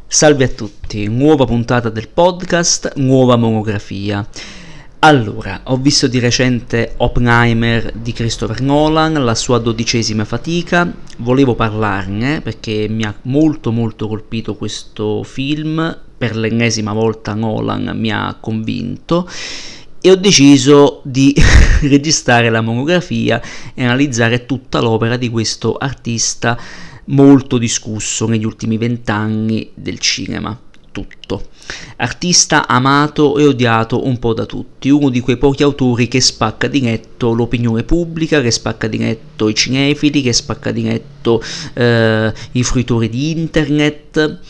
Salve a tutti, nuova puntata del podcast, nuova monografia. Allora, ho visto di recente Oppenheimer di Christopher Nolan, la sua 12ª fatica. Volevo parlarne perché mi ha molto colpito questo film. Per l'ennesima volta Nolan mi ha convinto e ho deciso di registrare la monografia e analizzare tutta l'opera di questo artista molto discusso negli ultimi 20 anni del cinema. Tutto. Artista amato e odiato un po' da tutti, uno di quei pochi autori che spacca di netto l'opinione pubblica, che spacca di netto i cinefili, che spacca di netto i fruitori di internet.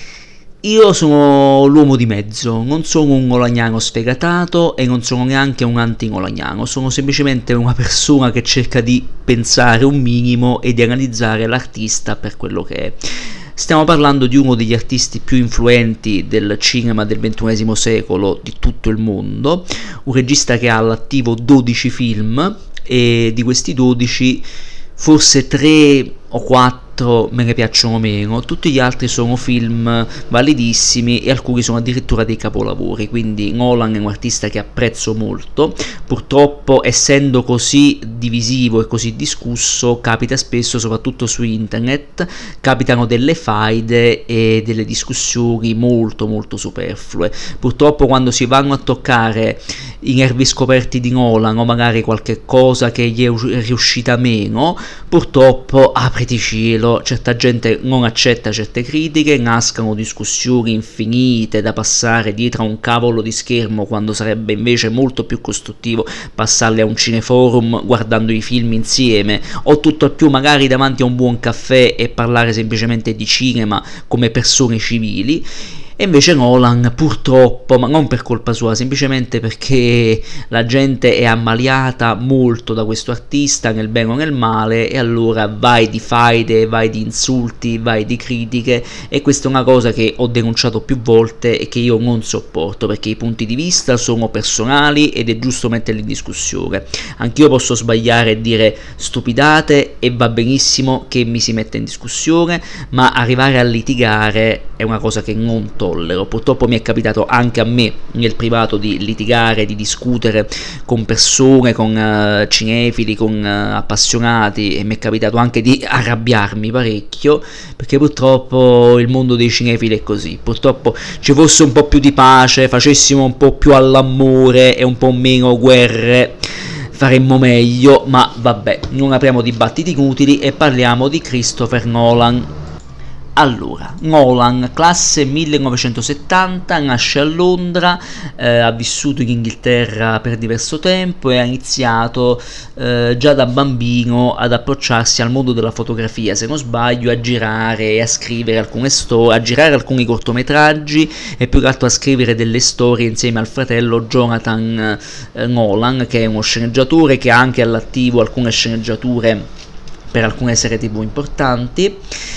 Io sono l'uomo di mezzo, non sono un nolaniano sfegatato e non sono neanche un anti-nolaniano, sono semplicemente una persona che cerca di pensare un minimo e di analizzare l'artista per quello che è. Stiamo parlando di uno degli artisti più influenti del cinema del XXI secolo di tutto il mondo, un regista che ha all'attivo 12 film e di questi 12 forse 3 o 4 me ne piacciono meno, tutti gli altri sono film validissimi e alcuni sono addirittura dei capolavori, quindi Nolan è un artista che apprezzo molto. Purtroppo, essendo così divisivo e così discusso, capita spesso, soprattutto su internet, capitano delle faide e delle discussioni molto superflue. Purtroppo quando si vanno a toccare i nervi scoperti di Nolan o magari qualche cosa che gli è riuscita meno, purtroppo apriti cielo, certa gente non accetta certe critiche, nascano discussioni infinite da passare dietro a un cavolo di schermo quando sarebbe invece molto più costruttivo passarle a un cineforum guardando i film insieme o tutto al più magari davanti a un buon caffè e parlare semplicemente di cinema come persone civili. E invece Nolan, purtroppo, ma non per colpa sua, semplicemente perché la gente è ammaliata molto da questo artista, nel bene o nel male, e allora vai di faide, vai di insulti, vai di critiche, e questa è una cosa che ho denunciato più volte e che io non sopporto, perché i punti di vista sono personali ed è giusto metterli in discussione. Anch'io posso sbagliare e dire stupidate e va benissimo che mi si metta in discussione, ma arrivare a litigare è una cosa che non tollero. Purtroppo mi è capitato anche a me nel privato di litigare, di discutere con persone, con cinefili, con appassionati, e mi è capitato anche di arrabbiarmi parecchio, perché purtroppo il mondo dei cinefili è così. Purtroppo ci fosse un po' più di pace, facessimo un po' più all'amore e un po' meno guerre, faremmo meglio, ma vabbè, non apriamo dibattiti inutili e parliamo di Christopher Nolan. Allora, Nolan, classe 1970, nasce a Londra, ha vissuto in Inghilterra per diverso tempo e ha iniziato già da bambino ad approcciarsi al mondo della fotografia, se non sbaglio, a girare e a scrivere alcune storie, a girare alcuni cortometraggi e più che altro a scrivere delle storie insieme al fratello Jonathan Nolan, che è uno sceneggiatore che ha anche all'attivo alcune sceneggiature per alcune serie TV importanti.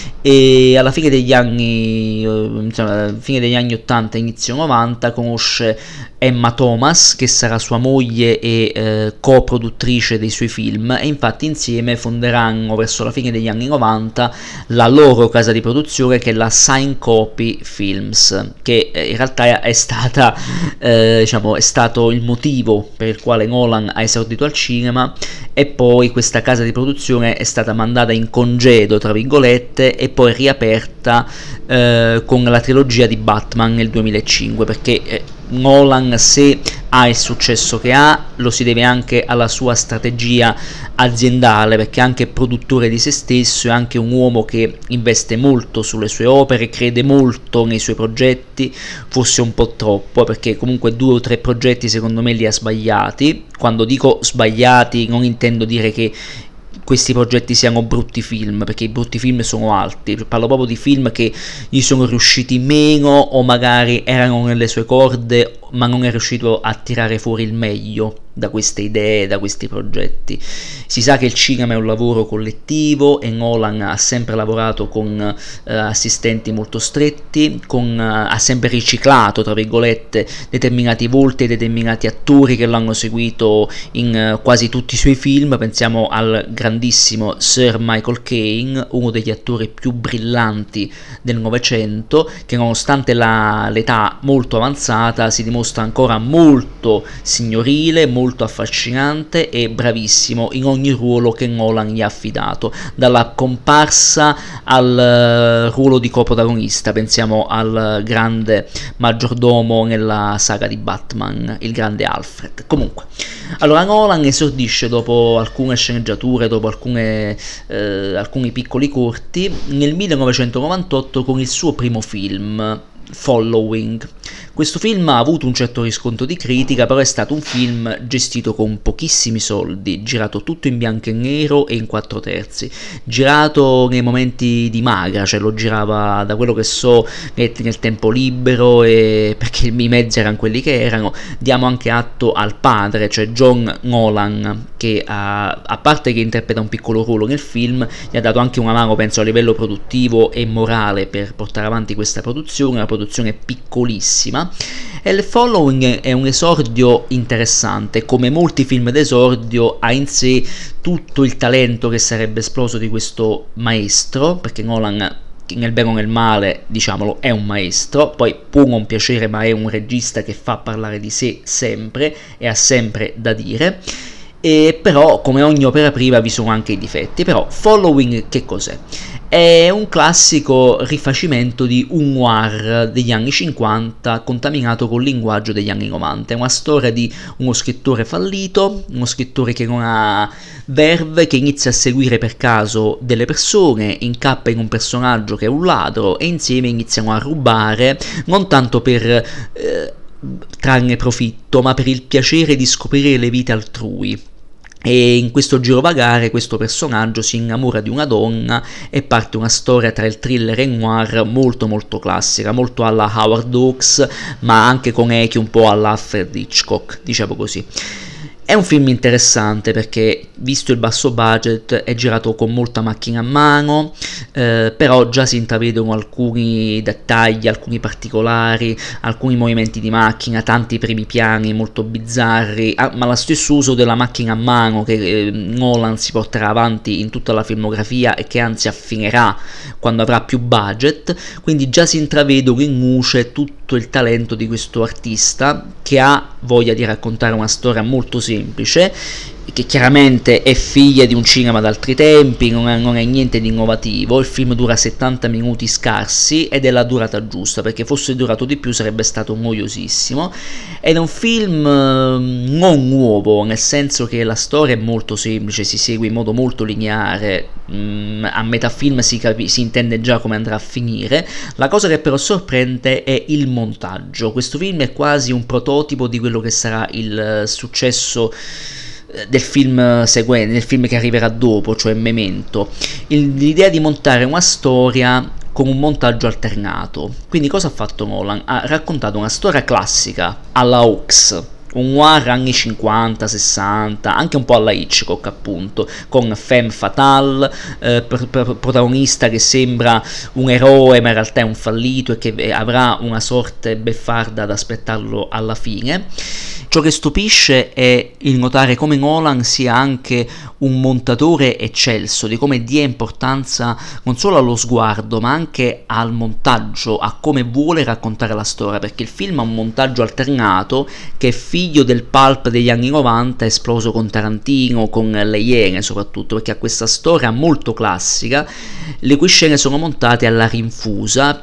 E alla fine degli anni fine degli anni 80 inizio 90 conosce Emma Thomas, che sarà sua moglie e coproduttrice dei suoi film, e infatti insieme fonderanno verso la fine degli anni 90 la loro casa di produzione, che è la Syncope Films, che in realtà è stata è stato il motivo per il quale Nolan ha esordito al cinema, e poi questa casa di produzione è stata mandata in congedo tra virgolette e poi riaperta con la trilogia di Batman nel 2005, perché Nolan, se ha il successo che ha, lo si deve anche alla sua strategia aziendale, perché è anche produttore di se stesso, è anche un uomo che investe molto sulle sue opere, crede molto nei suoi progetti, forse un po' troppo, perché comunque 2 o 3 progetti secondo me li ha sbagliati. Quando dico sbagliati non intendo dire che questi progetti siano brutti film, perché i brutti film sono altri, parlo proprio di film che gli sono riusciti meno o magari erano nelle sue corde ma non è riuscito a tirare fuori il meglio da queste idee, da questi progetti. Si sa che il cinema è un lavoro collettivo e Nolan ha sempre lavorato con assistenti molto stretti, ha sempre riciclato, tra virgolette, determinati volti e determinati attori che l'hanno seguito in quasi tutti i suoi film. Pensiamo al grandissimo Sir Michael Caine, uno degli attori più brillanti del Novecento, che nonostante l'età molto avanzata si dimostra ancora molto signorile, molto affascinante e bravissimo in ogni ruolo che Nolan gli ha affidato, dalla comparsa al ruolo di coprotagonista. Pensiamo al grande maggiordomo nella saga di Batman, il grande Alfred. Comunque, allora Nolan esordisce dopo alcune sceneggiature, dopo alcuni piccoli corti, nel 1998 con il suo primo film, Following. Questo film ha avuto un certo riscontro di critica, però è stato un film gestito con pochissimi soldi, girato tutto in bianco e nero e in 4/3, girato nei momenti di magra, cioè lo girava, da quello che so, nel tempo libero, e perché i mezzi erano quelli che erano. Diamo anche atto al padre, cioè John Nolan, che a parte che interpreta un piccolo ruolo nel film, gli ha dato anche una mano, penso, a livello produttivo e morale per portare avanti questa produzione, una produzione piccolissima. E il Following è un esordio interessante. Come molti film d'esordio, ha in sé tutto il talento che sarebbe esploso di questo maestro, perché Nolan, nel bene o nel male, diciamolo, è un maestro. Poi può non piacere, ma è un regista che fa parlare di sé sempre e ha sempre da dire. E però, come ogni opera prima, vi sono anche i difetti. Però Following che cos'è? È un classico rifacimento di un noir degli anni 50 contaminato col linguaggio degli anni 90. È una storia di uno scrittore fallito, uno scrittore che non ha verve, che inizia a seguire per caso delle persone, incappa in un personaggio che è un ladro e insieme iniziano a rubare, non tanto per trarne profitto, ma per il piacere di scoprire le vite altrui. E in questo girovagare questo personaggio si innamora di una donna e parte una storia tra il thriller e il noir molto molto classica, molto alla Howard Hawks, ma anche con echi un po' alla Alfred Hitchcock, diciamo così. È un film interessante perché, visto il basso budget, è girato con molta macchina a mano, però già si intravedono alcuni dettagli, alcuni particolari, alcuni movimenti di macchina, tanti primi piani molto bizzarri, ma lo stesso uso della macchina a mano che Nolan si porterà avanti in tutta la filmografia e che anzi affinerà quando avrà più budget. Quindi già si intravedono in luce tutto il talento di questo artista, che ha voglia di raccontare una storia molto semplice, che chiaramente è figlia di un cinema d'altri tempi, non è niente di innovativo. Il film dura 70 minuti scarsi ed è la durata giusta, perché fosse durato di più sarebbe stato noiosissimo. Ed è un film non nuovo, nel senso che la storia è molto semplice, si segue in modo molto lineare, a metà film si intende già come andrà a finire. La cosa che però sorprende è il montaggio. Questo film è quasi un prototipo di quello che sarà il successo del film seguente, del film che arriverà dopo, cioè Memento. L'idea di montare una storia con un montaggio alternato. Quindi cosa ha fatto Nolan? Ha raccontato una storia classica alla Hawks, un noir anni 50, 60, anche un po' alla Hitchcock appunto, con femme fatale, protagonista che sembra un eroe ma in realtà è un fallito e che avrà una sorte beffarda ad aspettarlo alla fine. Ciò che stupisce è il notare come Nolan sia anche un montatore eccelso, di come dia importanza non solo allo sguardo ma anche al montaggio, a come vuole raccontare la storia, perché il film ha un montaggio alternato che è figlio del pulp degli anni 90 esploso con Tarantino, con Le Iene soprattutto, perché ha questa storia molto classica, le cui scene sono montate alla rinfusa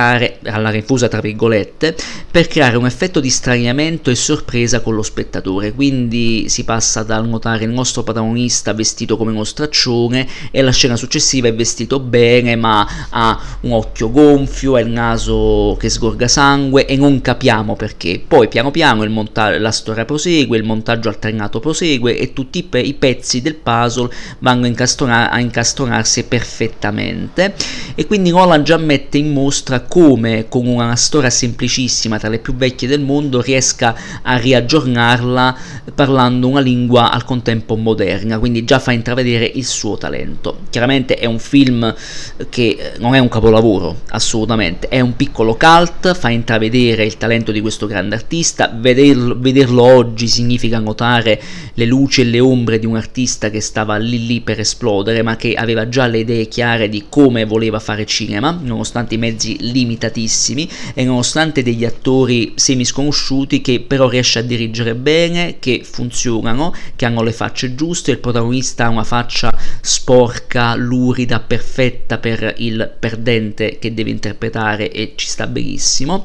tra virgolette, per creare un effetto di straniamento e sorpresa con lo spettatore. Quindi si passa dal notare il nostro protagonista vestito come uno straccione e la scena successiva è vestito bene ma ha un occhio gonfio e il naso che sgorga sangue e non capiamo perché. Poi piano piano la la storia prosegue, il montaggio alternato prosegue e tutti i pezzi del puzzle vanno a incastronarsi perfettamente, e quindi Nolan già mette in mostra come con una storia semplicissima, tra le più vecchie del mondo, riesca a riaggiornarla parlando una lingua al contempo moderna, quindi già fa intravedere il suo talento. Chiaramente è un film che non è un capolavoro, assolutamente, è un piccolo cult, fa intravedere il talento di questo grande artista. Vederlo oggi significa notare le luci e le ombre di un artista che stava lì per esplodere, ma che aveva già le idee chiare di come voleva fare cinema, nonostante i mezzi limitatissimi e nonostante degli attori semi sconosciuti che però riesce a dirigere bene, che funzionano, che hanno le facce giuste. Il protagonista ha una faccia sporca, lurida, perfetta per il perdente che deve interpretare, e ci sta benissimo.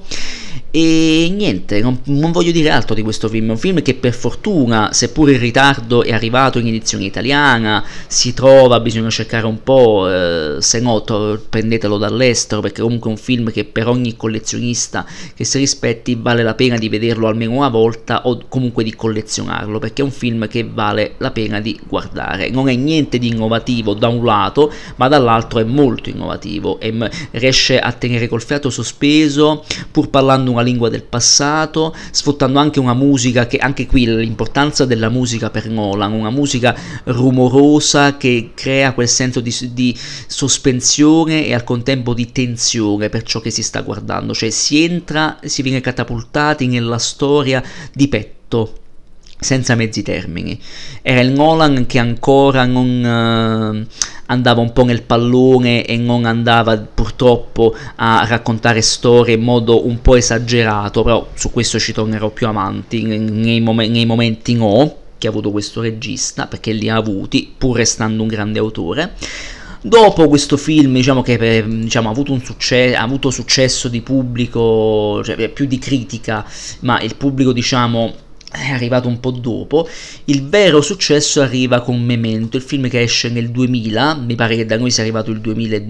E niente, non voglio dire altro di questo film. È un film che per fortuna, seppur in ritardo, è arrivato in edizione italiana, si trova, bisogna cercare un po', se no prendetelo dall'estero, perché comunque è un film che per ogni collezionista che si rispetti vale la pena di vederlo almeno una volta, o comunque di collezionarlo, perché è un film che vale la pena di guardare. Non è niente di innovativo da un lato, ma dall'altro è molto innovativo e riesce a tenere col fiato sospeso, pur parlando una lingua del passato, sfruttando anche una musica che, anche qui l'importanza della musica per Nolan, una musica rumorosa che crea quel senso di sospensione e al contempo di tensione per ciò che si sta guardando, cioè si entra, si viene catapultati nella storia di petto, senza mezzi termini. Era il Nolan che ancora non andava un po' nel pallone e non andava purtroppo a raccontare storie in modo un po' esagerato, però su questo ci tornerò più avanti. Nei momenti no, che ha avuto questo regista, perché li ha avuti, pur restando un grande autore. Dopo questo film, diciamo che ha avuto successo di pubblico, cioè più di critica, ma il pubblico, diciamo, è arrivato un po' dopo. Il vero successo arriva con Memento, il film che esce nel 2000, mi pare che da noi sia arrivato il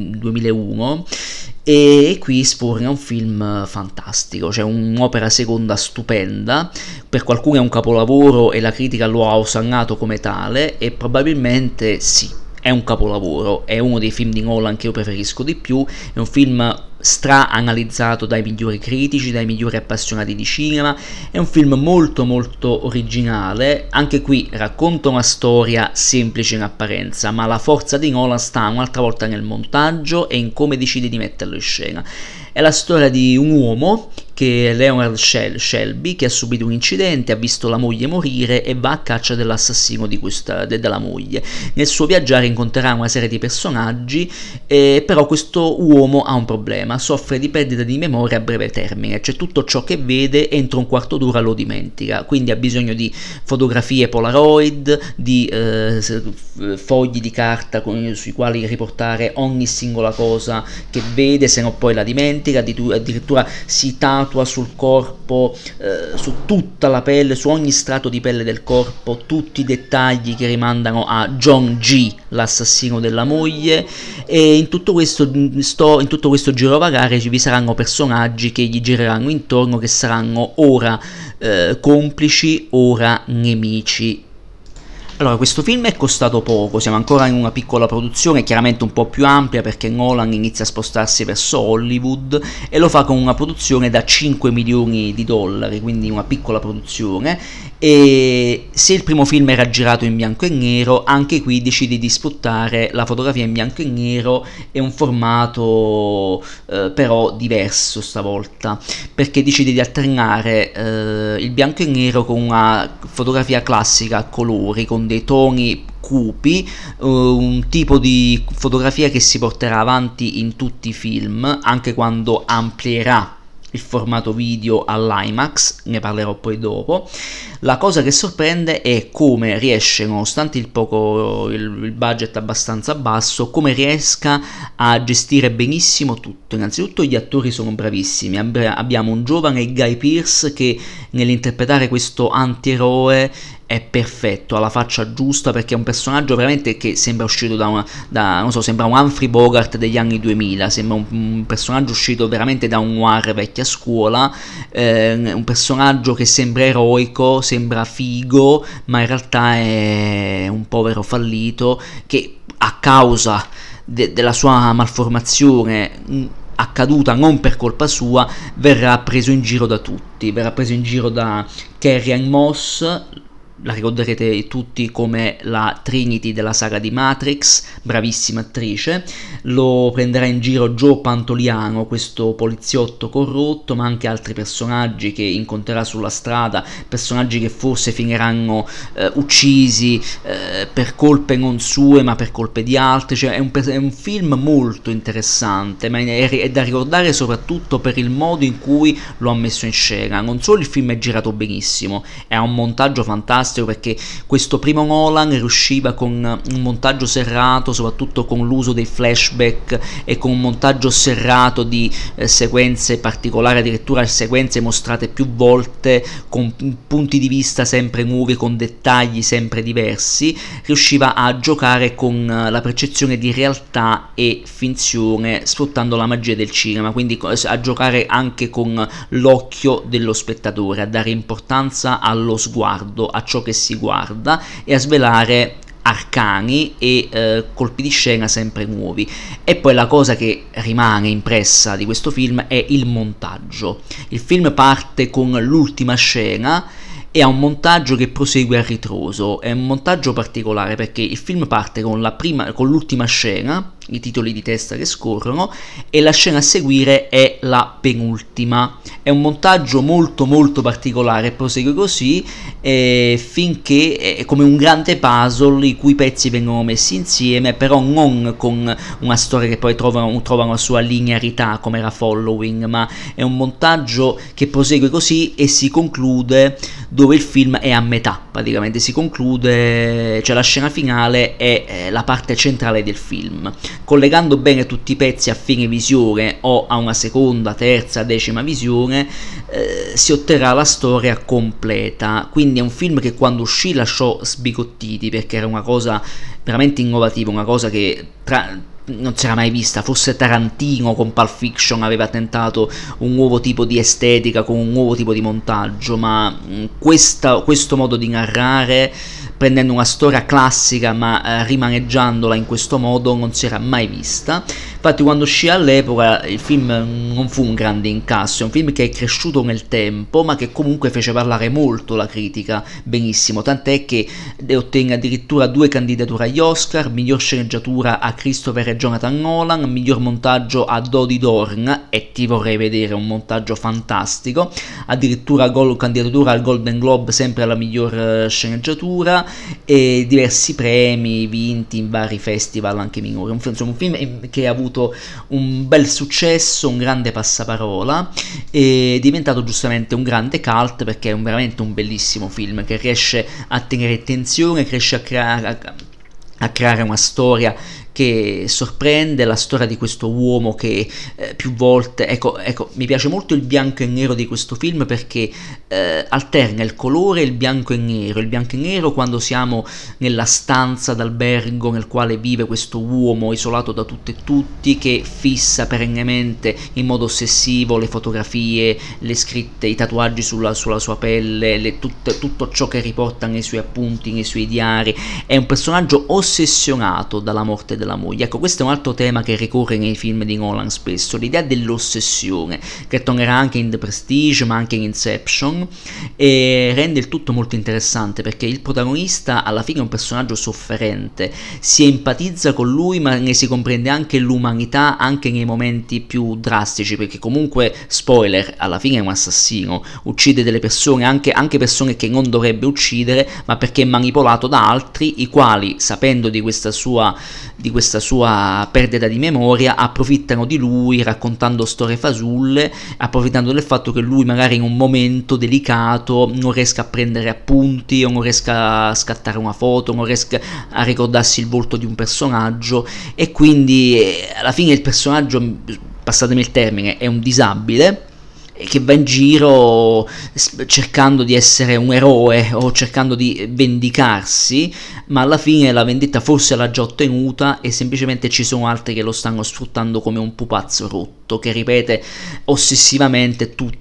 2001, e qui sforna un film fantastico, cioè un'opera seconda stupenda. Per qualcuno è un capolavoro e la critica lo ha osannato come tale, e probabilmente sì, è un capolavoro, è uno dei film di Nolan che io preferisco di più, è un film stra-analizzato dai migliori critici, dai migliori appassionati di cinema, è un film molto molto originale. Anche qui racconta una storia semplice in apparenza, ma la forza di Nolan sta un'altra volta nel montaggio e in come decide di metterlo in scena. È la storia di un uomo, che è Leonard Shelby, che ha subito un incidente, ha visto la moglie morire e va a caccia dell'assassino della moglie. Nel suo viaggiare incontrerà una serie di personaggi, però questo uomo ha un problema, soffre di perdita di memoria a breve termine, cioè tutto ciò che vede entro un quarto d'ora lo dimentica, quindi ha bisogno di fotografie Polaroid, di fogli di carta sui quali riportare ogni singola cosa che vede, se no poi la dimentica. Addirittura si tatua sul corpo, su tutta la pelle, su ogni strato di pelle del corpo, tutti i dettagli che rimandano a John G., l'assassino della moglie. E in tutto questo girovagare vi saranno personaggi che gli gireranno intorno, che saranno ora complici, ora nemici. Allora, questo film è costato poco, siamo ancora in una piccola produzione, chiaramente un po' più ampia perché Nolan inizia a spostarsi verso Hollywood e lo fa con una produzione da 5 milioni di dollari, quindi una piccola produzione. E se il primo film era girato in bianco e nero, anche qui decide di sfruttare la fotografia in bianco e nero e un formato però diverso stavolta, perché decide di alternare il bianco e nero con una fotografia classica a colori, con dei toni cupi, un tipo di fotografia che si porterà avanti in tutti i film, anche quando amplierà il formato video all'IMAX, ne parlerò poi dopo. La cosa che sorprende è come riesce, nonostante il budget abbastanza basso, come riesca a gestire benissimo tutto. Innanzitutto gli attori sono bravissimi, abbiamo un giovane Guy Pearce che nell'interpretare questo antieroe è perfetto, ha la faccia giusta, perché è un personaggio veramente che sembra uscito non so, sembra un Humphrey Bogart degli anni 2000, sembra un personaggio uscito veramente da un noir vecchia scuola, un personaggio che sembra eroico, sembra figo, ma in realtà è un povero fallito che a causa della sua malformazione accaduta non per colpa sua, verrà preso in giro da tutti, verrà preso in giro da Carrie-Anne Moss, la ricorderete tutti come la Trinity della saga di Matrix, bravissima attrice. Lo prenderà in giro Joe Pantoliano, questo poliziotto corrotto, ma anche altri personaggi che incontrerà sulla strada, personaggi che forse finiranno uccisi per colpe non sue ma per colpe di altri. Cioè è un film molto interessante, ma è da ricordare soprattutto per il modo in cui lo ha messo in scena. Non solo il film è girato benissimo, è un montaggio fantastico, perché questo primo Nolan riusciva con un montaggio serrato, soprattutto con l'uso dei flashback e con un montaggio serrato di sequenze particolari, addirittura sequenze mostrate più volte con punti di vista sempre nuovi, con dettagli sempre diversi, riusciva a giocare con la percezione di realtà e finzione, sfruttando la magia del cinema, quindi a giocare anche con l'occhio dello spettatore, a dare importanza allo sguardo, a ciò che si guarda, e a svelare arcani e colpi di scena sempre nuovi. E poi la cosa che rimane impressa di questo film è il montaggio. Il film parte con l'ultima scena e ha un montaggio che prosegue a ritroso. È un montaggio particolare perché il film parte con l'ultima scena, i titoli di testa che scorrono, e la scena a seguire è la penultima. È un montaggio molto molto particolare, prosegue così finché è come un grande puzzle i cui pezzi vengono messi insieme, però non con una storia che poi trovano la sua linearità come era Following, ma è un montaggio che prosegue così e si conclude dove il film è a metà, praticamente si conclude, cioè la scena finale è la parte centrale del film, collegando bene tutti i pezzi a fine visione o a una seconda, terza, decima visione, si otterrà la storia completa. Quindi è un film che quando uscì lasciò sbigottiti, perché era una cosa veramente innovativa, una cosa che non si era mai vista. Forse Tarantino con Pulp Fiction aveva tentato un nuovo tipo di estetica con un nuovo tipo di montaggio, ma questo modo di narrare, prendendo una storia classica ma rimaneggiandola in questo modo, non si era mai vista. Infatti quando uscì all'epoca il film non fu un grande incasso, è un film che è cresciuto nel tempo ma che comunque fece parlare molto la critica, benissimo, tant'è che ottenne addirittura 2 candidature agli Oscar: miglior sceneggiatura a Christopher e Jonathan Nolan, miglior montaggio a Dodi Dorn, e ti vorrei vedere un montaggio fantastico, addirittura candidatura al Golden Globe sempre alla miglior sceneggiatura, e diversi premi vinti in vari festival anche minori. Insomma, un film che ha avuto un bel successo, un grande passaparola, e è diventato giustamente un grande cult perché è veramente un bellissimo film che riesce a tenere tensione, riesce a creare una storia che sorprende, la storia di questo uomo che più volte, ecco, mi piace molto il bianco e nero di questo film perché alterna il colore e il bianco e nero quando siamo nella stanza d'albergo nel quale vive questo uomo isolato da tutto e tutti, che fissa perennemente in modo ossessivo le fotografie, le scritte, i tatuaggi sulla sua pelle, tutto ciò che riporta nei suoi appunti, nei suoi diari. È un personaggio ossessionato dalla morte della moglie. Ecco, questo è un altro tema che ricorre nei film di Nolan spesso, l'idea dell'ossessione, che tornerà anche in The Prestige ma anche in Inception, e rende il tutto molto interessante perché il protagonista alla fine è un personaggio sofferente, si empatizza con lui ma ne si comprende anche l'umanità anche nei momenti più drastici, perché comunque, spoiler, alla fine è un assassino, uccide delle persone, anche persone che non dovrebbe uccidere, ma perché è manipolato da altri, i quali, sapendo di questa sua perdita di memoria, approfittano di lui raccontando storie fasulle, approfittando del fatto che lui magari in un momento delicato non riesca a prendere appunti o non riesca a scattare una foto, non riesca a ricordarsi il volto di un personaggio, e quindi alla fine il personaggio, passatemi il termine, è un disabile che va in giro cercando di essere un eroe o cercando di vendicarsi, ma alla fine la vendetta forse l'ha già ottenuta e semplicemente ci sono altri che lo stanno sfruttando come un pupazzo rotto che ripete ossessivamente tutto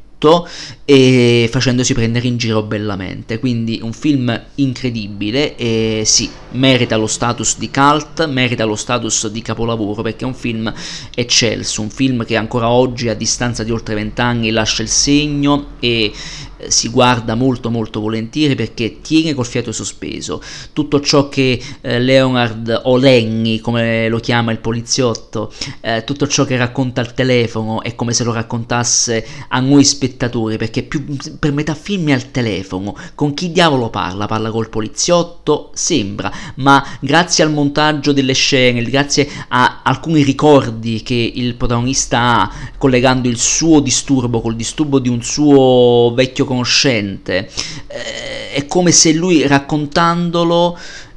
e facendosi prendere in giro bellamente. Quindi un film incredibile e sì, merita lo status di cult, merita lo status di capolavoro, perché è un film eccelso, un film che ancora oggi a distanza di oltre 20 anni lascia il segno e si guarda molto molto volentieri perché tiene col fiato sospeso. Tutto ciò che Leonard o Lenny, come lo chiama il poliziotto, tutto ciò che racconta al telefono è come se lo raccontasse a noi spettatori, perché per metà film è al telefono. Con chi diavolo parla? Parla col poliziotto? Sembra, ma grazie al montaggio delle scene, grazie a alcuni ricordi che il protagonista ha, collegando il suo disturbo col disturbo di un suo vecchio conoscente, è come se lui raccontandolo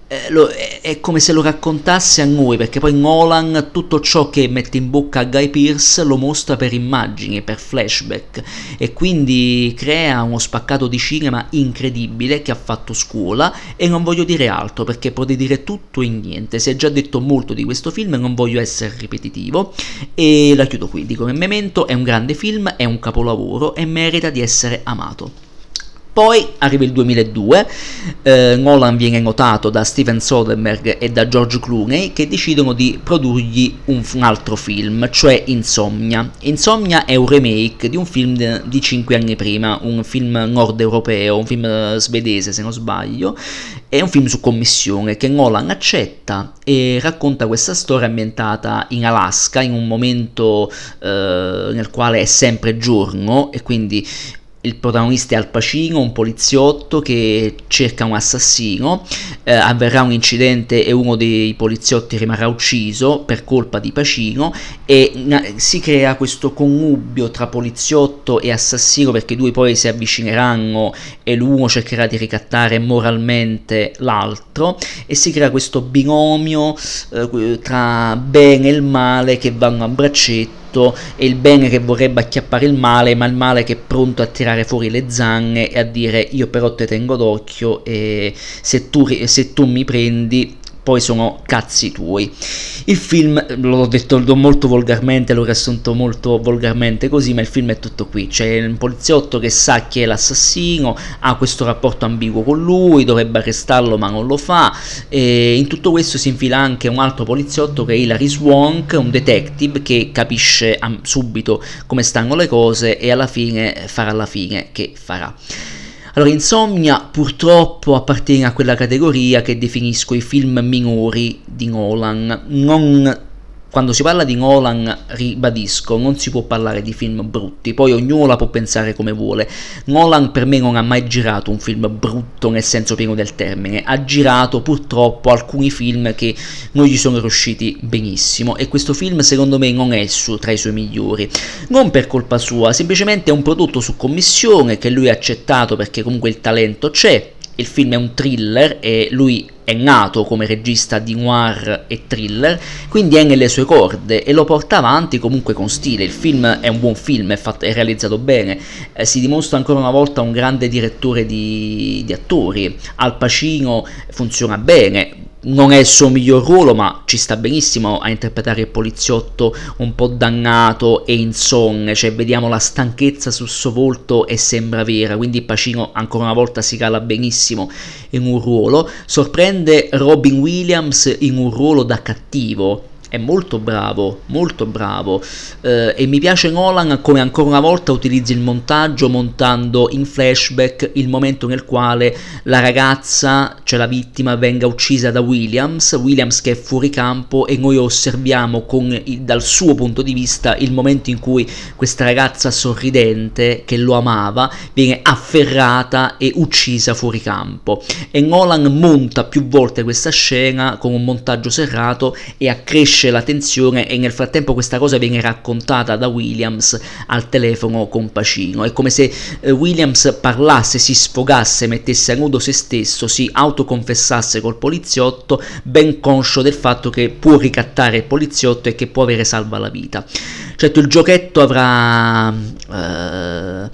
è come se lo raccontasse a noi, perché poi Nolan tutto ciò che mette in bocca a Guy Pearce lo mostra per immagini, per flashback, e quindi crea uno spaccato di cinema incredibile che ha fatto scuola. E non voglio dire altro perché potrei dire tutto e niente, si è già detto molto di questo film e non voglio essere ripetitivo e la chiudo qui. Dico che Memento è un grande film, è un capolavoro e merita di essere amato. Poi arriva il 2002, Nolan viene notato da Steven Soderbergh e da George Clooney che decidono di produrgli un altro film, cioè Insomnia. Insomnia è un remake di un film di 5 anni prima, un film nord europeo, un film svedese se non sbaglio, è un film su commissione che Nolan accetta e racconta questa storia ambientata in Alaska, in un momento nel quale è sempre giorno e quindi il protagonista è Al Pacino, un poliziotto che cerca un assassino, avverrà un incidente e uno dei poliziotti rimarrà ucciso per colpa di Pacino e si crea questo connubio tra poliziotto e assassino, perché i due poi si avvicineranno e l'uno cercherà di ricattare moralmente l'altro e si crea questo binomio tra bene e il male che vanno a braccetto, e il bene che vorrebbe acchiappare il male, ma il male che è pronto a tirare fuori le zanne e a dire io però te tengo d'occhio e se tu mi prendi poi sono cazzi tuoi. Il film, l'ho detto molto volgarmente, l'ho riassunto molto volgarmente così, ma il film è tutto qui. C'è un poliziotto che sa chi è l'assassino, ha questo rapporto ambiguo con lui, dovrebbe arrestarlo ma non lo fa, e in tutto questo si infila anche un altro poliziotto che è Hilary Swank, un detective che capisce subito come stanno le cose e alla fine farà la fine che farà. Allora, Insomnia purtroppo appartiene a quella categoria che definisco i film minori di Nolan. Quando si parla di Nolan, ribadisco, non si può parlare di film brutti, poi ognuno la può pensare come vuole. Nolan per me non ha mai girato un film brutto nel senso pieno del termine, ha girato purtroppo alcuni film che non gli sono riusciti benissimo e questo film secondo me non è tra i suoi migliori, non per colpa sua, semplicemente è un prodotto su commissione che lui ha accettato perché comunque il talento c'è. Il film è un thriller e lui è nato come regista di noir e thriller, quindi è nelle sue corde e lo porta avanti comunque con stile. Il film è un buon film, è realizzato bene, si dimostra ancora una volta un grande direttore di attori. Al Pacino funziona bene, non è il suo miglior ruolo ma ci sta benissimo a interpretare il poliziotto un po' dannato e insonne, cioè vediamo la stanchezza sul suo volto e sembra vera, quindi Pacino ancora una volta si cala benissimo in un ruolo. Sorprende Robin Williams in un ruolo da cattivo, è molto bravo e mi piace Nolan come ancora una volta utilizza il montaggio, montando in flashback il momento nel quale la ragazza, cioè la vittima, venga uccisa da Williams che è fuori campo e noi osserviamo dal suo punto di vista il momento in cui questa ragazza sorridente che lo amava viene afferrata e uccisa fuori campo, e Nolan monta più volte questa scena con un montaggio serrato e accresce la tensione, e nel frattempo questa cosa viene raccontata da Williams al telefono con Pacino. È come se Williams parlasse, si sfogasse, mettesse a nudo se stesso, si autoconfessasse col poliziotto, ben conscio del fatto che può ricattare il poliziotto e che può avere salva la vita. Certo, il giochetto avrà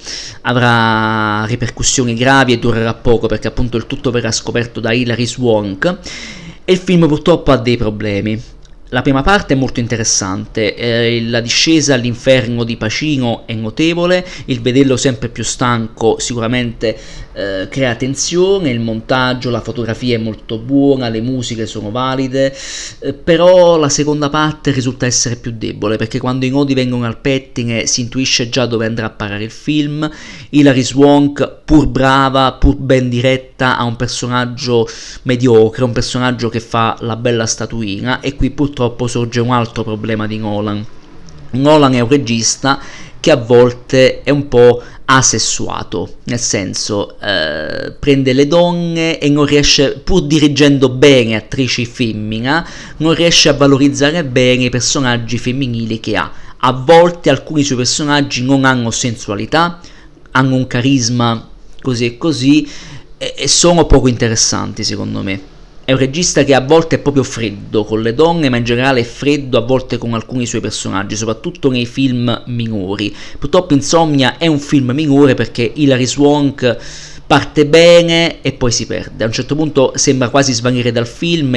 avrà ripercussioni gravi e durerà poco, perché appunto il tutto verrà scoperto da Hilary Swank, e il film purtroppo ha dei problemi. La prima parte è molto interessante, la discesa all'inferno di Pacino è notevole, il vederlo sempre più stanco sicuramente crea tensione, il montaggio, la fotografia è molto buona, le musiche sono valide, però la seconda parte risulta essere più debole, perché quando i nodi vengono al pettine si intuisce già dove andrà a parare il film. Hilary Swank, pur brava, pur ben diretta, ha un personaggio mediocre, un personaggio che fa la bella statuina, e qui purtroppo sorge un altro problema di Nolan. Nolan è un regista che a volte è un po' asessuato, nel senso prende le donne e non riesce, pur dirigendo bene attrici femmina, non riesce a valorizzare bene i personaggi femminili che ha. A volte alcuni suoi personaggi non hanno sensualità, hanno un carisma così e così, e sono poco interessanti secondo me. È un regista che a volte è proprio freddo con le donne, ma in generale è freddo a volte con alcuni suoi personaggi, soprattutto nei film minori. Purtroppo Insomnia è un film minore, perché Hilary Swank parte bene e poi si perde. A un certo punto sembra quasi svanire dal film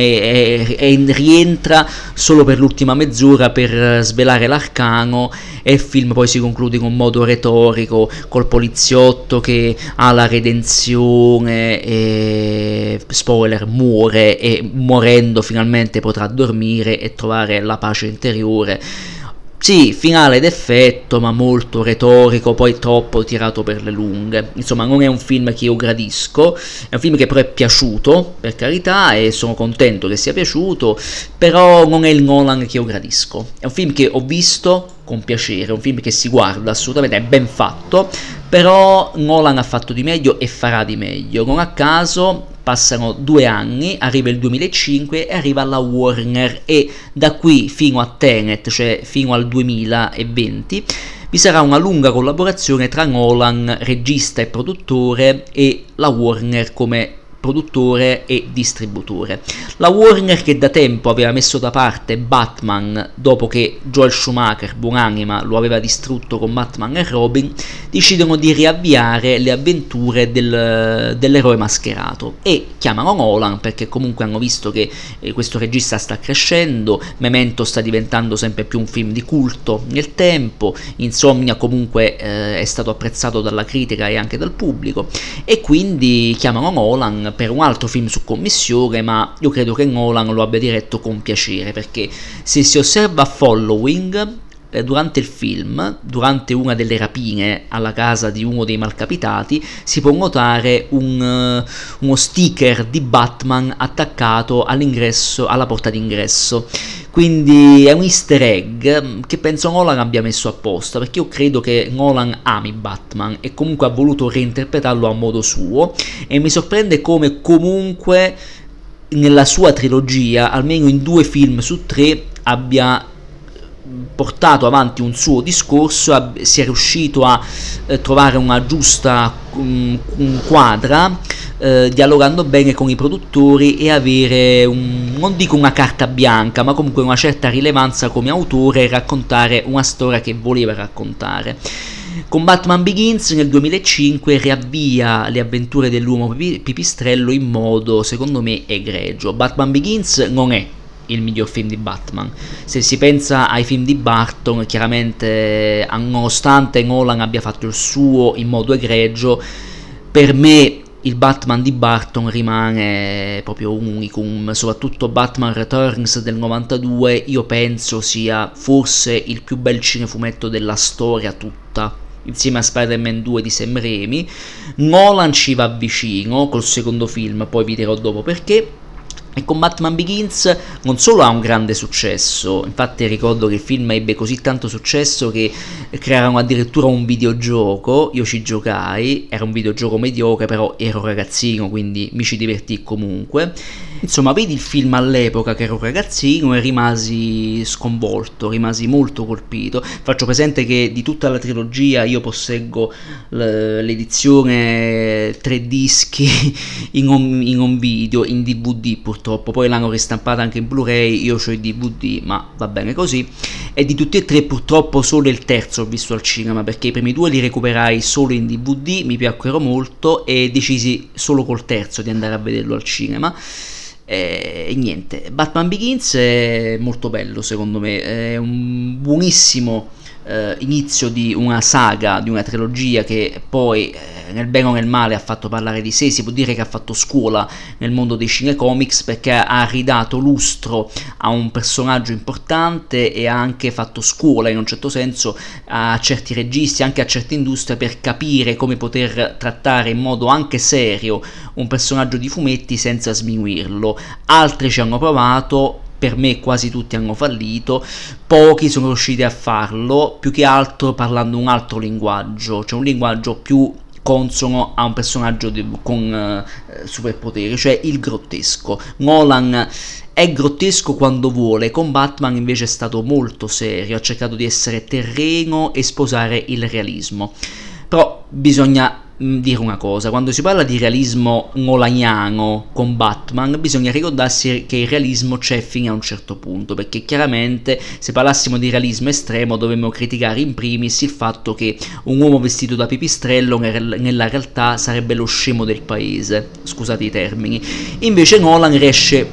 e rientra solo per l'ultima mezz'ora per svelare l'arcano, e il film poi si conclude in un modo retorico col poliziotto che ha la redenzione e, spoiler, muore, e morendo finalmente potrà dormire e trovare la pace interiore. Sì, finale d'effetto, ma molto retorico, poi troppo tirato per le lunghe. Insomma, non è un film che io gradisco, è un film che però è piaciuto, per carità, e sono contento che sia piaciuto, però non è il Nolan che io gradisco. È un film che ho visto con piacere, è un film che si guarda assolutamente, è ben fatto, però Nolan ha fatto di meglio e farà di meglio. Non a caso passano 2 anni, arriva il 2005 e arriva la Warner, e da qui fino a Tenet, cioè fino al 2020, vi sarà una lunga collaborazione tra Nolan, regista e produttore, e la Warner come produttore e distributore. La Warner, che da tempo aveva messo da parte Batman dopo che Joel Schumacher, buonanima, lo aveva distrutto con Batman e Robin, decidono di riavviare le avventure dell'eroe mascherato e chiamano Nolan, perché comunque hanno visto che questo regista sta crescendo, Memento sta diventando sempre più un film di culto nel tempo, Insomnia comunque è stato apprezzato dalla critica e anche dal pubblico, e quindi chiamano Nolan per un altro film su commissione, ma io credo che Nolan lo abbia diretto con piacere, perché se si osserva Following, durante il film, durante una delle rapine alla casa di uno dei malcapitati, si può notare uno sticker di Batman attaccato all'ingresso, alla porta d'ingresso. Quindi è un easter egg che penso Nolan abbia messo apposta, perché io credo che Nolan ami Batman e comunque ha voluto reinterpretarlo a modo suo, e mi sorprende come comunque nella sua trilogia, almeno in 2 film su 3, abbia portato avanti un suo discorso, sia riuscito a trovare una giusta quadra, dialogando bene con i produttori, e avere non dico una carta bianca, ma comunque una certa rilevanza come autore, e raccontare una storia che voleva raccontare. Con Batman Begins nel 2005 riavvia le avventure dell'uomo pipistrello in modo secondo me egregio. Batman Begins non è il miglior film di Batman. Se si pensa ai film di Burton, chiaramente, nonostante Nolan abbia fatto il suo in modo egregio, per me il Batman di Burton rimane proprio un unicum. Soprattutto Batman Returns del 92 io penso sia forse il più bel cinefumetto della storia tutta, insieme a Spider-Man 2 di Sam Raimi. Nolan ci va vicino col secondo film, poi vi dirò dopo perché. E con Batman Begins non solo ha un grande successo, infatti ricordo che il film ebbe così tanto successo che crearono addirittura un videogioco, io ci giocai, era un videogioco mediocre però ero ragazzino quindi mi ci divertì comunque. Insomma, vedi il film all'epoca che ero ragazzino e rimasi sconvolto, rimasi molto colpito. Faccio presente che di tutta la trilogia io posseggo l'edizione 3 dischi in home video, in DVD purtroppo, purtroppo, poi l'hanno ristampata anche in Blu-ray, io ho i DVD, ma va bene così. E di tutti e tre purtroppo solo il terzo ho visto al cinema, perché i primi due li recuperai solo in DVD, mi piacquero molto e decisi solo col terzo di andare a vederlo al cinema. E niente, Batman Begins è molto bello secondo me, è un buonissimo inizio di una saga, di una trilogia che poi nel bene o nel male ha fatto parlare di sé. Si può dire che ha fatto scuola nel mondo dei cinecomics, perché ha ridato lustro a un personaggio importante e ha anche fatto scuola in un certo senso a certi registi, anche a certe industrie, per capire come poter trattare in modo anche serio un personaggio di fumetti senza sminuirlo. Altri ci hanno provato, per me quasi tutti hanno fallito, pochi sono riusciti a farlo, più che altro parlando un altro linguaggio, cioè un linguaggio più consono a un personaggio con superpoteri, cioè il grottesco. Nolan è grottesco quando vuole, con Batman invece è stato molto serio, ha cercato di essere terreno e sposare il realismo. Però bisogna dire una cosa: quando si parla di realismo nolaniano con Batman bisogna ricordarsi che il realismo c'è fino a un certo punto, perché chiaramente se parlassimo di realismo estremo dovremmo criticare in primis il fatto che un uomo vestito da pipistrello nella realtà sarebbe lo scemo del paese, scusate i termini. Invece Nolan riesce,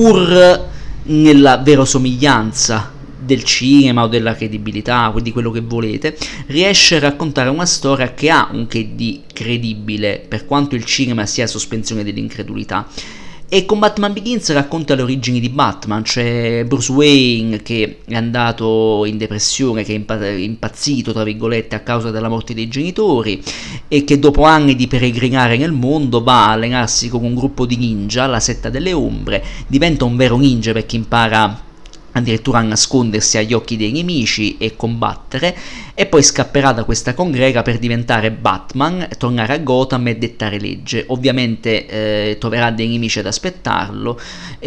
pur nella verosomiglianza del cinema o della credibilità, quindi quello che volete, riesce a raccontare una storia che ha un che di credibile, per quanto il cinema sia a sospensione dell'incredulità. E con Batman Begins racconta le origini di Batman, c'è Bruce Wayne che è andato in depressione, che è impazzito tra virgolette a causa della morte dei genitori, e che dopo anni di peregrinare nel mondo va a allenarsi con un gruppo di ninja, la setta delle ombre, diventa un vero ninja perché impara addirittura a nascondersi agli occhi dei nemici e combattere, e poi scapperà da questa congrega per diventare Batman, tornare a Gotham e dettare legge. Ovviamente troverà dei nemici ad aspettarlo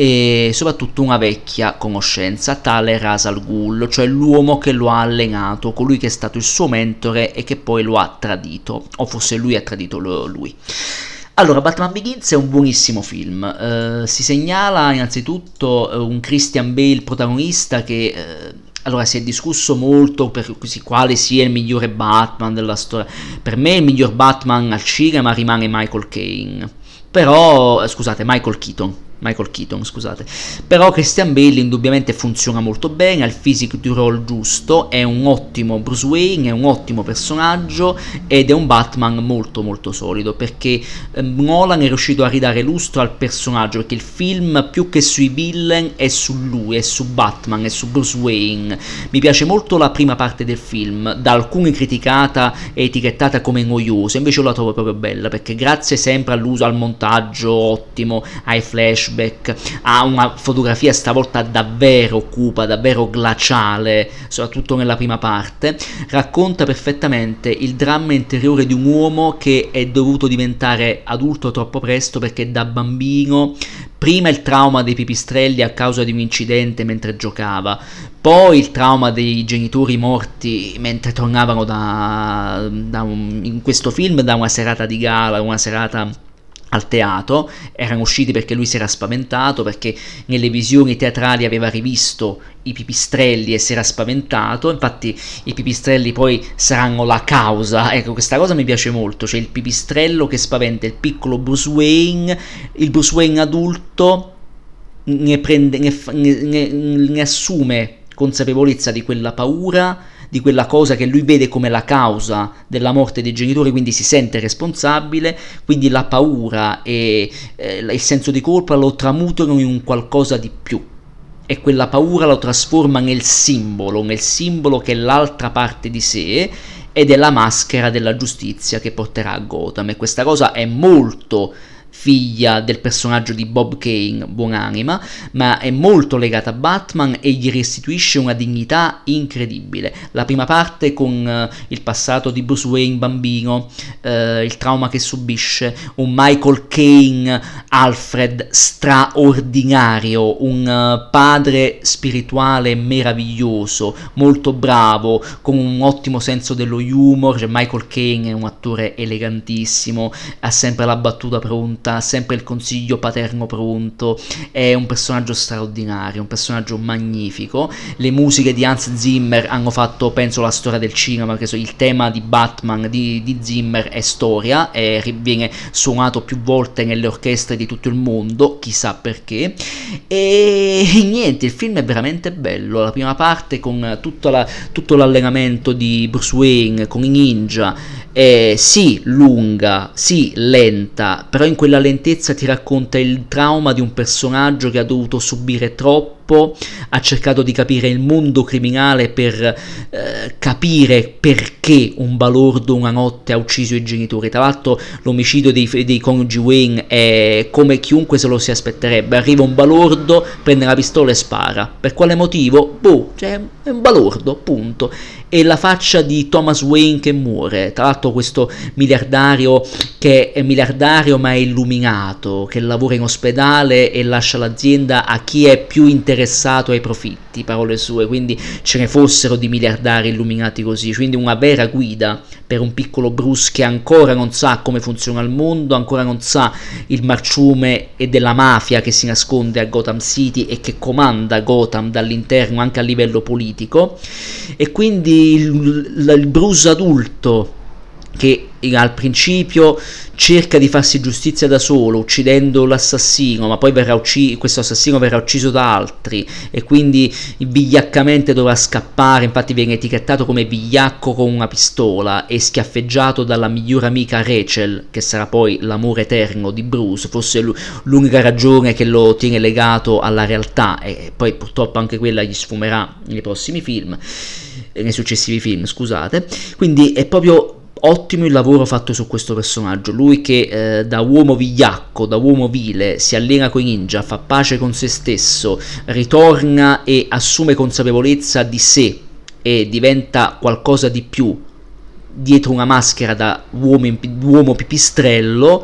e soprattutto una vecchia conoscenza, tale Ra's al Ghul, cioè l'uomo che lo ha allenato, colui che è stato il suo mentore e che poi lo ha tradito, o forse lui ha tradito lui. Allora, Batman Begins è un buonissimo film, si segnala innanzitutto un Christian Bale protagonista che allora si è discusso molto per quale sia il migliore Batman della storia. Per me il miglior Batman al cinema rimane Michael Keaton, scusate. Però Christian Bale indubbiamente funziona molto bene, ha il physique du role giusto, è un ottimo Bruce Wayne, è un ottimo personaggio ed è un Batman molto molto solido, perché Nolan è riuscito a ridare lustro al personaggio, perché il film più che sui villain è su lui, è su Batman, è su Bruce Wayne. Mi piace molto la prima parte del film, da alcuni criticata e etichettata come noiosa, invece io la trovo proprio bella, perché grazie sempre all'uso, al montaggio ottimo, ai flash, ha una fotografia stavolta davvero cupa, davvero glaciale, soprattutto nella prima parte, racconta perfettamente il dramma interiore di un uomo che è dovuto diventare adulto troppo presto, perché da bambino prima il trauma dei pipistrelli a causa di un incidente mentre giocava, poi il trauma dei genitori morti mentre tornavano in questo film da una serata di gala, una serata al teatro, erano usciti perché lui si era spaventato, perché nelle visioni teatrali aveva rivisto i pipistrelli e si era spaventato. Infatti i pipistrelli poi saranno la causa, ecco, questa cosa mi piace molto, cioè il pipistrello che spaventa il piccolo Bruce Wayne, il Bruce Wayne adulto ne assume consapevolezza di quella paura, di quella cosa che lui vede come la causa della morte dei genitori, quindi si sente responsabile, quindi la paura e il senso di colpa lo tramutano in un qualcosa di più, e quella paura lo trasforma nel simbolo che è l'altra parte di sé, ed è la maschera della giustizia che porterà a Gotham. E questa cosa è molto figlia del personaggio di Bob Kane, buonanima, ma è molto legata a Batman e gli restituisce una dignità incredibile. La prima parte con il passato di Bruce Wayne bambino, il trauma che subisce, un Michael Caine Alfred straordinario, un padre spirituale meraviglioso, molto bravo, con un ottimo senso dello humor. Cioè Michael Caine è un attore elegantissimo, ha sempre la battuta pronta, punta, ha sempre il consiglio paterno pronto, è un personaggio straordinario, un personaggio magnifico. Le musiche di Hans Zimmer hanno fatto, penso, la storia del cinema, perché il tema di Batman di Zimmer è storia e viene suonato più volte nelle orchestre di tutto il mondo, chissà perché. E niente, il film è veramente bello. La prima parte con tutto l'allenamento di Bruce Wayne con i ninja, sì lunga, sì lenta, però in quella lentezza ti racconta il trauma di un personaggio che ha dovuto subire troppo, ha cercato di capire il mondo criminale per capire perché un balordo una notte ha ucciso i genitori. Tra l'altro l'omicidio dei coniugi Wayne è come chiunque se lo si aspetterebbe: arriva un balordo, prende la pistola e spara. Per quale motivo? Boh, cioè è un balordo, punto. E la faccia di Thomas Wayne che muore, tra l'altro questo miliardario che è miliardario ma è illuminato, che lavora in ospedale e lascia l'azienda a chi è più interessato ai profitti, parole sue, quindi ce ne fossero di miliardari illuminati così, quindi una vera guida per un piccolo Bruce che ancora non sa come funziona il mondo, ancora non sa il marciume e della mafia che si nasconde a Gotham City e che comanda Gotham dall'interno anche a livello politico. E quindi il Bruce adulto che al principio cerca di farsi giustizia da solo uccidendo l'assassino, ma poi questo assassino verrà ucciso da altri e quindi vigliaccamente dovrà scappare, infatti viene etichettato come vigliacco con una pistola e schiaffeggiato dalla migliore amica Rachel, che sarà poi l'amore eterno di Bruce, forse l'unica ragione che lo tiene legato alla realtà, e poi purtroppo anche quella gli sfumerà nei prossimi film, nei successivi film, scusate. Quindi è proprio ottimo il lavoro fatto su questo personaggio, lui che da uomo vigliacco, da uomo vile, si allena coi ninja, fa pace con se stesso, ritorna e assume consapevolezza di sé e diventa qualcosa di più dietro una maschera da uomo pipistrello.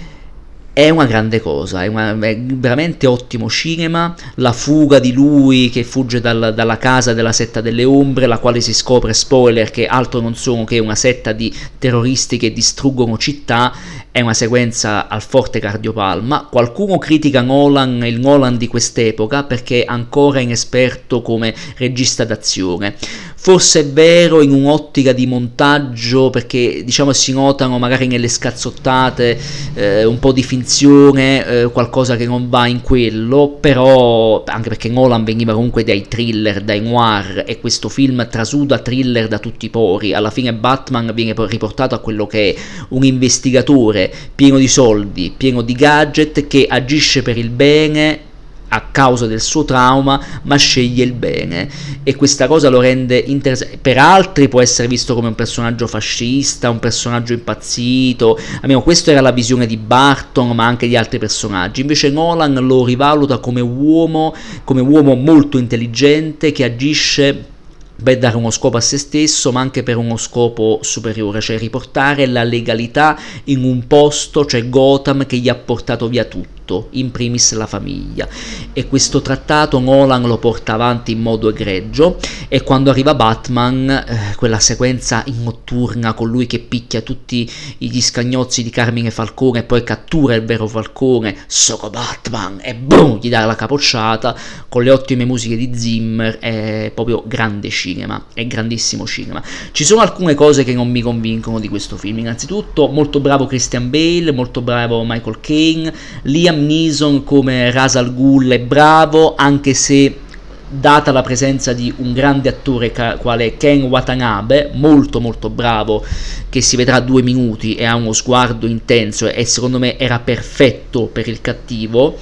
È una grande cosa, è veramente ottimo cinema. La fuga di lui che fugge dalla casa della setta delle ombre, la quale si scopre, spoiler, che altro non sono che una setta di terroristi che distruggono città, è una sequenza al forte cardiopalma. Qualcuno critica Nolan, il Nolan di quest'epoca, perché è ancora inesperto come regista d'azione. Forse è vero in un'ottica di montaggio, perché diciamo si notano magari nelle scazzottate un po' di finzione, qualcosa che non va in quello, però anche perché Nolan veniva comunque dai thriller, dai noir, e questo film trasuda thriller da tutti i pori. Alla fine Batman viene riportato a quello che è un investigatore pieno di soldi, pieno di gadget, che agisce per il bene a causa del suo trauma, ma sceglie il bene, e questa cosa lo rende interessante. Per altri può essere visto come un personaggio fascista, un personaggio impazzito, almeno questa era la visione di Burton, ma anche di altri personaggi. Invece Nolan lo rivaluta come uomo molto intelligente che agisce per dare uno scopo a se stesso, ma anche per uno scopo superiore, cioè riportare la legalità in un posto, cioè Gotham, che gli ha portato via tutto, in primis la famiglia. E questo trattato Nolan lo porta avanti in modo egregio. E quando arriva Batman, quella sequenza in notturna con lui che picchia tutti gli scagnozzi di Carmine Falcone e poi cattura il vero Falcone, sono Batman, e boom, gli dà la capocciata, con le ottime musiche di Zimmer. È proprio grande cinema, è grandissimo cinema. Ci sono alcune cose che non mi convincono di questo film. Innanzitutto molto bravo Christian Bale, molto bravo Michael Caine, Liam Neeson come Ra's al Ghul è bravo, anche se data la presenza di un grande attore quale Ken Watanabe, molto molto bravo, che si vedrà 2 minuti e ha uno sguardo intenso e secondo me era perfetto per il cattivo.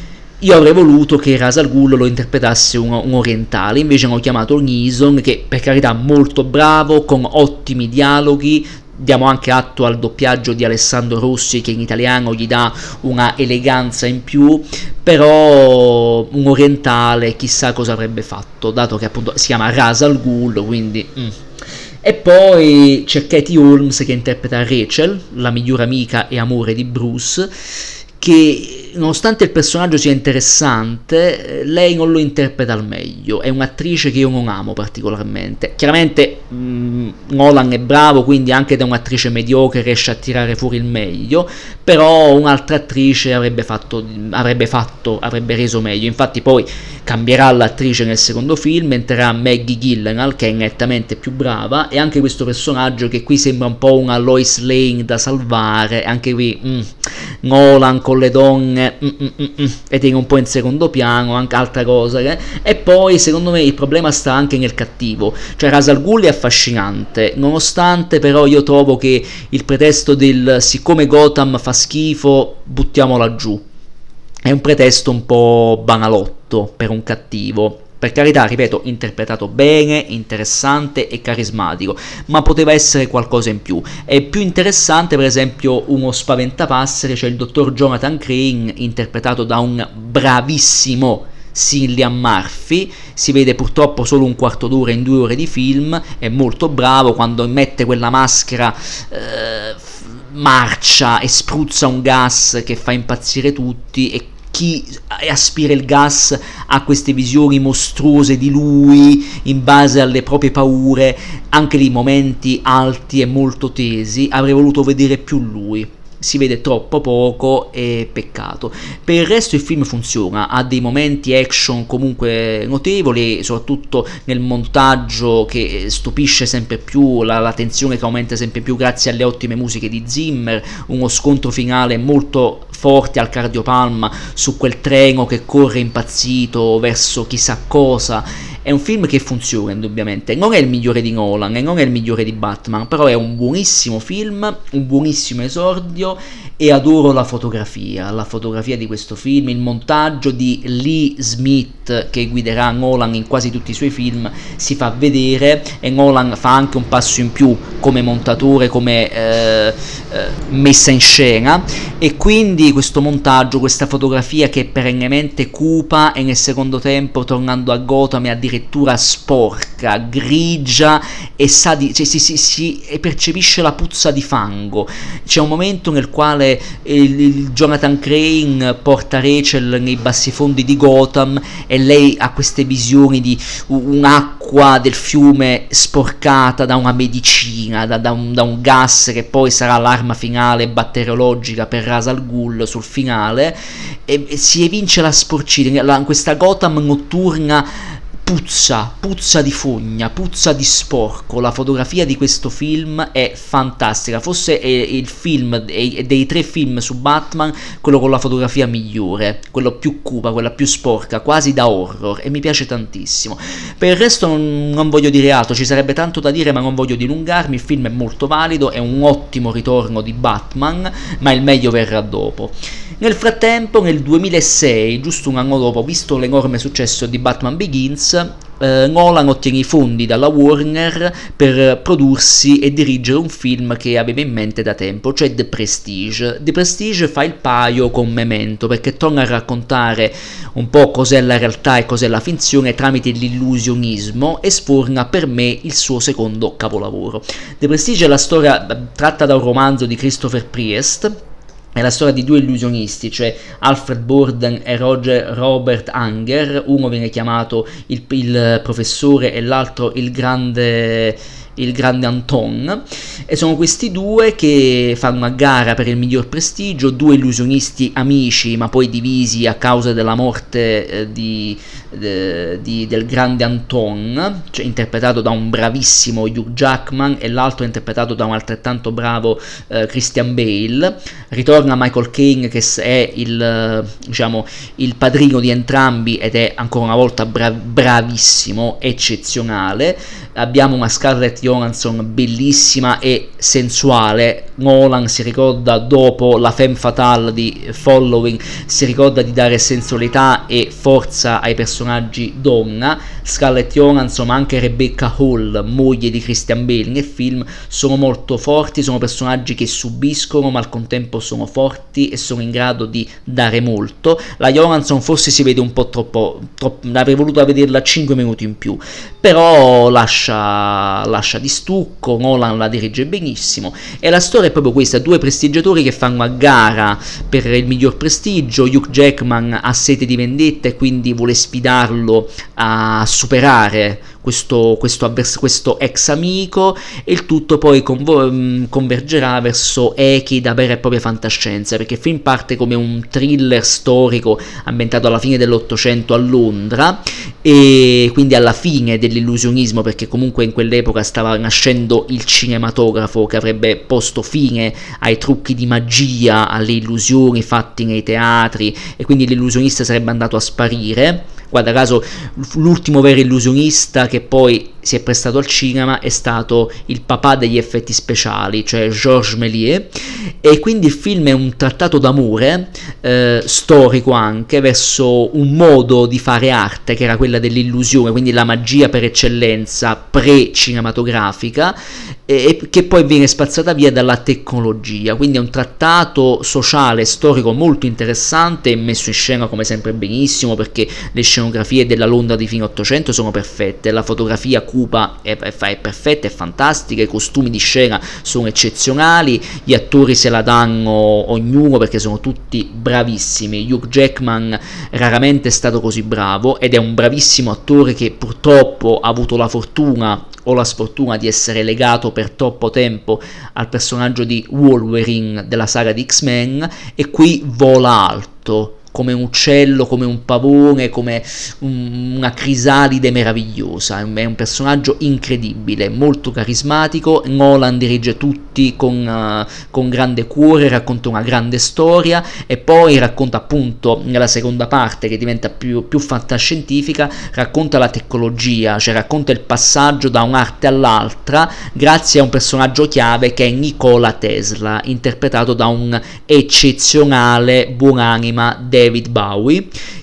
Io avrei voluto che Ra's al Ghul lo interpretasse un orientale, invece hanno chiamato Neeson, che per carità molto bravo, con ottimi dialoghi. Diamo anche atto al doppiaggio di Alessandro Rossi, che in italiano gli dà una eleganza in più, però un orientale chissà cosa avrebbe fatto, dato che appunto si chiama Ra's al Ghul, quindi E poi c'è Katie Holmes che interpreta Rachel, la migliore amica e amore di Bruce, che nonostante il personaggio sia interessante, lei non lo interpreta al meglio. È un'attrice che io non amo particolarmente. Chiaramente Nolan è bravo, quindi anche da un'attrice mediocre riesce a tirare fuori il meglio, però un'altra attrice avrebbe reso meglio. Infatti poi cambierà l'attrice nel secondo film, entrerà Maggie Gyllenhaal, che è nettamente più brava, e anche questo personaggio che qui sembra un po' una Lois Lane da salvare, anche qui Nolan con le donne e tiene un po' in secondo piano, anche altra cosa e poi secondo me il problema sta anche nel cattivo, cioè Ra's al Ghul è affascinante, nonostante però io trovo che il pretesto del siccome Gotham fa schifo buttiamola giù è un pretesto un po' banalotto per un cattivo. Per carità, ripeto, interpretato bene, interessante e carismatico, ma poteva essere qualcosa in più. È più interessante, per esempio, uno spaventapasseri, cioè il dottor Jonathan Crane, interpretato da un bravissimo Cillian Murphy. Si vede purtroppo solo un quarto d'ora in 2 ore di film, è molto bravo, quando mette quella maschera marcia e spruzza un gas che fa impazzire tutti, e chi aspira il gas ha queste visioni mostruose di lui in base alle proprie paure, anche lì momenti alti e molto tesi. Avrei voluto vedere più lui, si vede troppo poco e peccato. Per il resto il film funziona, ha dei momenti action comunque notevoli, soprattutto nel montaggio che stupisce sempre più, la tensione che aumenta sempre più grazie alle ottime musiche di Zimmer, uno scontro finale molto forte al cardiopalma su quel treno che corre impazzito verso chissà cosa. È un film che funziona indubbiamente, non è il migliore di Nolan e non è il migliore di Batman, però è un buonissimo film, un buonissimo esordio, e adoro la fotografia di questo film, il montaggio di Lee Smith che guiderà Nolan in quasi tutti i suoi film si fa vedere, e Nolan fa anche un passo in più come montatore, come messa in scena, e quindi questo montaggio, questa fotografia che è perennemente cupa e nel secondo tempo, tornando a Gotham, è addirittura sporca, grigia e si percepisce la puzza di fango. C'è un momento nel quale il Jonathan Crane porta Rachel nei bassifondi di Gotham e lei ha queste visioni di un'acqua del fiume sporcata da una medicina, da un gas che poi sarà l'arma finale batteriologica per Ra's al Ghul sul finale, e si evince la sporcizia, questa Gotham notturna puzza di fogna, puzza di sporco. La fotografia di questo film è fantastica, forse è il film dei 3 film su Batman quello con la fotografia migliore, quello più cupa, quella più sporca, quasi da horror, e mi piace tantissimo. Per il resto non voglio dire altro, ci sarebbe tanto da dire ma non voglio dilungarmi. Il film è molto valido, è un ottimo ritorno di Batman, ma il meglio verrà dopo. Nel frattempo, nel 2006, giusto un anno dopo, visto l'enorme successo di Batman Begins, Nolan ottiene i fondi dalla Warner per prodursi e dirigere un film che aveva in mente da tempo, cioè The Prestige. The Prestige fa il paio con Memento, perché torna a raccontare un po' cos'è la realtà e cos'è la finzione tramite l'illusionismo, e sforna per me il suo secondo capolavoro. The Prestige è la storia tratta da un romanzo di Christopher Priest. È la storia di 2 illusionisti, cioè Alfred Borden e Robert Anger. Uno viene chiamato il professore e l'altro il grande Anton, e sono questi 2 che fanno una gara per il miglior prestigio, 2 illusionisti amici ma poi divisi a causa della morte del grande Anton, cioè interpretato da un bravissimo Hugh Jackman, e l'altro interpretato da un altrettanto bravo Christian Bale. Ritorna Michael Caine, che è il padrino di entrambi ed è ancora una volta bravissimo, eccezionale. Abbiamo una Scarlett Johansson bellissima e sensuale. Nolan si ricorda, dopo la femme fatale di Following, si ricorda di dare sensualità e forza ai personaggi personaggi donna. Scarlett Johansson, ma anche Rebecca Hall, moglie di Christian Bale nel film, sono molto forti, sono personaggi che subiscono ma al contempo sono forti e sono in grado di dare molto. La Johansson forse si vede un po' troppo, avrei voluto vederla 5 minuti in più, però lascia di stucco. Nolan la dirige benissimo e la storia è proprio questa: due prestigiatori che fanno a gara per il miglior prestigio. Hugh Jackman ha sete di vendetta e quindi vuole sfidarlo a superare questo ex amico, e il tutto poi convergerà verso echi da vera e propria fantascienza, perché il film parte come un thriller storico ambientato alla fine dell'Ottocento a Londra, e quindi alla fine dell'illusionismo, perché comunque in quell'epoca stava nascendo il cinematografo che avrebbe posto fine ai trucchi di magia, alle illusioni fatti nei teatri, e quindi l'illusionista sarebbe andato a sparire. Guarda caso, l'ultimo vero illusionista che poi si è prestato al cinema è stato il papà degli effetti speciali, cioè Georges Méliès, e quindi il film è un trattato d'amore storico anche verso un modo di fare arte che era quella dell'illusione, quindi la magia per eccellenza pre-cinematografica, che poi viene spazzata via dalla tecnologia. Quindi è un trattato sociale storico molto interessante, messo in scena come sempre benissimo, perché le scenografie della Londra di fine 800 sono perfette, la fotografia cupa è perfetta, è fantastica, i costumi di scena sono eccezionali, gli attori se la danno ognuno perché sono tutti bravissimi. Hugh Jackman raramente è stato così bravo ed è un bravissimo attore che purtroppo ha avuto la fortuna o la sfortuna di essere legato per troppo tempo al personaggio di Wolverine della saga di X-Men, e qui vola alto come un uccello, come un pavone, come una crisalide meravigliosa. È un personaggio incredibile, molto carismatico. Nolan dirige tutti con grande cuore, racconta una grande storia e poi racconta, appunto nella seconda parte che diventa più fantascientifica, racconta la tecnologia, cioè racconta il passaggio da un'arte all'altra grazie a un personaggio chiave che è Nikola Tesla, interpretato da un eccezionale buonanima David Bowie,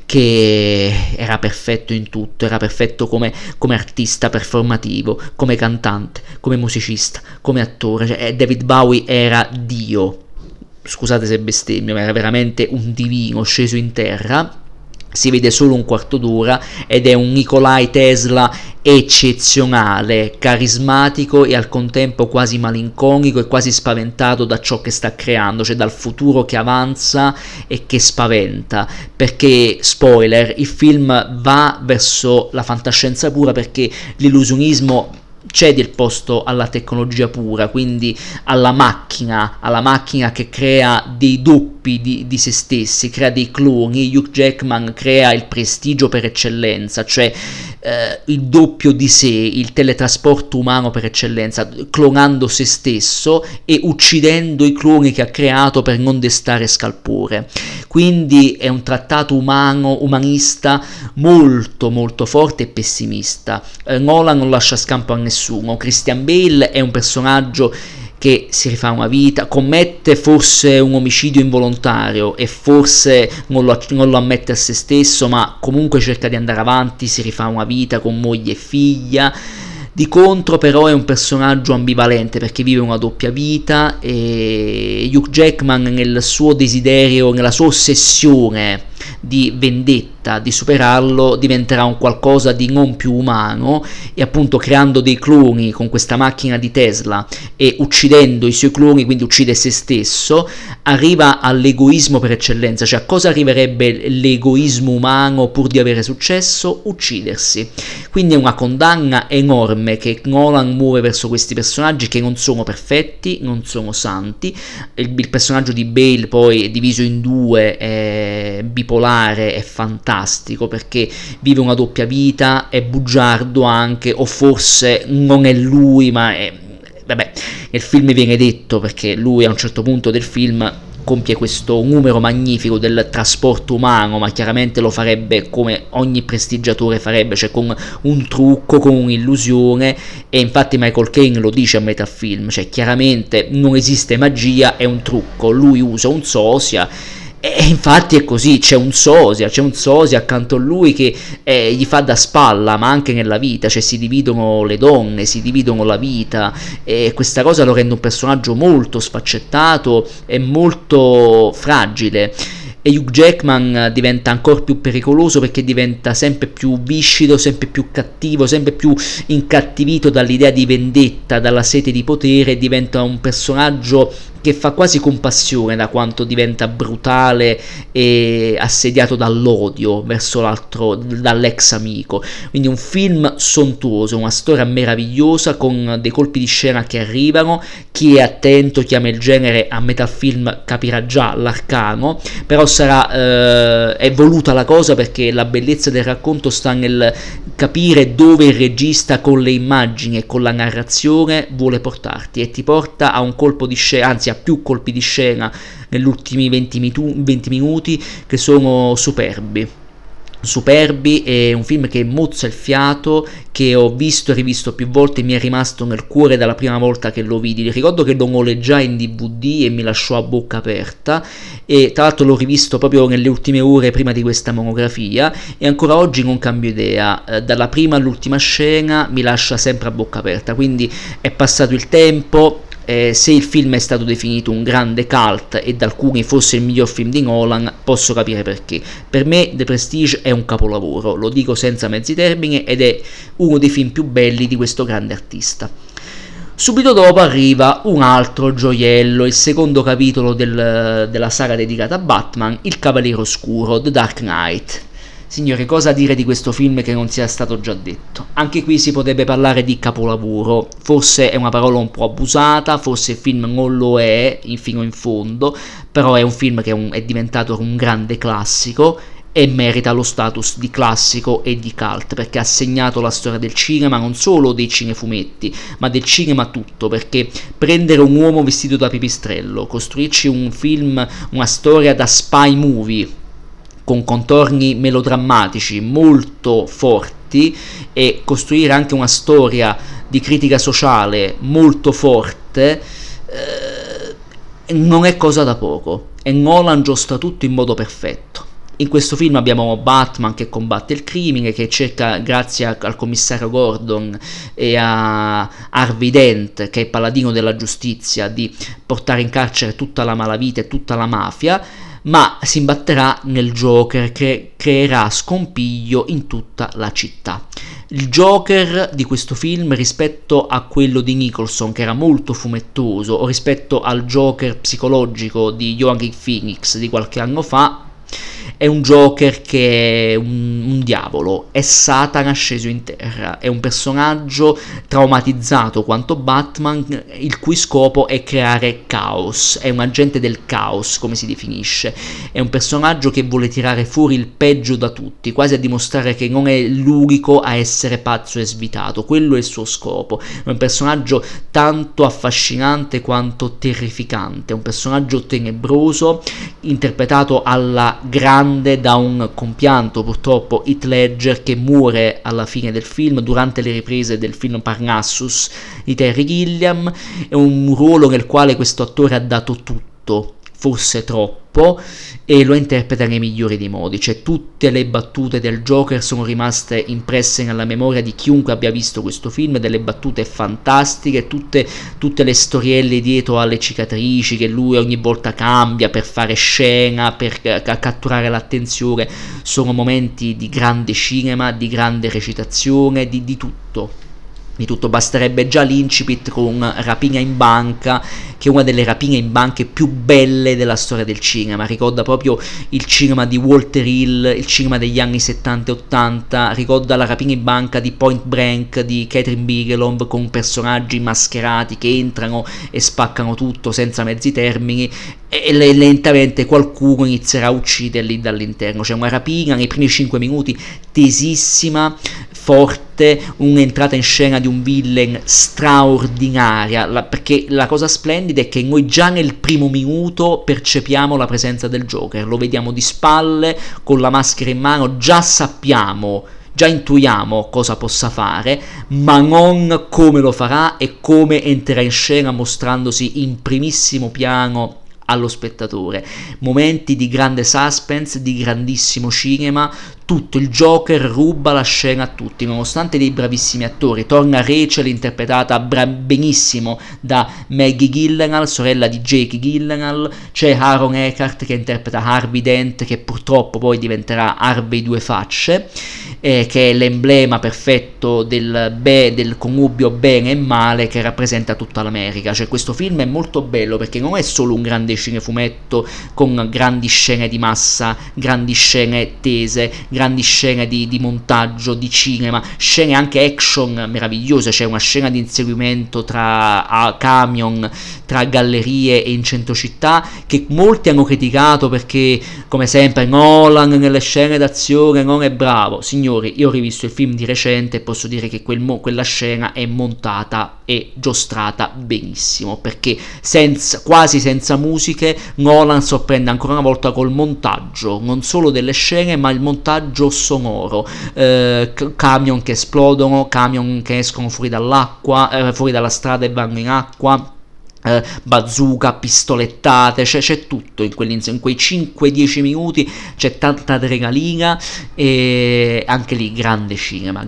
che era perfetto in tutto, era perfetto come artista performativo, come cantante, come musicista, come attore. Cioè, David Bowie era Dio, scusate se bestemmio, ma era veramente un divino sceso in terra. Si vede solo un quarto d'ora ed è un Nikolai Tesla eccezionale, carismatico e al contempo quasi malinconico e quasi spaventato da ciò che sta creando, cioè dal futuro che avanza e che spaventa, perché, spoiler, il film va verso la fantascienza pura, perché l'illusionismo cede il posto alla tecnologia pura, quindi alla macchina che crea dei doppi di se stessi, crea dei cloni. Hugh Jackman crea il prestigio per eccellenza, cioè il doppio di sé, il teletrasporto umano per eccellenza, clonando se stesso e uccidendo i cloni che ha creato per non destare scalpore. Quindi è un trattato umanista molto molto forte e pessimista. Nolan non lascia scampo a nessuno. Christian Bale è un personaggio che si rifà una vita, commette forse un omicidio involontario e forse non lo ammette a se stesso, ma comunque cerca di andare avanti, si rifà una vita con moglie e figlia. Di contro però è un personaggio ambivalente perché vive una doppia vita, e Hugh Jackman nel suo desiderio, nella sua ossessione di vendetta, di superarlo, diventerà un qualcosa di non più umano, e appunto creando dei cloni con questa macchina di Tesla e uccidendo i suoi cloni, quindi uccide se stesso, arriva all'egoismo per eccellenza. Cioè a cosa arriverebbe l'egoismo umano pur di avere successo? Uccidersi. Quindi è una condanna enorme che Nolan muove verso questi personaggi che non sono perfetti, non sono santi. Il personaggio di Bale poi è diviso in due, è bipolare, è fantastico perché vive una doppia vita, è bugiardo anche, o forse non è lui, ma è... vabbè, nel film viene detto, perché lui a un certo punto del film compie questo numero magnifico del trasporto umano, ma chiaramente lo farebbe come ogni prestigiatore farebbe, cioè con un trucco, con un'illusione, e infatti Michael Caine lo dice a metà film, cioè chiaramente non esiste magia, è un trucco, lui usa un sosia E infatti è così, c'è un sosia accanto a lui che gli fa da spalla, ma anche nella vita, cioè si dividono le donne, si dividono la vita, e questa cosa lo rende un personaggio molto sfaccettato e molto fragile. E Hugh Jackman diventa ancora più pericoloso perché diventa sempre più viscido, sempre più cattivo, sempre più incattivito dall'idea di vendetta, dalla sete di potere, diventa un personaggio che fa quasi compassione da quanto diventa brutale e assediato dall'odio verso l'altro, dall'ex amico. Quindi un film sontuoso, una storia meravigliosa con dei colpi di scena che arrivano. Chi è attento, chi ama il genere, a metà film capirà già l'arcano, però è voluta la cosa perché la bellezza del racconto sta nel capire dove il regista con le immagini e con la narrazione vuole portarti, e ti porta a un colpo di scena, anzi a più colpi di scena negli ultimi 20 minuti che sono superbi. È un film che mozza il fiato, che ho visto e rivisto più volte, mi è rimasto nel cuore dalla prima volta che lo vidi. Ricordo che lo noleggiai in DVD e mi lasciò a bocca aperta, e tra l'altro l'ho rivisto proprio nelle ultime ore prima di questa monografia, e ancora oggi non cambio idea, dalla prima all'ultima scena mi lascia sempre a bocca aperta. Quindi è passato il tempo. Se il film è stato definito un grande cult e da alcuni fosse il miglior film di Nolan, posso capire perché. Per me The Prestige è un capolavoro, lo dico senza mezzi termini, ed è uno dei film più belli di questo grande artista. Subito dopo arriva un altro gioiello, il secondo capitolo della saga dedicata a Batman, Il Cavaliere Oscuro, The Dark Knight. Signori, cosa dire di questo film che non sia stato già detto? Anche qui si potrebbe parlare di capolavoro, forse è una parola un po' abusata, forse il film non lo è fino in fondo, però è un film che è diventato un grande classico e merita lo status di classico e di cult, perché ha segnato la storia del cinema, non solo dei cinefumetti, ma del cinema tutto, perché prendere un uomo vestito da pipistrello, costruirci un film, una storia da spy movie, con contorni melodrammatici molto forti, e costruire anche una storia di critica sociale molto forte, non è cosa da poco, e Nolan giostra tutto in modo perfetto. In questo film abbiamo Batman che combatte il crimine, che cerca, grazie al commissario Gordon e a Harvey Dent, che è paladino della giustizia, di portare in carcere tutta la malavita e tutta la mafia, ma si imbatterà nel Joker che creerà scompiglio in tutta la città. Il Joker di questo film, rispetto a quello di Nicholson, che era molto fumettoso, o rispetto al Joker psicologico di Joaquin Phoenix di qualche anno fa, è un Joker che è un diavolo, è Satana sceso in terra, è un personaggio traumatizzato quanto Batman, il cui scopo è creare caos, è un agente del caos, come si definisce, è un personaggio che vuole tirare fuori il peggio da tutti, quasi a dimostrare che non è l'unico a essere pazzo e svitato, quello è il suo scopo. È un personaggio tanto affascinante quanto terrificante, un personaggio tenebroso, interpretato alla grande da un compianto, purtroppo, Heath Ledger, che muore alla fine del film durante le riprese del film Parnassus di Terry Gilliam. È un ruolo nel quale questo attore ha dato tutto, forse troppo, e lo interpreta nei migliori dei modi. Cioè, tutte le battute del Joker sono rimaste impresse nella memoria di chiunque abbia visto questo film, delle battute fantastiche, tutte le storielle dietro alle cicatrici che lui ogni volta cambia per fare scena, per catturare l'attenzione. Sono momenti di grande cinema, di grande recitazione, di tutto. Di tutto. Basterebbe già l'incipit con Rapina in banca, che è una delle rapine in banche più belle della storia del cinema. Ricorda proprio il cinema di Walter Hill, il cinema degli anni 70 e 80, ricorda la rapina in banca di Point Blank di Catherine Bigelow, con personaggi mascherati che entrano e spaccano tutto senza mezzi termini, e lentamente qualcuno inizierà a ucciderli dall'interno. C'è una rapina nei primi 5 minuti tesissima, forte, un'entrata in scena di un villain straordinaria, perché la cosa splendida è che noi già nel primo minuto percepiamo la presenza del Joker, lo vediamo di spalle con la maschera in mano, già sappiamo, già intuiamo cosa possa fare, ma non come lo farà e come entrerà in scena, mostrandosi in primissimo piano allo spettatore, momenti di grande suspense, di grandissimo cinema. Tutto il Joker ruba la scena a tutti, nonostante dei bravissimi attori. Torna Rachel, interpretata benissimo da Maggie Gyllenhaal, sorella di Jake Gyllenhaal. C'è Aaron Eckhart che interpreta Harvey Dent, che purtroppo poi diventerà Harvey Due Facce, che è l'emblema perfetto del connubio bene e male che rappresenta tutta l'America. Cioè, questo film è molto bello perché non è solo un grande cinefumetto con grandi scene di massa, grandi scene tese, grandi scene di montaggio, di cinema, scene anche action meravigliose. C'è una scena di inseguimento tra camion, tra gallerie e in centro città, che molti hanno criticato perché, come sempre, Nolan nelle scene d'azione non è bravo. Signori, io ho rivisto il film di recente e posso dire che quella scena è montata e giostrata benissimo, perché quasi senza musiche Nolan sorprende ancora una volta col montaggio, non solo delle scene ma il montaggio sonoro, camion che esplodono, camion che escono fuori dall'acqua, fuori dalla strada e vanno in acqua, bazooka, pistolettate, c'è tutto in quei 5-10 minuti, c'è tanta adrenalina e anche lì grande cinema,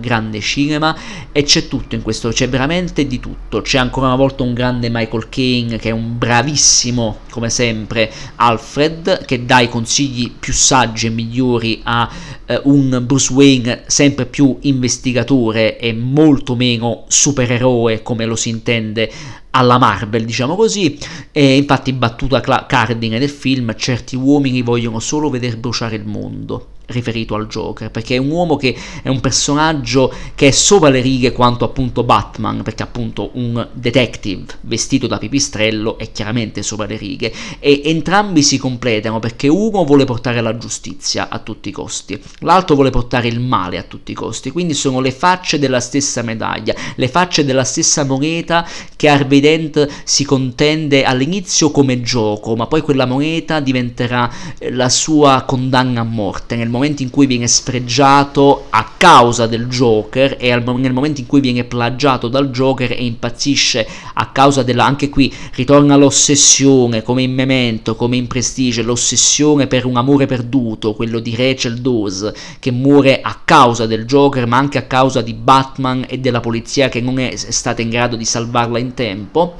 e c'è tutto in questo, c'è veramente di tutto. C'è ancora una volta un grande Michael Caine che è un bravissimo, come sempre, Alfred, che dà i consigli più saggi e migliori a un Bruce Wayne sempre più investigatore e molto meno supereroe come lo si intende alla Marvel, diciamo così. E infatti, battuta cardine del film: certi uomini vogliono solo veder bruciare il mondo, riferito al Joker, perché è un uomo che è un personaggio che è sopra le righe quanto appunto Batman, perché appunto un detective vestito da pipistrello è chiaramente sopra le righe, e entrambi si completano, perché uno vuole portare la giustizia a tutti i costi, l'altro vuole portare il male a tutti i costi. Quindi sono le facce della stessa medaglia, le facce della stessa moneta, che Harvey Dent si contende all'inizio come gioco, ma poi quella moneta diventerà la sua condanna a morte nel momento in cui viene sfregiato a causa del Joker, e nel momento in cui viene plagiato dal Joker e impazzisce a causa anche qui ritorna l'ossessione, come in Memento, come in Prestige, l'ossessione per un amore perduto, quello di Rachel Dawes, che muore a causa del Joker, ma anche a causa di Batman e della polizia che non è stata in grado di salvarla in tempo.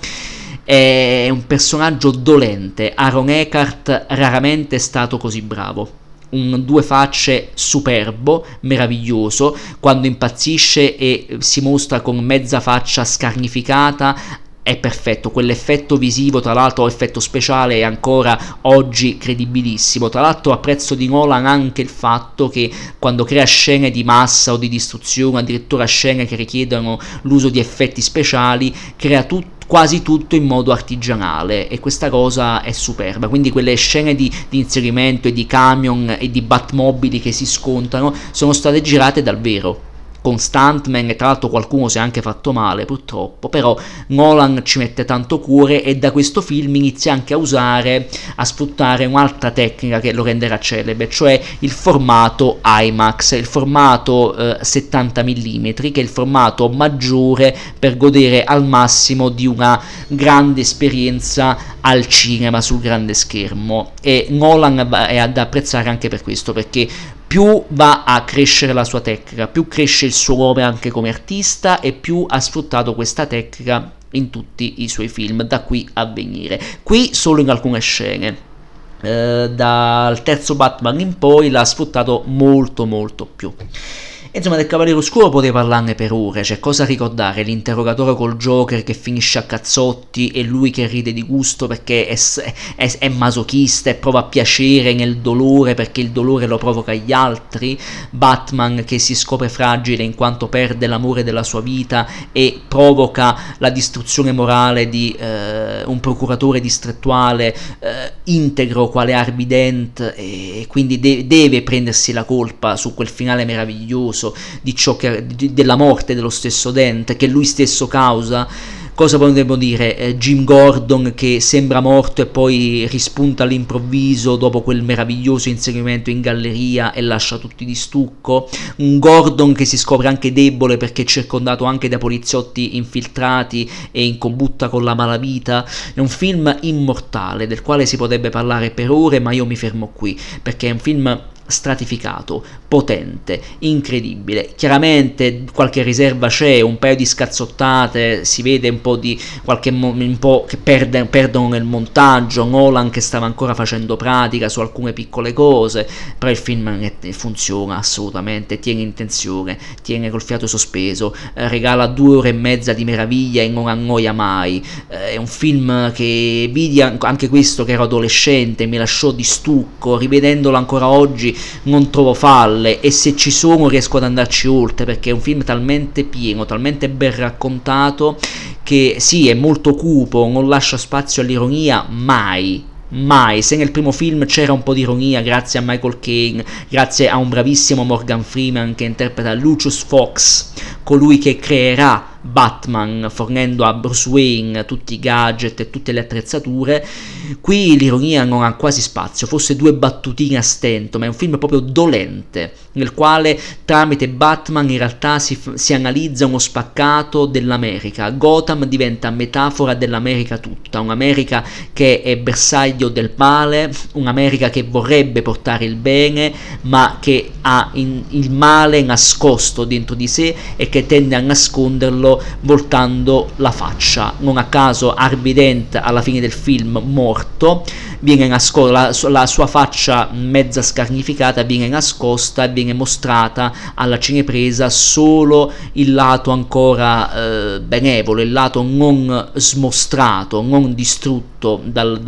È un personaggio dolente. Aaron Eckhart raramente è stato così bravo. Un due facce superbo, meraviglioso. Quando impazzisce e si mostra con mezza faccia scarnificata è perfetto. Quell'effetto visivo, tra l'altro effetto speciale, è ancora oggi credibilissimo. Tra l'altro apprezzo di Nolan anche il fatto che quando crea scene di massa o di distruzione, addirittura scene che richiedono l'uso di effetti speciali, crea quasi tutto in modo artigianale, e questa cosa è superba. Quindi quelle scene di inserimento e di camion e di Batmobili che si scontrano sono state girate dal vero, con stuntman, e tra l'altro qualcuno si è anche fatto male purtroppo, però Nolan ci mette tanto cuore e da questo film inizia anche a sfruttare un'altra tecnica che lo renderà celebre, cioè il formato IMAX, il formato 70 mm, che è il formato maggiore per godere al massimo di una grande esperienza al cinema sul grande schermo. E Nolan è da apprezzare anche per questo, perché più va a crescere la sua tecnica, più cresce il suo nome anche come artista, e più ha sfruttato questa tecnica in tutti i suoi film da qui a venire. Qui solo in alcune scene, dal terzo Batman in poi l'ha sfruttato molto più. Insomma, del Cavaliere Oscuro potrei parlarne per ore. C'è cosa ricordare: l'interrogatorio col Joker che finisce a cazzotti e lui che ride di gusto perché è masochista e prova piacere nel dolore perché il dolore lo provoca agli altri, Batman che si scopre fragile in quanto perde l'amore della sua vita e provoca la distruzione morale di un procuratore distrettuale integro quale Harvey Dent, e quindi deve prendersi la colpa su quel finale meraviglioso meraviglioso di ciò della morte dello stesso Dent, che lui stesso causa. Cosa potremmo dire? Jim Gordon che sembra morto e poi rispunta all'improvviso dopo quel meraviglioso inseguimento in galleria e lascia tutti di stucco. Un Gordon che si scopre anche debole perché è circondato anche da poliziotti infiltrati e in combutta con la malavita. È un film immortale del quale si potrebbe parlare per ore, ma io mi fermo qui perché è un film stratificato, potente, incredibile. Chiaramente qualche riserva c'è, un paio di scazzottate, si vede un po' di un po' che perdono nel montaggio, Nolan che stava ancora facendo pratica su alcune piccole cose, però il film funziona assolutamente, tiene in tensione, tiene col fiato sospeso, regala 2 ore e mezza di meraviglia e non annoia mai. È un film che vidi anche questo che ero adolescente, mi lasciò di stucco, rivedendolo ancora oggi non trovo falle, e se ci sono riesco ad andarci oltre, perché è un film talmente pieno, talmente ben raccontato, che sì, è molto cupo, non lascia spazio all'ironia mai. Se nel primo film c'era un po' di ironia grazie a Michael Caine, grazie a un bravissimo Morgan Freeman che interpreta Lucius Fox, colui che creerà Batman fornendo a Bruce Wayne tutti i gadget e tutte le attrezzature, qui l'ironia non ha quasi spazio, forse 2 battutine a stento, ma è un film proprio dolente, nel quale tramite Batman in realtà si analizza uno spaccato dell'America. Gotham diventa metafora dell'America tutta, un'America che è bersaglio del male, un'America che vorrebbe portare il bene ma che ha il male nascosto dentro di sé e che tende a nasconderlo voltando la faccia. Non a caso Harvey Dent alla fine del film morto viene la sua faccia mezza scarnificata viene nascosta e viene mostrata alla cinepresa solo il lato ancora benevolo, il lato non smostrato, non distrutto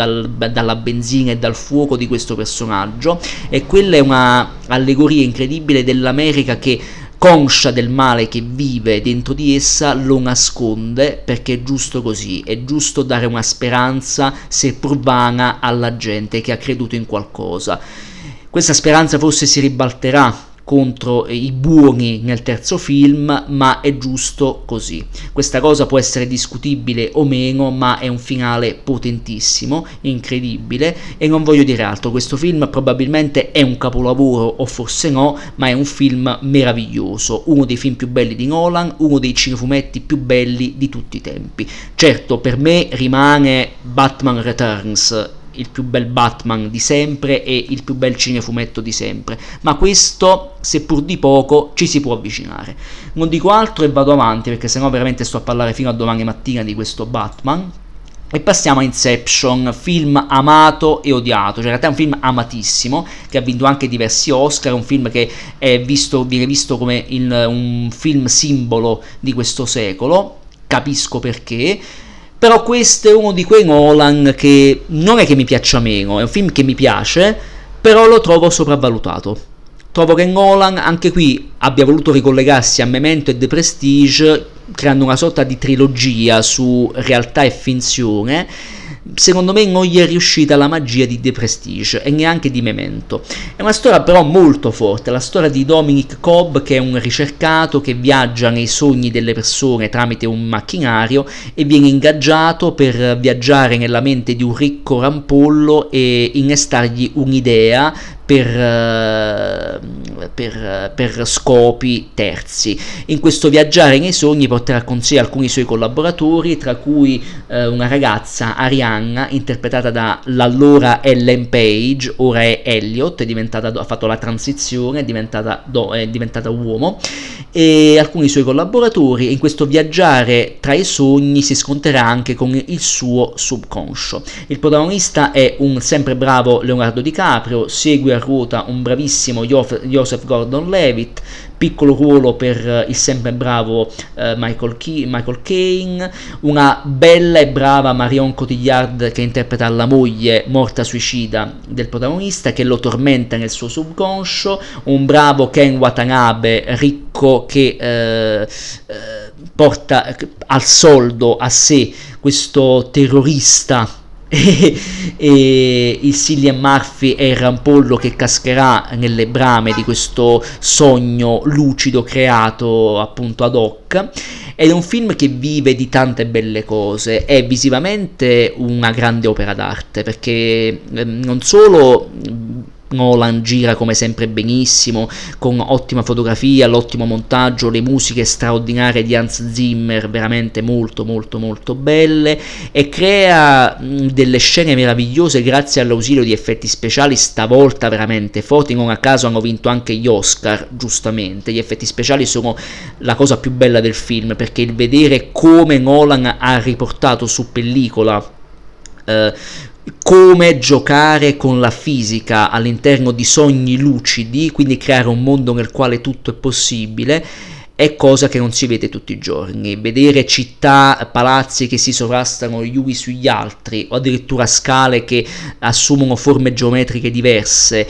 dalla benzina e dal fuoco di questo personaggio, e quella è una allegoria incredibile dell'America che, conscia del male che vive dentro di essa, lo nasconde perché è giusto così, è giusto dare una speranza, seppur vana, alla gente che ha creduto in qualcosa. Questa speranza forse si ribalterà contro i buoni nel terzo film, ma è giusto così. Questa cosa può essere discutibile o meno, ma è un finale potentissimo, incredibile, e non voglio dire altro. Questo film probabilmente è un capolavoro, o forse no, ma è un film meraviglioso, uno dei film più belli di Nolan, uno dei cinefumetti più belli di tutti i tempi. Certo, per me rimane Batman Returns il più bel Batman di sempre e il più bel cinefumetto di sempre, ma questo, seppur di poco, ci si può avvicinare. Non dico altro e vado avanti, perché sennò veramente sto a parlare fino a domani mattina di questo Batman. E passiamo a Inception, film amato e odiato, cioè in realtà è un film amatissimo, che ha vinto anche diversi Oscar, un film che viene visto come un film simbolo di questo secolo, capisco perché. Però questo è uno di quei Nolan che non è che mi piaccia meno, è un film che mi piace, però lo trovo sopravvalutato. Trovo che Nolan anche qui abbia voluto ricollegarsi a Memento e The Prestige, creando una sorta di trilogia su realtà e finzione. Secondo me non gli è riuscita la magia di The Prestige e neanche di Memento. È una storia però molto forte, la storia di Dominic Cobb, che è un ricercato che viaggia nei sogni delle persone tramite un macchinario e viene ingaggiato per viaggiare nella mente di un ricco rampollo e innestargli un'idea per scopi terzi. In questo viaggiare nei sogni porterà con sé alcuni suoi collaboratori, tra cui una ragazza, Arianna, interpretata da l'allora Ellen Page, ora è Elliot, ha fatto la transizione, è diventata uomo, e alcuni suoi collaboratori. In questo viaggiare tra i sogni si scontrerà anche con il suo subconscio. Il protagonista è un sempre bravo Leonardo DiCaprio, segue a ruota un bravissimo Joseph Gordon-Levitt, piccolo ruolo per il sempre bravo Michael Caine, una bella e brava Marion Cotillard che interpreta la moglie morta suicida del protagonista, che lo tormenta nel suo subconscio, un bravo Ken Watanabe ricco che porta al soldo a sé questo terrorista e il Cillian Murphy è il rampollo che cascherà nelle brame di questo sogno lucido creato appunto ad hoc. Ed è un film che vive di tante belle cose, è visivamente una grande opera d'arte, perché non solo Nolan gira come sempre benissimo, con ottima fotografia, l'ottimo montaggio, le musiche straordinarie di Hans Zimmer, veramente molto molto molto belle, e crea delle scene meravigliose grazie all'ausilio di effetti speciali stavolta veramente forti. Non a caso hanno vinto anche gli Oscar, giustamente. Gli effetti speciali sono la cosa più bella del film, perché il vedere come Nolan ha riportato su pellicola come giocare con la fisica all'interno di sogni lucidi, quindi creare un mondo nel quale tutto è possibile, è cosa che non si vede tutti i giorni. Vedere città, palazzi che si sovrastano gli uni sugli altri, o addirittura scale che assumono forme geometriche diverse,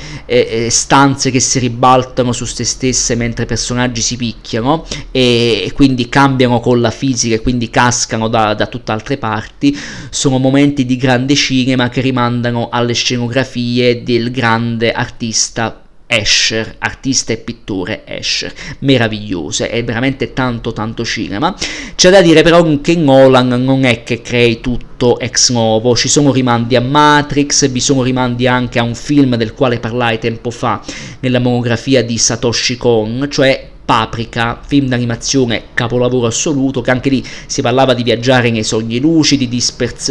stanze che si ribaltano su se stesse mentre i personaggi si picchiano e quindi cambiano con la fisica e quindi cascano da tutt'altre parti, sono momenti di grande cinema che rimandano alle scenografie del grande artista Escher, artista e pittore Escher, meravigliose, è veramente tanto tanto cinema. C'è da dire però che Nolan non è che crei tutto ex novo, ci sono rimandi a Matrix, vi sono rimandi anche a un film del quale parlai tempo fa nella monografia di Satoshi Kon, cioè Paprika, film d'animazione capolavoro assoluto, che anche lì si parlava di viaggiare nei sogni lucidi, di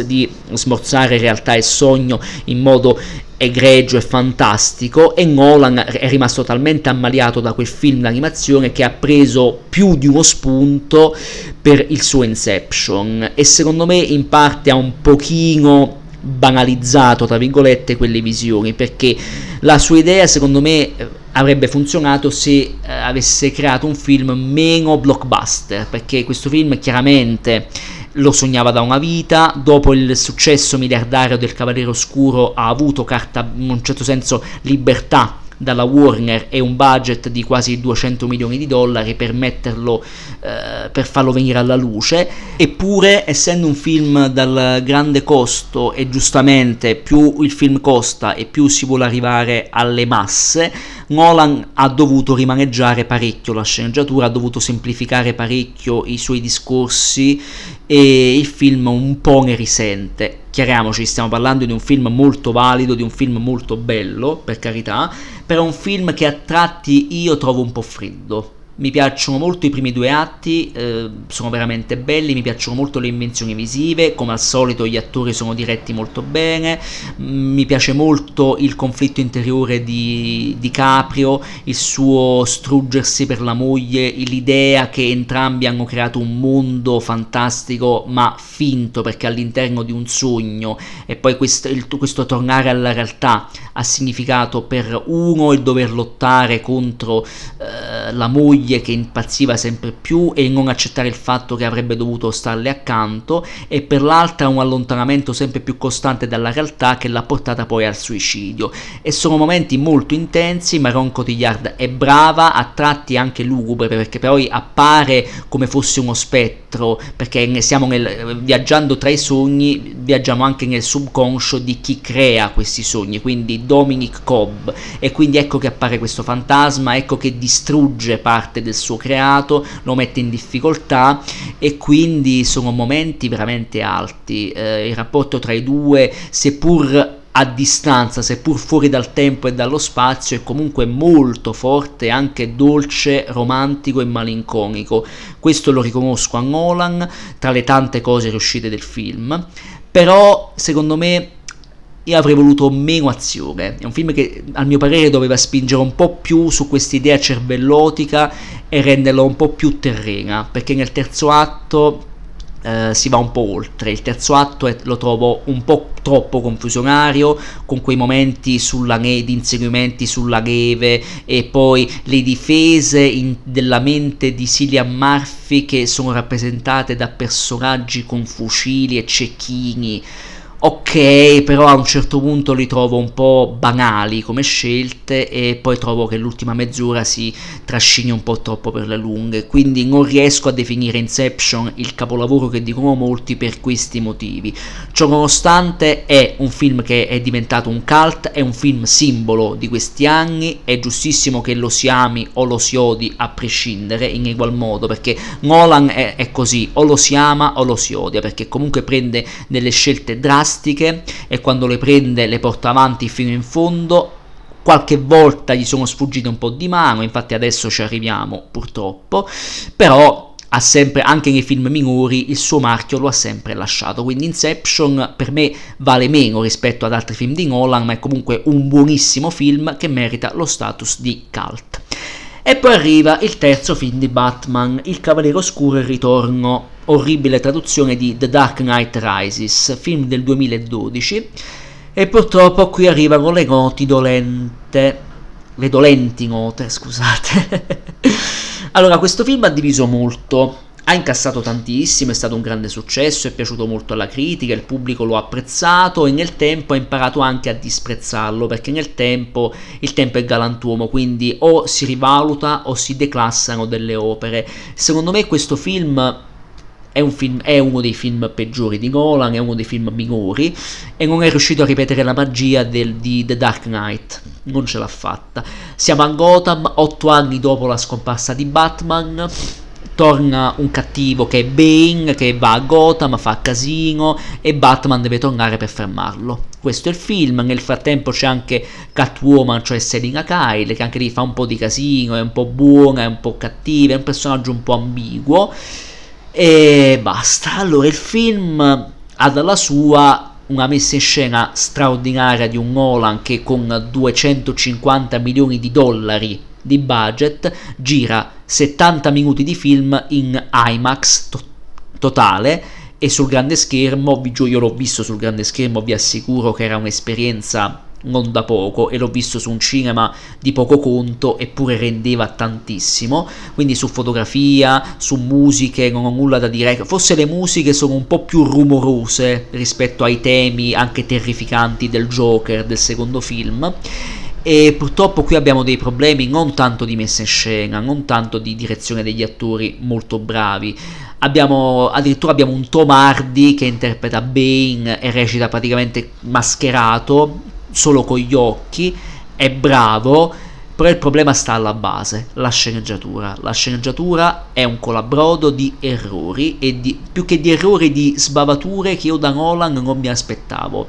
smorzare realtà e sogno in modo egregio e fantastico, e Nolan è rimasto talmente ammaliato da quel film d'animazione che ha preso più di uno spunto per il suo Inception, e secondo me in parte ha un pochino banalizzato tra virgolette quelle visioni, perché la sua idea secondo me avrebbe funzionato se avesse creato un film meno blockbuster, perché questo film chiaramente lo sognava da una vita, dopo il successo miliardario del Cavaliere Oscuro ha avuto carta, in un certo senso libertà dalla Warner e un budget di quasi 200 milioni di dollari per metterlo, per farlo venire alla luce. Eppure, essendo un film dal grande costo, e giustamente più il film costa e più si vuole arrivare alle masse, Nolan ha dovuto rimaneggiare parecchio la sceneggiatura, ha dovuto semplificare parecchio i suoi discorsi e il film un po' ne risente. Chiariamoci, stiamo parlando di un film molto valido, di un film molto bello, per carità, però un film che a tratti io trovo un po' freddo. Mi piacciono molto i primi due atti, sono veramente belli, mi piacciono molto le invenzioni visive, come al solito gli attori sono diretti molto bene, mi piace molto il conflitto interiore di DiCaprio, il suo struggersi per la moglie, l'idea che entrambi hanno creato un mondo fantastico ma finto, perché all'interno di un sogno, e poi questo tornare alla realtà ha significato per uno il dover lottare contro la moglie che impazziva sempre più e non accettare il fatto che avrebbe dovuto starle accanto, e per l'altra un allontanamento sempre più costante dalla realtà che l'ha portata poi al suicidio. E sono momenti molto intensi. Marion Cotillard è brava, a tratti anche lugubre, perché poi appare come fosse uno spettro, perché siamo viaggiando tra i sogni, viaggiamo anche nel subconscio di chi crea questi sogni, quindi Dominic Cobb, e quindi ecco che appare questo fantasma, ecco che distrugge parte del suo creato, lo mette in difficoltà, e quindi sono momenti veramente alti. Il rapporto tra i due, seppur a distanza, seppur fuori dal tempo e dallo spazio, è comunque molto forte, anche dolce, romantico e malinconico. Questo lo riconosco a Nolan tra le tante cose riuscite del film, però secondo me io avrei voluto meno azione. È un film che a mio parere doveva spingere un po' più su quest'idea cervellotica e renderla un po' più terrena, perché nel terzo atto si va un po' oltre. Il terzo atto lo trovo un po' troppo confusionario, con quei momenti di inseguimenti sulla neve, e poi le difese della mente di Cillian Murphy che sono rappresentate da personaggi con fucili e cecchini. ok, però a un certo punto li trovo un po' banali come scelte e poi trovo che l'ultima mezz'ora si trascini un po' troppo per le lunghe, quindi non riesco a definire Inception il capolavoro che dicono molti per questi motivi. Ciò nonostante è un film che è diventato un cult, è un film simbolo di questi anni, è giustissimo che lo si ami o lo si odi a prescindere in egual modo, perché Nolan è così, o lo si ama o lo si odia, perché comunque prende delle scelte drastiche e quando le prende le porta avanti fino in fondo. Qualche volta gli sono sfuggite un po' di mano, infatti adesso ci arriviamo purtroppo, però ha sempre, anche nei film minori, il suo marchio lo ha sempre lasciato, quindi Inception per me vale meno rispetto ad altri film di Nolan, ma è comunque un buonissimo film che merita lo status di cult. E poi arriva il terzo film di Batman, Il Cavaliere Oscuro e il Ritorno, orribile traduzione di The Dark Knight Rises, film del 2012, e purtroppo qui arrivano le dolenti note, scusate. Allora, questo film ha diviso molto, ha incassato tantissimo, è stato un grande successo, è piaciuto molto alla critica, il pubblico lo ha apprezzato e nel tempo ha imparato anche a disprezzarlo, perché nel tempo il tempo è galantuomo, quindi o si rivaluta o si declassano delle opere. Secondo me questo film è uno dei film peggiori di Nolan, è uno dei film minori e non è riuscito a ripetere la magia di The Dark Knight, non ce l'ha fatta. Siamo a Gotham, 8 anni dopo la scomparsa di Batman, torna un cattivo che è Bane, che va a Gotham, fa casino e Batman deve tornare per fermarlo. Questo è il film. Nel frattempo c'è anche Catwoman, cioè Selina Kyle, che anche lì fa un po' di casino, è un po' buona, è un po' cattiva, è un personaggio un po' ambiguo e basta. Allora il film ha dalla sua una messa in scena straordinaria di un Nolan che con 250 milioni di dollari di budget gira 70 minuti di film in IMAX totale e sul grande schermo. Io l'ho visto sul grande schermo, vi assicuro che era un'esperienza non da poco e l'ho visto su un cinema di poco conto eppure rendeva tantissimo, quindi su fotografia, su musiche non ho nulla da dire, forse le musiche sono un po' più rumorose rispetto ai temi anche terrificanti del Joker del secondo film. E purtroppo qui abbiamo dei problemi non tanto di messa in scena, non tanto di direzione degli attori molto bravi. Addirittura abbiamo un Tom Hardy che interpreta Bane e recita praticamente mascherato solo con gli occhi, è bravo, però il problema sta alla base, la sceneggiatura è un colabrodo di errori e più che di errori, di sbavature che io da Nolan non mi aspettavo.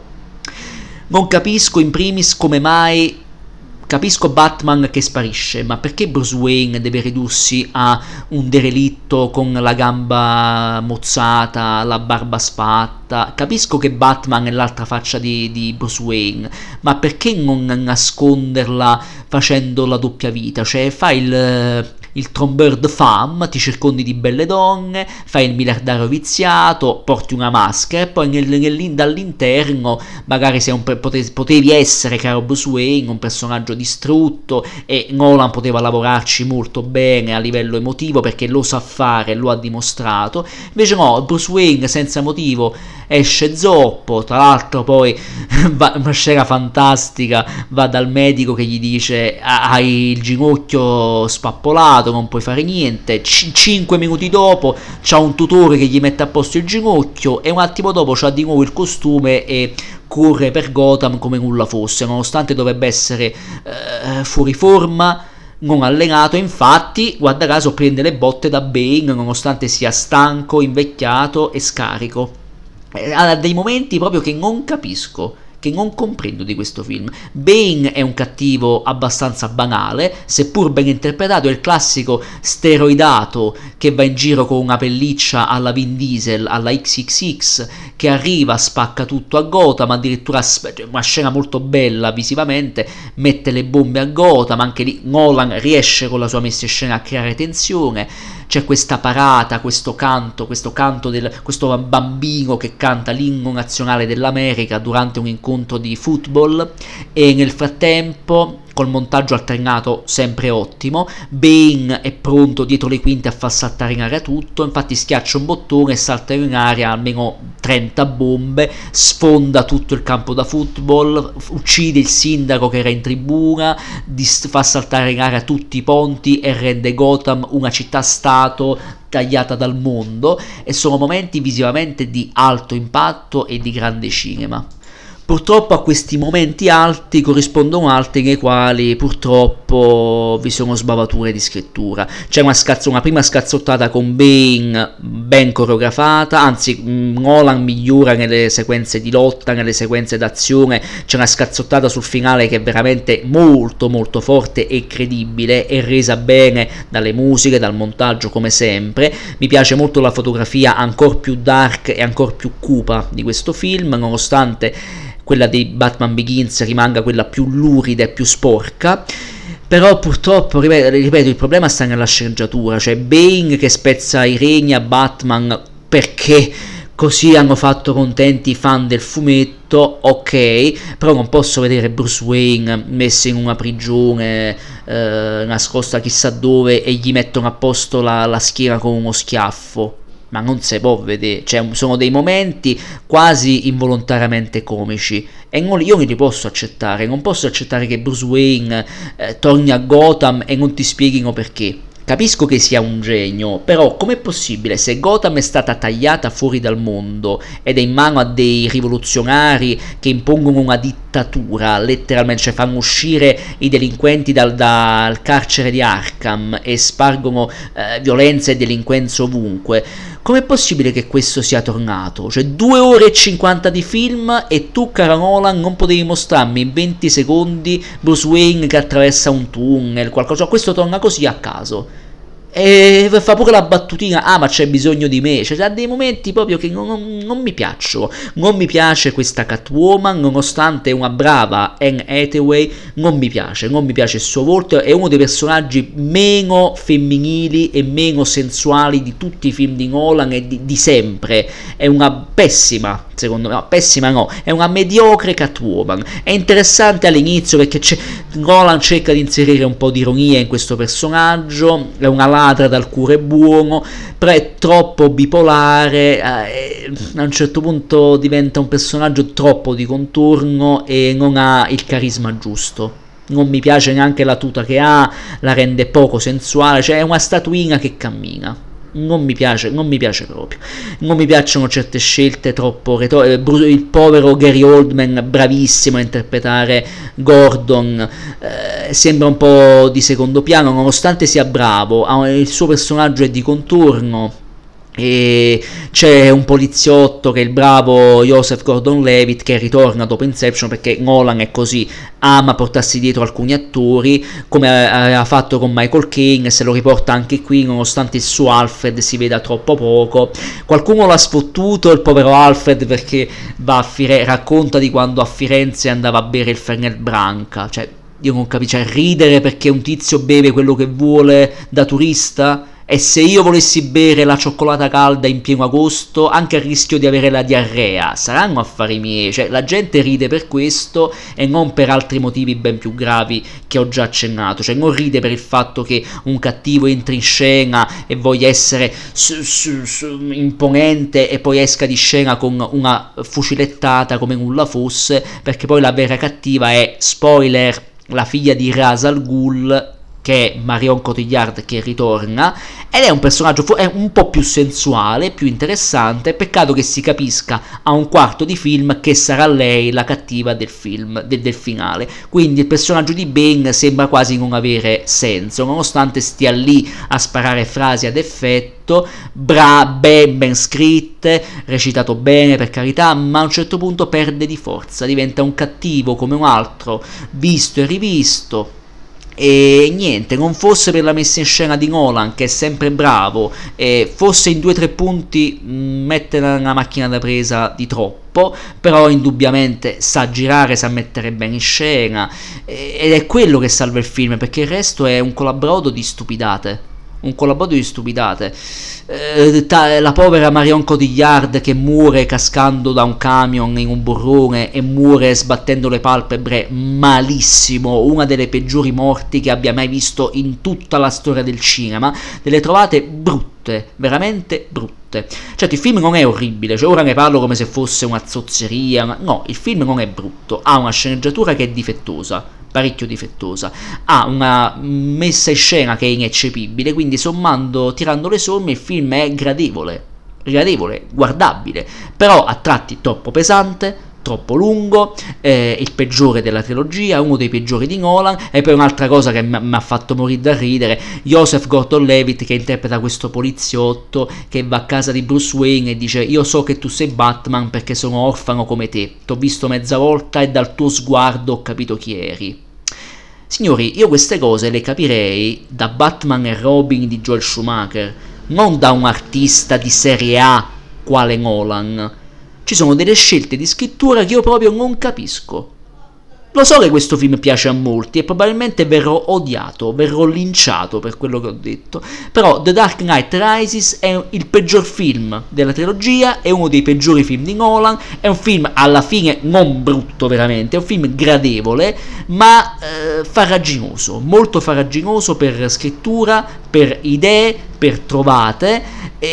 Non capisco in primis come mai. Capisco Batman che sparisce, ma perché Bruce Wayne deve ridursi a un derelitto con la gamba mozzata, la barba sfatta? Capisco che Batman è l'altra faccia di Bruce Wayne, ma perché non nasconderla facendo la doppia vita? Cioè fai il Trombird femme, ti circondi di belle donne, fai il miliardario viziato, porti una maschera e poi dall'interno magari potevi essere, caro Bruce Wayne, un personaggio distrutto e Nolan poteva lavorarci molto bene a livello emotivo perché lo sa fare, lo ha dimostrato. Invece no, Bruce Wayne senza motivo esce zoppo, tra l'altro poi una scena fantastica, va dal medico che gli dice hai il ginocchio spappolato, non puoi fare niente, 5 minuti dopo c'ha un tutore che gli mette a posto il ginocchio e un attimo dopo c'ha di nuovo il costume e corre per Gotham come nulla fosse, nonostante dovrebbe essere fuori forma, non allenato. Infatti guarda caso prende le botte da Bane nonostante sia stanco, invecchiato e scarico. Ha dei momenti proprio che non capisco, che non comprendo di questo film. Bane è un cattivo abbastanza banale, seppur ben interpretato, è il classico steroidato che va in giro con una pelliccia alla Vin Diesel, alla XXX, che arriva, spacca tutto a Gotham, addirittura una scena molto bella visivamente, mette le bombe a Gotham, anche lì Nolan riesce con la sua messa in scena a creare tensione. C'è questa parata, questo bambino che canta l'inno nazionale dell'America durante un incontro di football e nel frattempo col montaggio alternato sempre ottimo. Bane è pronto dietro le quinte a far saltare in aria tutto, infatti schiaccia un bottone e salta in aria almeno 30 bombe, sfonda tutto il campo da football, uccide il sindaco che era in tribuna, fa saltare in aria tutti i ponti e rende Gotham una città-stato tagliata dal mondo, e sono momenti visivamente di alto impatto e di grande cinema. Purtroppo a questi momenti alti corrispondono altri nei quali purtroppo vi sono sbavature di scrittura. C'è una prima scazzottata con Bane ben coreografata, anzi Nolan migliora nelle sequenze di lotta, nelle sequenze d'azione. C'è una scazzottata sul finale che è veramente molto molto forte e credibile, e resa bene dalle musiche, dal montaggio come sempre. Mi piace molto la fotografia ancora più dark e ancora più cupa di questo film, nonostante quella di Batman Begins rimanga quella più lurida e più sporca. Però purtroppo, ripeto, il problema sta nella sceneggiatura, cioè Bane che spezza i regni a Batman perché così hanno fatto contenti i fan del fumetto, ok, però non posso vedere Bruce Wayne messo in una prigione nascosta chissà dove e gli mettono a posto la schiena con uno schiaffo. Ma non si può vedere, cioè sono dei momenti quasi involontariamente comici e io non li posso accettare. Non posso accettare che Bruce Wayne torni a Gotham e non ti spieghino perché. Capisco che sia un genio, però com'è possibile, se Gotham è stata tagliata fuori dal mondo ed è in mano a dei rivoluzionari che impongono una dittatura, letteralmente, cioè fanno uscire i delinquenti dal carcere di Arkham e spargono violenza e delinquenza ovunque, com'è possibile che questo sia tornato? Cioè 2 ore e 50 di film e tu, cara Nolan, non potevi mostrarmi in 20 secondi Bruce Wayne che attraversa un tunnel, qualcosa, questo torna così a caso. E fa pure la battutina, ma c'è bisogno di me, cioè ha dei momenti proprio che non mi piacciono. Non mi piace questa Catwoman, nonostante è una brava Anne Hathaway, non mi piace il suo volto, è uno dei personaggi meno femminili e meno sensuali di tutti i film di Nolan e di sempre. È una pessima, secondo me, no, pessima no, è una mediocre Catwoman. È interessante all'inizio perché Nolan cerca di inserire un po' di ironia in questo personaggio, è una ladra dal cuore buono, però è troppo bipolare, a un certo punto diventa un personaggio troppo di contorno e non ha il carisma giusto. Non mi piace neanche la tuta che ha, la rende poco sensuale, cioè è una statuina che cammina. Non mi piace proprio. Non mi piacciono certe scelte troppo il povero Gary Oldman, bravissimo a interpretare Gordon, sembra un po' di secondo piano, nonostante sia bravo, il suo personaggio è di contorno. E c'è un poliziotto che è il bravo Joseph Gordon-Levitt che ritorna dopo Inception, perché Nolan è così, ama portarsi dietro alcuni attori come aveva fatto con Michael Caine, se lo riporta anche qui nonostante il suo Alfred si veda troppo poco. Qualcuno l'ha sfottuto il povero Alfred perché racconta di quando a Firenze andava a bere il Fernet Branca, cioè io non capisco, cioè ridere perché un tizio beve quello che vuole da turista. E se io volessi bere la cioccolata calda in pieno agosto, anche a rischio di avere la diarrea, saranno affari miei. Cioè la gente ride per questo e non per altri motivi ben più gravi che ho già accennato. Cioè non ride per il fatto che un cattivo entri in scena e voglia essere imponente e poi esca di scena con una fucilettata come nulla fosse, perché poi la vera cattiva è, spoiler, la figlia di Ra's al Ghul, che è Marion Cotillard, che ritorna, ed è un personaggio è un po' più sensuale, più interessante. Peccato che si capisca a un quarto di film che sarà lei la cattiva del film, del finale. Quindi il personaggio di Bane sembra quasi non avere senso, nonostante stia lì a sparare frasi ad effetto, ben scritte, recitato bene per carità, ma a un certo punto perde di forza, diventa un cattivo come un altro, visto e rivisto. E niente, non fosse per la messa in scena di Nolan, che è sempre bravo, e fosse in 2-3 punti mette una macchina da presa di troppo, però indubbiamente sa girare, sa mettere bene in scena, ed è quello che salva il film, perché il resto è un colabrodo di stupidate. un collaborato di stupidate. La povera Marion Cotillard che muore cascando da un camion in un burrone e muore sbattendo le palpebre malissimo, una delle peggiori morti che abbia mai visto in tutta la storia del cinema. Delle trovate brutte, veramente brutte. Certo, il film non è orribile, cioè ora ne parlo come se fosse una zozzeria, no, il film non è brutto, ha una sceneggiatura che è difettosa, parecchio difettosa, ha una messa in scena che è ineccepibile, quindi sommando, tirando le somme, il film è gradevole, guardabile, però a tratti troppo pesante, troppo lungo, il peggiore della trilogia, uno dei peggiori di Nolan. E poi un'altra cosa che mi ha fatto morire da ridere, Joseph Gordon-Levitt che interpreta questo poliziotto che va a casa di Bruce Wayne e dice: io so che tu sei Batman perché sono orfano come te, t'ho visto mezza volta e dal tuo sguardo ho capito chi eri. Signori, io queste cose le capirei da Batman e Robin di Joel Schumacher, non da un artista di serie A quale Nolan. Ci sono delle scelte di scrittura che io proprio non capisco. Lo so che questo film piace a molti e probabilmente verrò odiato, verrò linciato per quello che ho detto, però The Dark Knight Rises è il peggior film della trilogia, è uno dei peggiori film di Nolan, è un film alla fine non brutto veramente, è un film gradevole, ma farraginoso, molto farraginoso per scrittura, per idee, per trovate,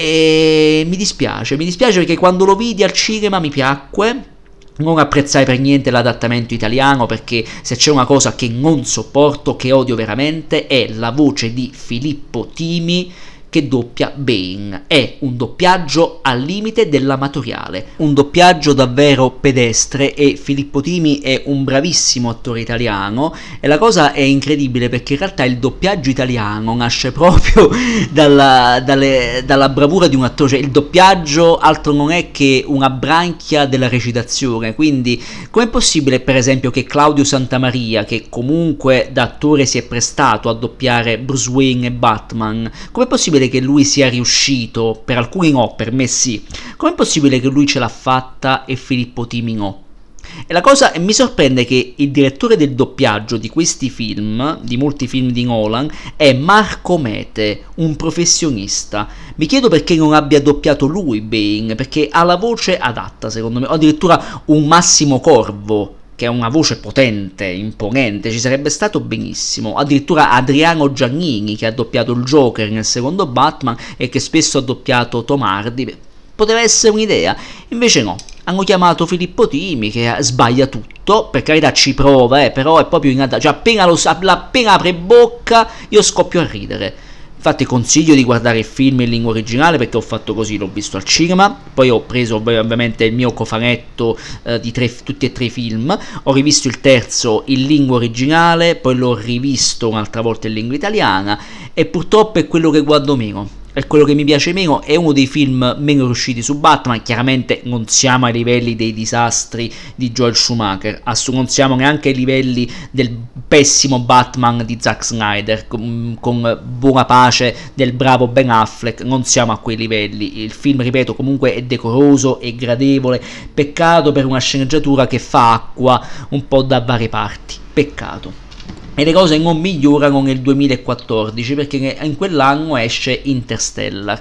e mi dispiace perché quando lo vidi al cinema mi piacque. Non apprezzai per niente l'adattamento italiano, perché se c'è una cosa che non sopporto, che odio veramente, è la voce di Filippo Timi che doppia Bane. È un doppiaggio al limite dell'amatoriale, un doppiaggio davvero pedestre, e Filippo Timi è un bravissimo attore italiano, e la cosa è incredibile perché in realtà il doppiaggio italiano nasce proprio dalla bravura di un attore, cioè il doppiaggio altro non è che una branchia della recitazione, quindi com'è possibile per esempio che Claudio Santamaria, che comunque da attore si è prestato a doppiare Bruce Wayne e Batman, com'è possibile che lui sia riuscito, per alcuni no, per me sì, com'è possibile che lui ce l'ha fatta e Filippo Timi no? E la cosa, mi sorprende che il direttore del doppiaggio di questi film, di molti film di Nolan, è Marco Mete, un professionista. Mi chiedo perché non abbia doppiato lui Bane, perché ha la voce adatta secondo me, o addirittura un Massimo Corvo, che ha una voce potente, imponente, ci sarebbe stato benissimo. Addirittura Adriano Giannini, che ha doppiato il Joker nel secondo Batman e che spesso ha doppiato Tom Hardy, poteva essere un'idea. Invece no, hanno chiamato Filippo Timi, che sbaglia tutto, per carità ci prova, però è proprio inadatto, cioè appena apre bocca io scoppio a ridere. Infatti consiglio di guardare il film in lingua originale, perché ho fatto così, l'ho visto al cinema, poi ho preso ovviamente il mio cofanetto di tutti e tre i film, ho rivisto il terzo in lingua originale, poi l'ho rivisto un'altra volta in lingua italiana, e purtroppo è quello che guardo meno. È quello che mi piace meno, è uno dei film meno riusciti su Batman. Chiaramente non siamo ai livelli dei disastri di Joel Schumacher, non siamo neanche ai livelli del pessimo Batman di Zack Snyder, con buona pace del bravo Ben Affleck, non siamo a quei livelli. Il film, ripeto, comunque è decoroso, è gradevole, peccato per una sceneggiatura che fa acqua un po' da varie parti, peccato. E le cose non migliorano nel 2014, perché in quell'anno esce Interstellar.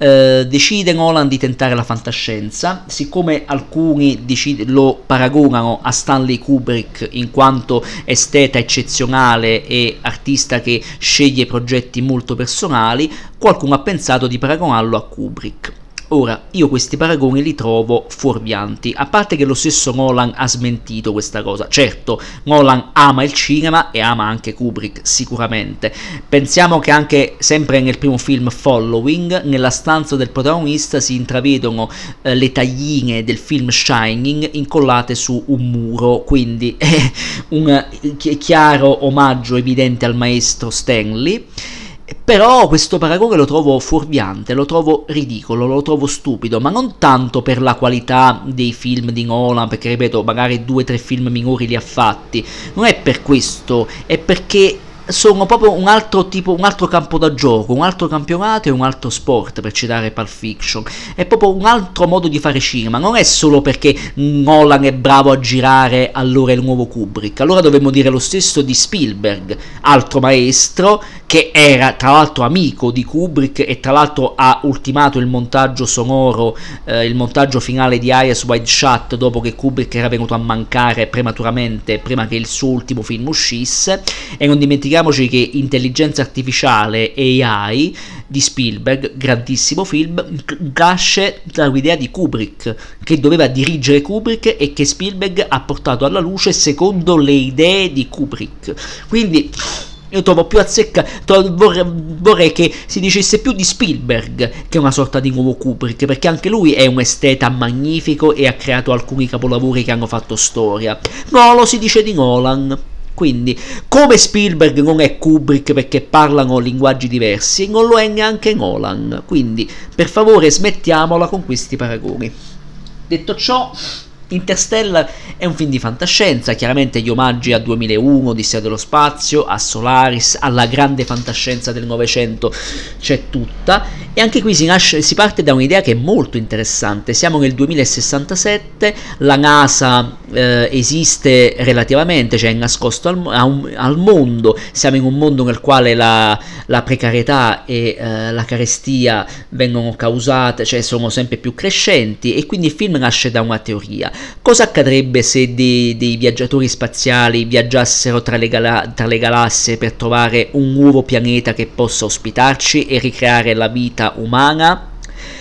Decide Nolan di tentare la fantascienza, siccome alcuni lo paragonano a Stanley Kubrick in quanto esteta eccezionale e artista che sceglie progetti molto personali, qualcuno ha pensato di paragonarlo a Kubrick. Ora, io questi paragoni li trovo fuorvianti, a parte che lo stesso Nolan ha smentito questa cosa. Certo, Nolan ama il cinema e ama anche Kubrick, sicuramente. Pensiamo che anche sempre nel primo film Following, nella stanza del protagonista si intravedono le tagline del film Shining incollate su un muro, quindi è un chiaro omaggio evidente al maestro Stanley. Però questo paragone lo trovo fuorviante, lo trovo ridicolo, lo trovo stupido, ma non tanto per la qualità dei film di Nolan, perché ripeto, magari 2 o 3 film minori li ha fatti, non è per questo, è perché sono proprio un altro tipo, un altro campo da gioco, un altro campionato e un altro sport, per citare Pulp Fiction. È proprio un altro modo di fare cinema, non è solo perché Nolan è bravo a girare, allora è il nuovo Kubrick. Allora dovremmo dire lo stesso di Spielberg, altro maestro che era tra l'altro amico di Kubrick e tra l'altro ha ultimato il montaggio sonoro, il montaggio finale di Eyes Wide Shut dopo che Kubrick era venuto a mancare prematuramente prima che il suo ultimo film uscisse. E non dimentichiamoci che Intelligenza Artificiale AI di Spielberg, grandissimo film, nasce dall'idea di Kubrick, che doveva dirigere Kubrick e che Spielberg ha portato alla luce secondo le idee di Kubrick. Quindi io trovo più vorrei che si dicesse più di Spielberg che una sorta di nuovo Kubrick, perché anche lui è un esteta magnifico e ha creato alcuni capolavori che hanno fatto storia. No, lo si dice di Nolan. Quindi, come Spielberg non è Kubrick perché parlano linguaggi diversi, non lo è neanche Nolan. Quindi, per favore, smettiamola con questi paragoni. Detto ciò, Interstellar è un film di fantascienza, chiaramente gli omaggi a 2001, Odissea dello spazio, a Solaris, alla grande fantascienza del Novecento c'è tutta, e anche qui si parte da un'idea che è molto interessante. Siamo nel 2067, la NASA esiste relativamente, cioè è nascosto al mondo, siamo in un mondo nel quale la precarietà e la carestia vengono causate, cioè sono sempre più crescenti, e quindi il film nasce da una teoria. Cosa accadrebbe se dei viaggiatori spaziali viaggiassero tra le galassie per trovare un nuovo pianeta che possa ospitarci e ricreare la vita umana?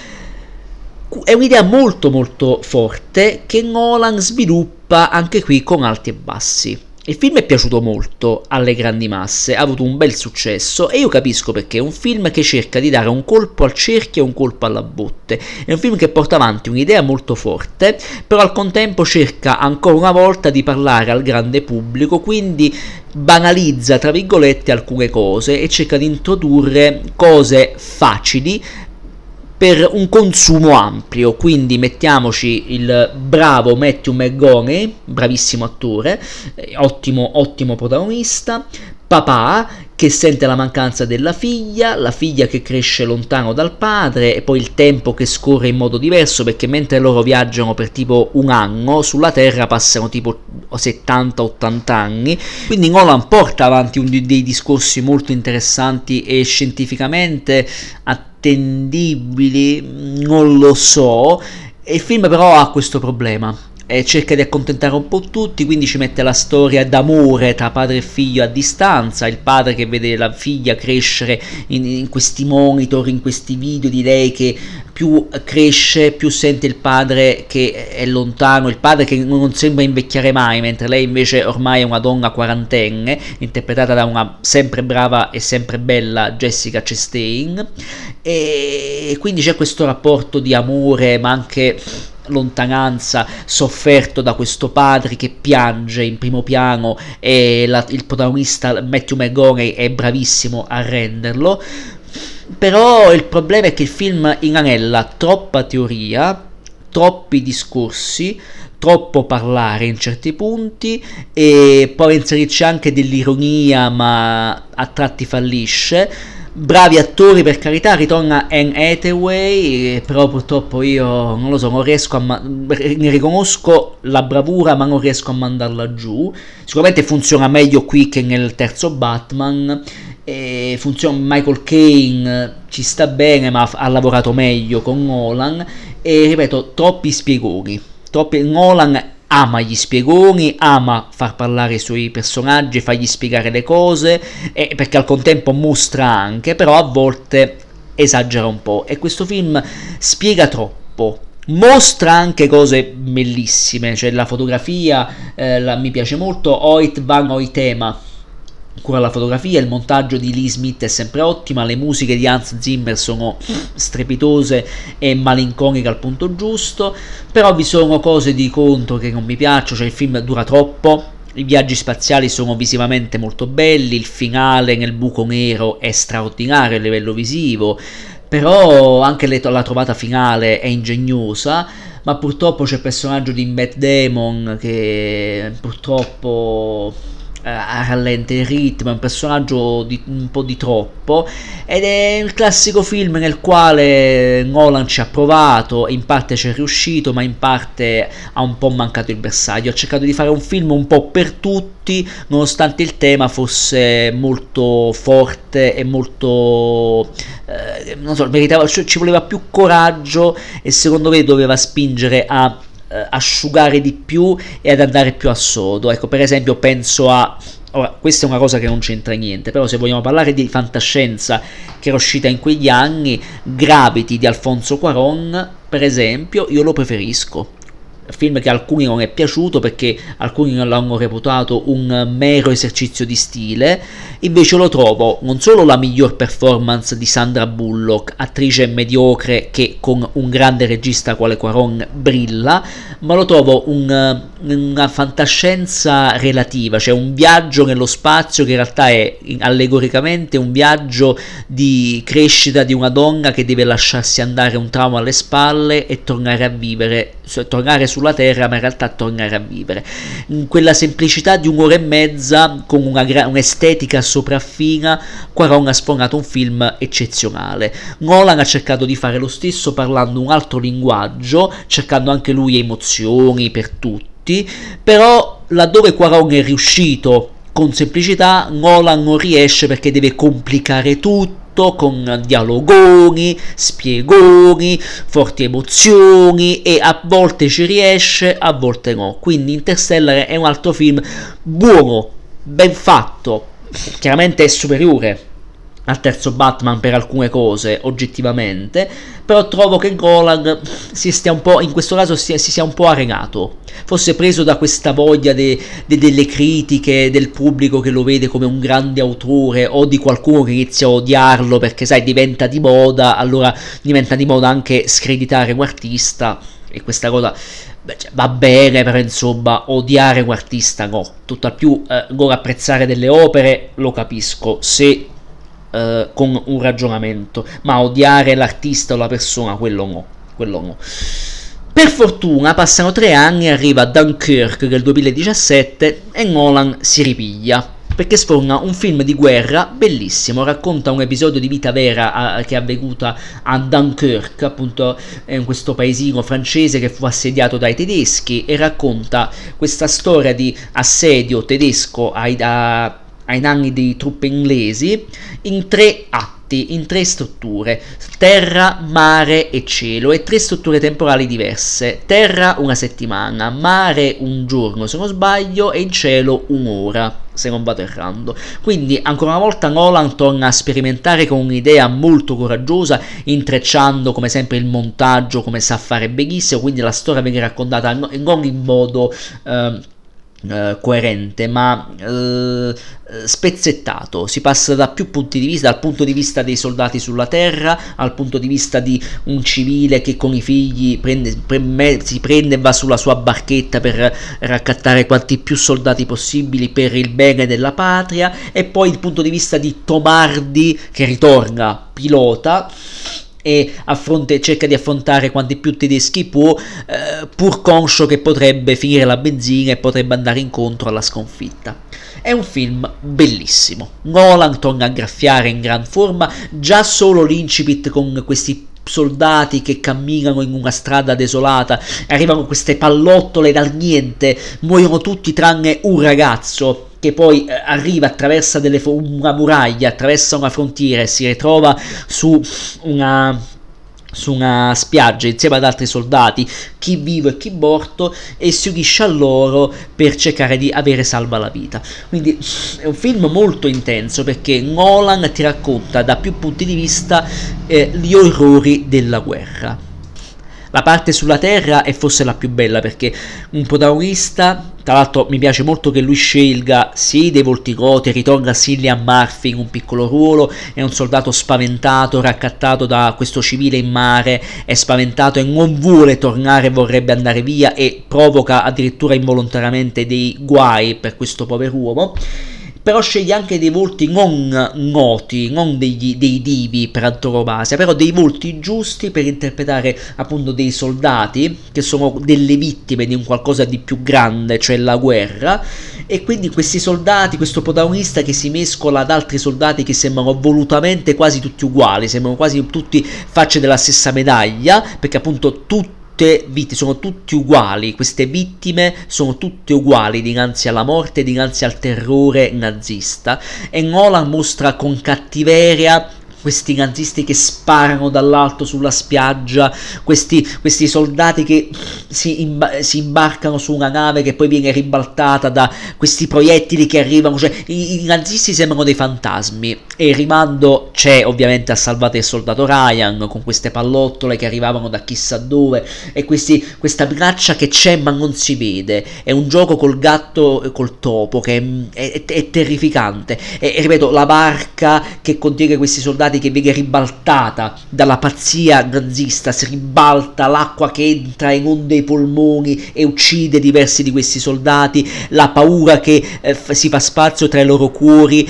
È un'idea molto molto forte che Nolan sviluppa anche qui con alti e bassi. Il film è piaciuto molto alle grandi masse, ha avuto un bel successo, e io capisco perché. È un film che cerca di dare un colpo al cerchio e un colpo alla botte. È un film che porta avanti un'idea molto forte, però al contempo cerca ancora una volta di parlare al grande pubblico, quindi banalizza tra virgolette alcune cose e cerca di introdurre cose facili per un consumo ampio. Quindi mettiamoci il bravo Matthew McConaughey, bravissimo attore, ottimo protagonista, papà che sente la mancanza della figlia, la figlia che cresce lontano dal padre, e poi il tempo che scorre in modo diverso, perché mentre loro viaggiano per tipo un anno, sulla Terra passano tipo 70-80 anni. Quindi Nolan porta avanti dei discorsi molto interessanti e scientificamente attendibili, non lo so, e il film però ha questo problema. Cerca di accontentare un po' tutti, quindi ci mette la storia d'amore tra padre e figlio a distanza, il padre che vede la figlia crescere in questi monitor, in questi video di lei che più cresce più sente il padre che è lontano, il padre che non sembra invecchiare mai, mentre lei invece ormai è una donna quarantenne, interpretata da una sempre brava e sempre bella Jessica Chastain, e quindi c'è questo rapporto di amore ma anche lontananza sofferto da questo padre che piange in primo piano, e il protagonista Matthew McConaughey è bravissimo a renderlo. Però il problema è che il film inanella troppa teoria, troppi discorsi, troppo parlare in certi punti, e poi inserirci anche dell'ironia ma a tratti fallisce. Bravi attori, per carità, ritorna Anne Hathaway, però purtroppo io non lo so, non riesco ne riconosco la bravura ma non riesco a mandarla giù. Sicuramente funziona meglio qui che nel terzo Batman, e funziona. Michael Caine ci sta bene ma ha lavorato meglio con Nolan, e ripeto, troppi spiegoni. Nolan ama gli spiegoni, ama far parlare i suoi personaggi, fargli spiegare le cose, perché al contempo mostra anche, però a volte esagera un po', e questo film spiega troppo. Mostra anche cose bellissime, cioè la fotografia mi piace molto, Oit Van Oytema cura la fotografia, il montaggio di Lee Smith è sempre ottima, le musiche di Hans Zimmer sono strepitose e malinconiche al punto giusto, però vi sono cose di contro che non mi piacciono, cioè il film dura troppo, i viaggi spaziali sono visivamente molto belli, il finale nel buco nero è straordinario a livello visivo, però anche la trovata finale è ingegnosa, ma purtroppo c'è il personaggio di Matt Damon che purtroppo rallenta il ritmo, è un personaggio un po' di troppo, ed è il classico film nel quale Nolan ci ha provato, in parte ci è riuscito, ma in parte ha un po' mancato il bersaglio. Ha cercato di fare un film un po' per tutti, nonostante il tema fosse molto forte e molto non so, meritava, ci voleva più coraggio, e secondo me doveva spingere a asciugare di più e ad andare più a sodo. Ecco, per esempio penso a, ora questa è una cosa che non c'entra niente, però se vogliamo parlare di fantascienza che era uscita in quegli anni, Gravity di Alfonso Cuarón per esempio io lo preferisco. Film che a alcuni non è piaciuto perché alcuni non l'hanno reputato un mero esercizio di stile, invece lo trovo non solo la miglior performance di Sandra Bullock, attrice mediocre che con un grande regista quale Cuarón brilla, ma lo trovo una fantascienza relativa, cioè un viaggio nello spazio che in realtà è allegoricamente un viaggio di crescita di una donna che deve lasciarsi andare un trauma alle spalle e tornare a vivere, tornare sulla Terra, ma in realtà tornare a vivere. In quella semplicità di un'ora e mezza, con un'estetica sopraffina, Cuarón ha sfornato un film eccezionale. Nolan ha cercato di fare lo stesso parlando un altro linguaggio, cercando anche lui emozioni per tutti, però laddove Cuarón è riuscito con semplicità, Nolan non riesce perché deve complicare tutto con dialogoni, spiegoni, forti emozioni, e a volte ci riesce, a volte no. Quindi Interstellar è un altro film buono, ben fatto, chiaramente è superiore al terzo Batman per alcune cose oggettivamente, però trovo che Nolan si stia un po', in questo caso si sia un po' arenato, fosse preso da questa voglia delle critiche, del pubblico che lo vede come un grande autore, o di qualcuno che inizia a odiarlo perché sai diventa di moda, allora diventa di moda anche screditare un artista, e questa cosa va bene, però insomma odiare un artista no, tutt'al più non apprezzare delle opere lo capisco se con un ragionamento, ma odiare l'artista o la persona, quello no. Per fortuna passano 3 anni e arriva Dunkirk del 2017 e Nolan si ripiglia perché sforna un film di guerra bellissimo, racconta un episodio di vita vera che è avvenuta a Dunkirk, appunto in questo paesino francese che fu assediato dai tedeschi, e racconta questa storia di assedio tedesco ai danni di truppe inglesi in 3 atti, in 3 strutture: terra, mare e cielo, e 3 strutture temporali diverse: terra 1 settimana, mare 1 giorno se non sbaglio, e in cielo 1 ora se non vado errando. Quindi ancora una volta Nolan torna a sperimentare con un'idea molto coraggiosa, intrecciando come sempre il montaggio come sa fare benissimo, quindi la storia viene raccontata non in modo coerente, ma spezzettato. Si passa da più punti di vista, dal punto di vista dei soldati sulla terra al punto di vista di un civile che con i figli si prende e va sulla sua barchetta per raccattare quanti più soldati possibili per il bene della patria, e poi il punto di vista di Tomardi che ritorna pilota e cerca di affrontare quanti più tedeschi può, pur conscio che potrebbe finire la benzina e potrebbe andare incontro alla sconfitta. È un film bellissimo. Nolan torna a graffiare in gran forma, già solo l'incipit con questi soldati che camminano in una strada desolata, arrivano queste pallottole dal niente, muoiono tutti tranne un ragazzo che poi arriva, attraversa una muraglia, attraversa una frontiera e si ritrova su una spiaggia insieme ad altri soldati, chi vivo e chi morto, e si unisce a loro per cercare di avere salva la vita. Quindi è un film molto intenso perché Nolan ti racconta da più punti di vista gli orrori della guerra. La parte sulla terra è forse la più bella perché un protagonista, tra l'altro mi piace molto che lui scelga sì dei volti noti, ritorna Cillian Murphy in un piccolo ruolo, è un soldato spaventato, raccattato da questo civile in mare, è spaventato e non vuole tornare, vorrebbe andare via e provoca addirittura involontariamente dei guai per questo pover'uomo. Però sceglie anche dei volti non noti, non dei divi per antonomasia, però dei volti giusti per interpretare appunto dei soldati che sono delle vittime di un qualcosa di più grande, cioè la guerra, e quindi questi soldati, questo protagonista che si mescola ad altri soldati che sembrano volutamente quasi tutti uguali, sembrano quasi tutti facce della stessa medaglia, perché appunto sono tutti uguali, queste vittime sono tutte uguali dinanzi alla morte, dinanzi al terrore nazista, e Nolan mostra con cattiveria questi nazisti che sparano dall'alto sulla spiaggia, questi soldati che si imbarcano su una nave che poi viene ribaltata da questi proiettili che arrivano, cioè i nazisti sembrano dei fantasmi. E il rimando c'è ovviamente a Salvate il soldato Ryan, con queste pallottole che arrivavano da chissà dove, e questa minaccia che c'è ma non si vede. È un gioco col gatto e col topo che è terrificante, e ripeto, la barca che contiene questi soldati che viene ribaltata dalla pazzia nazista, si ribalta, l'acqua che entra in onde ai polmoni e uccide diversi di questi soldati, la paura che si fa spazio tra i loro cuori,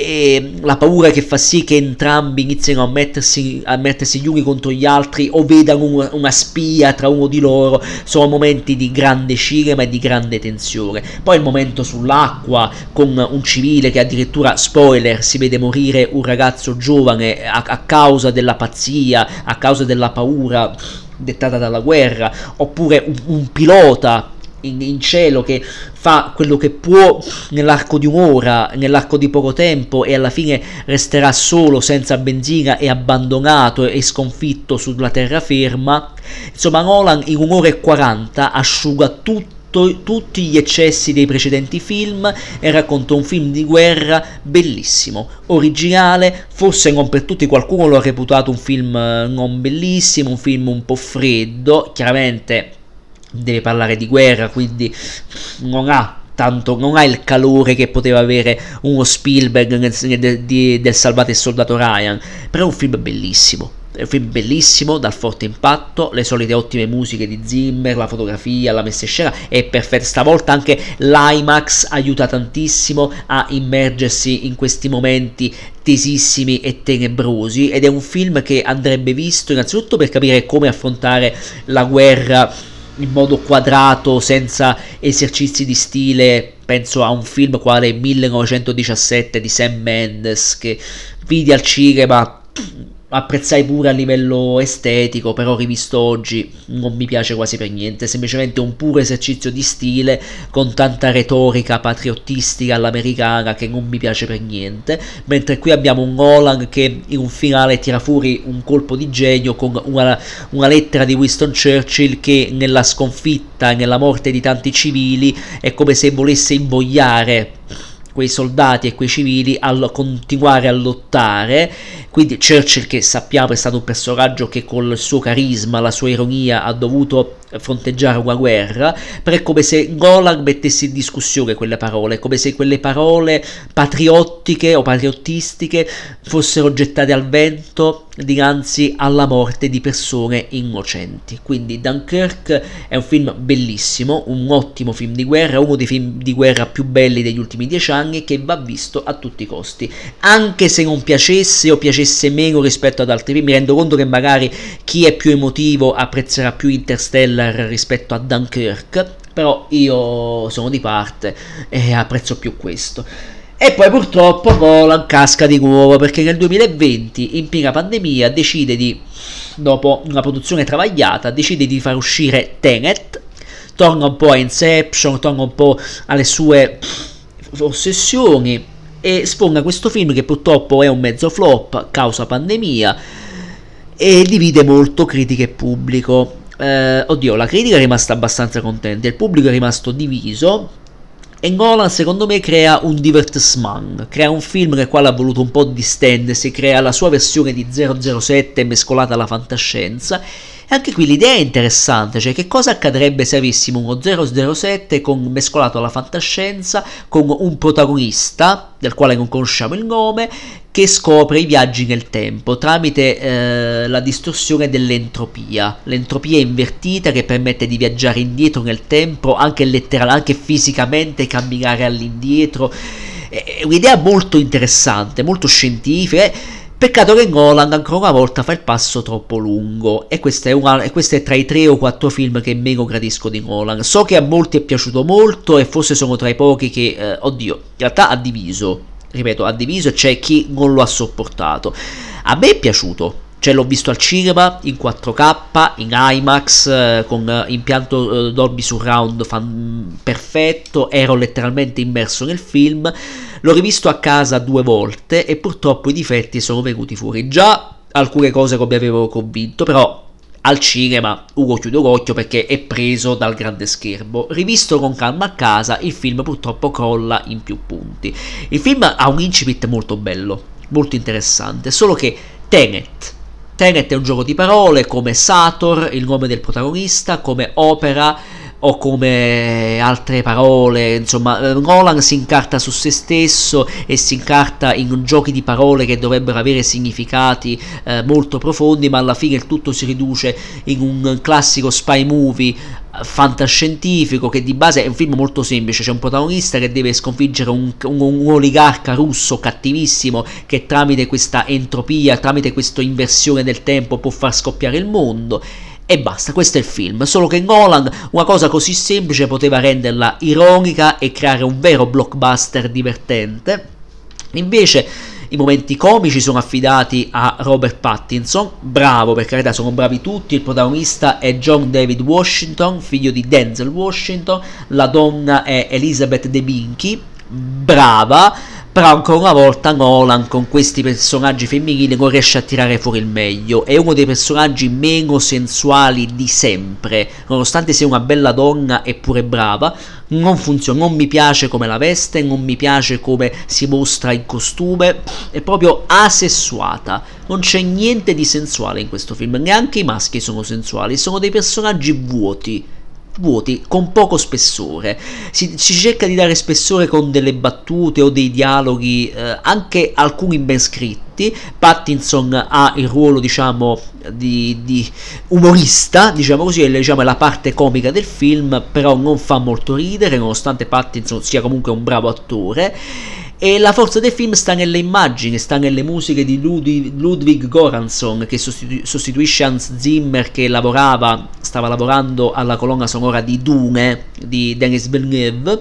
e la paura che fa sì che entrambi iniziano a mettersi gli uni contro gli altri o vedano una spia tra uno di loro. Sono momenti di grande cinema e di grande tensione. Poi il momento sull'acqua con un civile che addirittura, spoiler, si vede morire un ragazzo giovane a causa della pazzia, a causa della paura dettata dalla guerra, oppure un pilota in cielo che fa quello che può nell'arco di un'ora, nell'arco di poco tempo, e alla fine resterà solo, senza benzina e abbandonato e sconfitto sulla terraferma. Insomma, Nolan in 1 ora e 40 asciuga tutti gli eccessi dei precedenti film e racconta un film di guerra bellissimo, originale. Forse non per tutti, qualcuno lo ha reputato un film non bellissimo, un film un po' freddo. Chiaramente deve parlare di guerra, quindi non ha il calore che poteva avere uno Spielberg del Salvate il soldato Ryan, però è un film bellissimo. È un film bellissimo, dal forte impatto, le solite ottime musiche di Zimmer, la fotografia, la messa in scena è perfetta. Stavolta anche l'IMAX aiuta tantissimo a immergersi in questi momenti tesissimi e tenebrosi, ed è un film che andrebbe visto innanzitutto per capire come affrontare la guerra in modo quadrato, senza esercizi di stile. Penso a un film quale 1917 di Sam Mendes, che vidi al cinema, apprezzai pure a livello estetico, però rivisto oggi non mi piace quasi per niente. Semplicemente un puro esercizio di stile con tanta retorica patriottistica all'americana che non mi piace per niente. Mentre qui abbiamo un Nolan che in un finale tira fuori un colpo di genio con una lettera di Winston Churchill che nella sconfitta e nella morte di tanti civili è come se volesse invogliare quei soldati e quei civili a continuare a lottare. Quindi Churchill, che sappiamo è stato un personaggio che col suo carisma, la sua ironia ha dovuto fronteggiare una guerra, però è come se Nolan mettesse in discussione quelle parole, come se quelle parole patriottiche o patriottistiche fossero gettate al vento dinanzi alla morte di persone innocenti. Quindi Dunkirk è un film bellissimo, un ottimo film di guerra, uno dei film di guerra più belli degli ultimi 10 anni, che va visto a tutti i costi. Anche se non piacesse o piacesse meno rispetto ad altri film, mi rendo conto che magari chi è più emotivo apprezzerà più Interstellar rispetto a Dunkirk, però io sono di parte e apprezzo più questo. E poi purtroppo Nolan casca di nuovo, perché nel 2020, in piena pandemia, dopo una produzione travagliata, decide di far uscire Tenet. Torna un po' a Inception, torna un po' alle sue ossessioni e sfonda questo film che purtroppo è un mezzo flop causa pandemia e divide molto critica e pubblico. La critica è rimasta abbastanza contenta, il pubblico è rimasto diviso, e Nolan secondo me crea un divertissement, crea un film nel quale ha voluto un po' distendersi, crea la sua versione di 007 mescolata alla fantascienza. E anche qui l'idea è interessante, cioè che cosa accadrebbe se avessimo uno 007 mescolato alla fantascienza, con un protagonista del quale non conosciamo il nome, che scopre i viaggi nel tempo tramite la distorsione dell'entropia, l'entropia invertita che permette di viaggiare indietro nel tempo, anche letteralmente, anche fisicamente camminare all'indietro. È un'idea molto interessante, molto scientifica, Peccato che Nolan ancora una volta fa il passo troppo lungo, e questo è tra i 3 o 4 film che meno gradisco di Nolan. So che a molti è piaciuto molto, e forse sono tra i pochi che, oddio, in realtà ha diviso, ripeto, ha diviso, e c'è chi non lo ha sopportato. A me è piaciuto. Cioè, l'ho visto al cinema in 4K, in IMAX, con impianto Dolby Surround perfetto, ero letteralmente immerso nel film. L'ho rivisto a casa 2 volte e purtroppo i difetti sono venuti fuori. Già alcune cose come avevo convinto, però al cinema uno chiude l'occhio perché è preso dal grande schermo. Rivisto con calma a casa, il film purtroppo crolla in più punti. Il film ha un incipit molto bello, molto interessante, solo che Tenet è un gioco di parole, come Sator, il nome del protagonista, come opera o come altre parole. Insomma, Nolan si incarta su se stesso e si incarta in giochi di parole che dovrebbero avere significati molto profondi, ma alla fine il tutto si riduce in un classico spy movie fantascientifico, che di base è un film molto semplice. C'è un protagonista che deve sconfiggere un oligarca russo cattivissimo, che tramite questa entropia, tramite questa inversione del tempo, può far scoppiare il mondo, e basta. Questo è il film. Solo che Nolan una cosa così semplice poteva renderla ironica e creare un vero blockbuster divertente. Invece i momenti comici sono affidati a Robert Pattinson, bravo, per carità, sono bravi tutti. Il protagonista è John David Washington, figlio di Denzel Washington. La donna è Elizabeth Debicki, brava. Però ancora una volta Nolan con questi personaggi femminili non riesce a tirare fuori il meglio. È uno dei personaggi meno sensuali di sempre, nonostante sia una bella donna e pure brava. Non funziona, non mi piace come la veste, non mi piace come si mostra in costume, è proprio asessuata. Non c'è niente di sensuale in questo film, neanche i maschi sono sensuali, sono dei personaggi vuoti, con poco spessore. Si cerca di dare spessore con delle battute o dei dialoghi, anche alcuni ben scritti. Pattinson ha il ruolo, diciamo, di umorista, diciamo così, è la parte comica del film, però non fa molto ridere, nonostante Pattinson sia comunque un bravo attore. E la forza del film sta nelle immagini, sta nelle musiche di Ludwig Göransson, che sostituisce Hans Zimmer, che stava lavorando alla colonna sonora di Dune di Denis Villeneuve.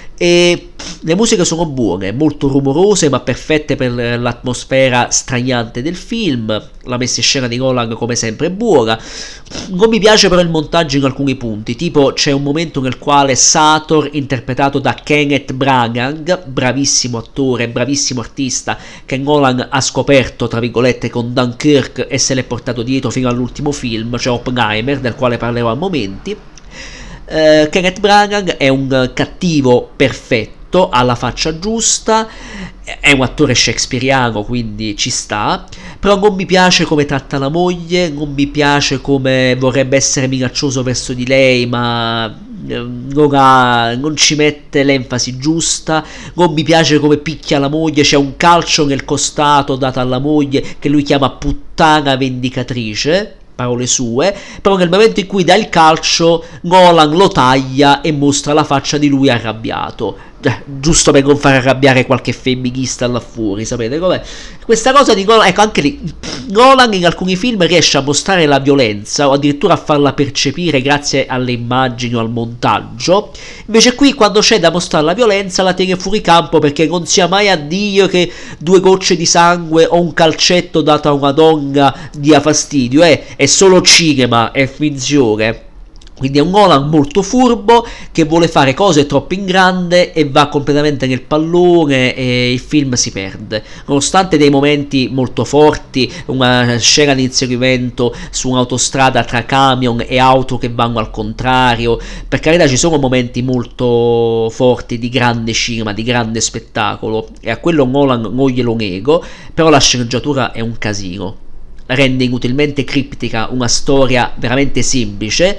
E le musiche sono buone, molto rumorose ma perfette per l'atmosfera straniante del film. La messa in scena di Nolan come sempre è buona. Non mi piace però il montaggio in alcuni punti, tipo c'è un momento nel quale Sator, interpretato da Kenneth Branagh, bravissimo attore, bravissimo artista, che Nolan ha scoperto tra virgolette con Dunkirk e se l'è portato dietro fino all'ultimo film, cioè Oppenheimer, del quale parlerò a momenti. Kenneth Branagh è un cattivo perfetto, ha la faccia giusta, è un attore shakespeariano, quindi ci sta. Però non mi piace come tratta la moglie, non mi piace come vorrebbe essere minaccioso verso di lei, ma non ci mette l'enfasi giusta. Non mi piace come picchia la moglie, c'è un calcio nel costato dato alla moglie che lui chiama puttana vendicatrice, parole sue. Però nel momento in cui dà il calcio, Nolan lo taglia e mostra la faccia di lui arrabbiato, giusto per non far arrabbiare qualche femminista là fuori, sapete com'è? Questa cosa di Nolan, ecco, anche lì Nolan in alcuni film riesce a mostrare la violenza o addirittura a farla percepire grazie alle immagini o al montaggio. Invece qui, quando c'è da mostrare la violenza, la tiene fuori campo, perché non sia mai a Dio che 2 gocce di sangue o un calcetto dato a una donna dia fastidio, è solo cinema, è finzione. Quindi è un Nolan molto furbo che vuole fare cose troppo in grande e va completamente nel pallone, e il film si perde. Nonostante dei momenti molto forti, una scena di inseguimento su un'autostrada tra camion e auto che vanno al contrario, per carità ci sono momenti molto forti di grande cinema, di grande spettacolo, e a quello Nolan non glielo nego, però la sceneggiatura è un casino. Rende inutilmente criptica una storia veramente semplice,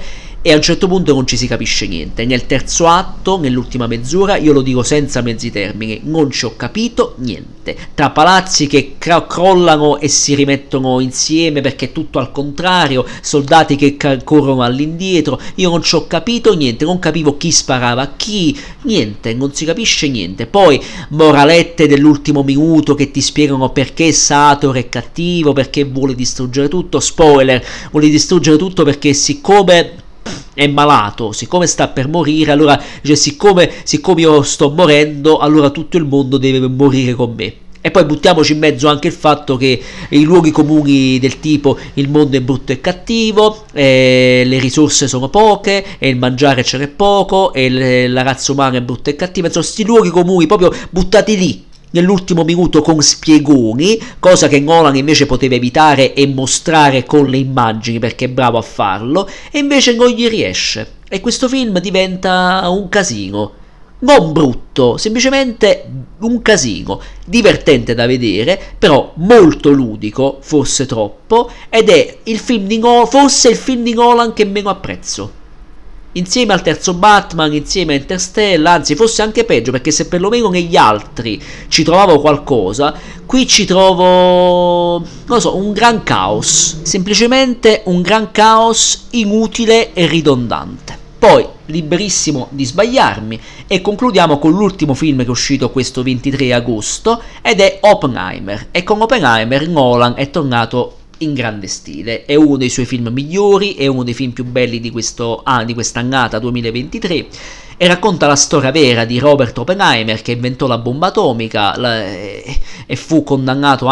e a un certo punto non ci si capisce niente. Nel terzo atto, nell'ultima mezz'ora, io lo dico senza mezzi termini, non ci ho capito niente. Tra palazzi che crollano e si rimettono insieme perché è tutto al contrario, soldati che corrono all'indietro, io non ci ho capito niente, non capivo chi sparava a chi, niente, non si capisce niente. Poi moralette dell'ultimo minuto che ti spiegano perché Sator è cattivo, perché vuole distruggere tutto, spoiler, vuole distruggere tutto perché siccome è malato, siccome sta per morire, allora cioè, siccome io sto morendo, allora tutto il mondo deve morire con me. E poi buttiamoci in mezzo anche il fatto che i luoghi comuni del tipo il mondo è brutto e cattivo, le risorse sono poche, e il mangiare ce n'è poco, e la razza umana è brutta e cattiva, insomma questi luoghi comuni proprio buttati lì nell'ultimo minuto con spiegoni, cosa che Nolan invece poteva evitare e mostrare con le immagini perché è bravo a farlo, e invece non gli riesce. E questo film diventa un casino. Non brutto, semplicemente un casino, divertente da vedere, però molto ludico, forse troppo, ed è il film di forse il film di Nolan che meno apprezzo. Insieme al terzo Batman, insieme a Interstellar, anzi forse anche peggio, perché se perlomeno negli altri ci trovavo qualcosa, qui ci trovo, non lo so, un gran caos, semplicemente un gran caos inutile e ridondante. Poi, liberissimo di sbagliarmi, e concludiamo con l'ultimo film che è uscito questo 23 agosto, ed è Oppenheimer, e con Oppenheimer Nolan è tornato in grande stile, è uno dei suoi film migliori, è uno dei film più belli di quest'annata 2023, e racconta la storia vera di Robert Oppenheimer, che inventò la bomba atomica e fu condannato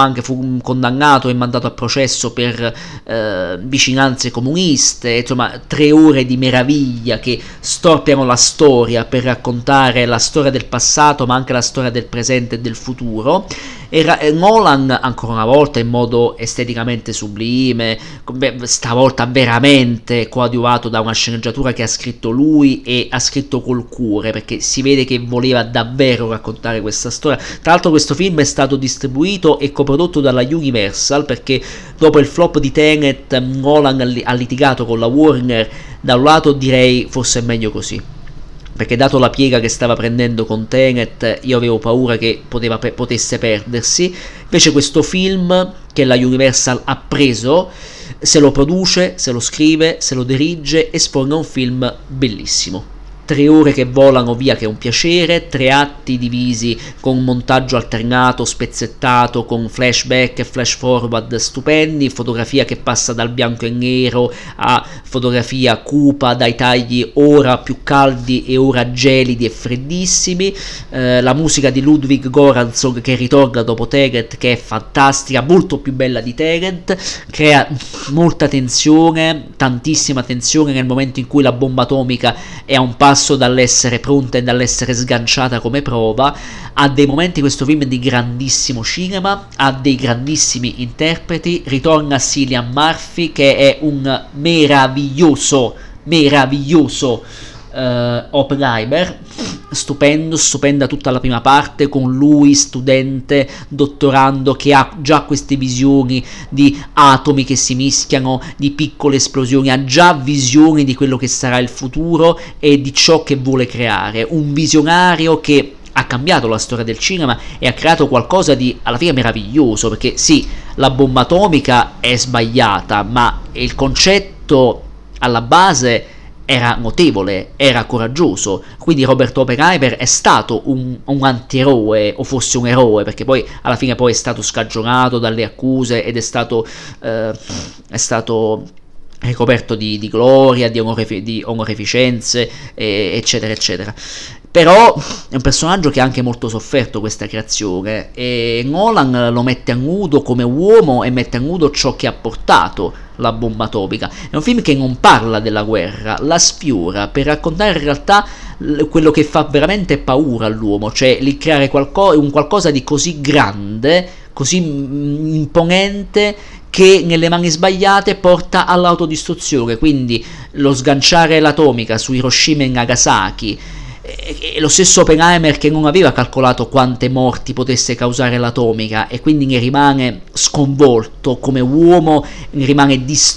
e mandato a processo per vicinanze comuniste. Insomma, 3 ore di meraviglia che storpiano la storia per raccontare la storia del passato ma anche la storia del presente e del futuro. E Nolan, ancora una volta in modo esteticamente sublime, stavolta veramente coadiuvato da una sceneggiatura che ha scritto lui e ha scritto col cuore, perché si vede che voleva davvero raccontare questa storia. Tra l'altro questo film è stato distribuito e coprodotto dalla Universal, perché dopo il flop di Tenet Nolan ha litigato con la Warner. Da un lato direi forse è meglio così, perché dato la piega che stava prendendo con Tenet io avevo paura che potesse perdersi. Invece questo film che la Universal ha preso, se lo produce, se lo scrive, se lo dirige e sforna un film bellissimo. 3 ore che volano via, che è un piacere, 3 atti divisi con un montaggio alternato, spezzettato, con flashback e flash forward stupendi, fotografia che passa dal bianco e nero a fotografia cupa, dai tagli ora più caldi e ora gelidi e freddissimi, la musica di Ludwig Göransson che ritorna dopo Tenet, che è fantastica, molto più bella di Tenet, crea molta tensione, tantissima tensione nel momento in cui la bomba atomica è a un passo dall'essere pronta e dall'essere sganciata come prova. Ha dei momenti questo film di grandissimo cinema, ha dei grandissimi interpreti, ritorna Cillian Murphy che è un meraviglioso Oppenheimer, stupenda tutta la prima parte con lui studente dottorando che ha già queste visioni di atomi che si mischiano, di piccole esplosioni, ha già visioni di quello che sarà il futuro e di ciò che vuole creare, un visionario che ha cambiato la storia del cinema e ha creato qualcosa di alla fine meraviglioso, perché sì, la bomba atomica è sbagliata, ma il concetto alla base era notevole, era coraggioso. Quindi Robert Oppenheimer è stato un antieroe, o forse un eroe, perché poi alla fine poi è stato scagionato dalle accuse ed è stato ricoperto di gloria, di onorificenze, eccetera eccetera. Però è un personaggio che ha anche molto sofferto questa creazione, e Nolan lo mette a nudo come uomo e mette a nudo ciò che ha portato la bomba atomica. È un film che non parla della guerra, la sfiora per raccontare in realtà quello che fa veramente paura all'uomo, cioè il creare un qualcosa di così grande, così imponente, che nelle mani sbagliate porta all'autodistruzione. Quindi lo sganciare l'atomica su Hiroshima e Nagasaki, e lo stesso Oppenheimer che non aveva calcolato quante morti potesse causare l'atomica e quindi ne rimane sconvolto come uomo, ne rimane distrutto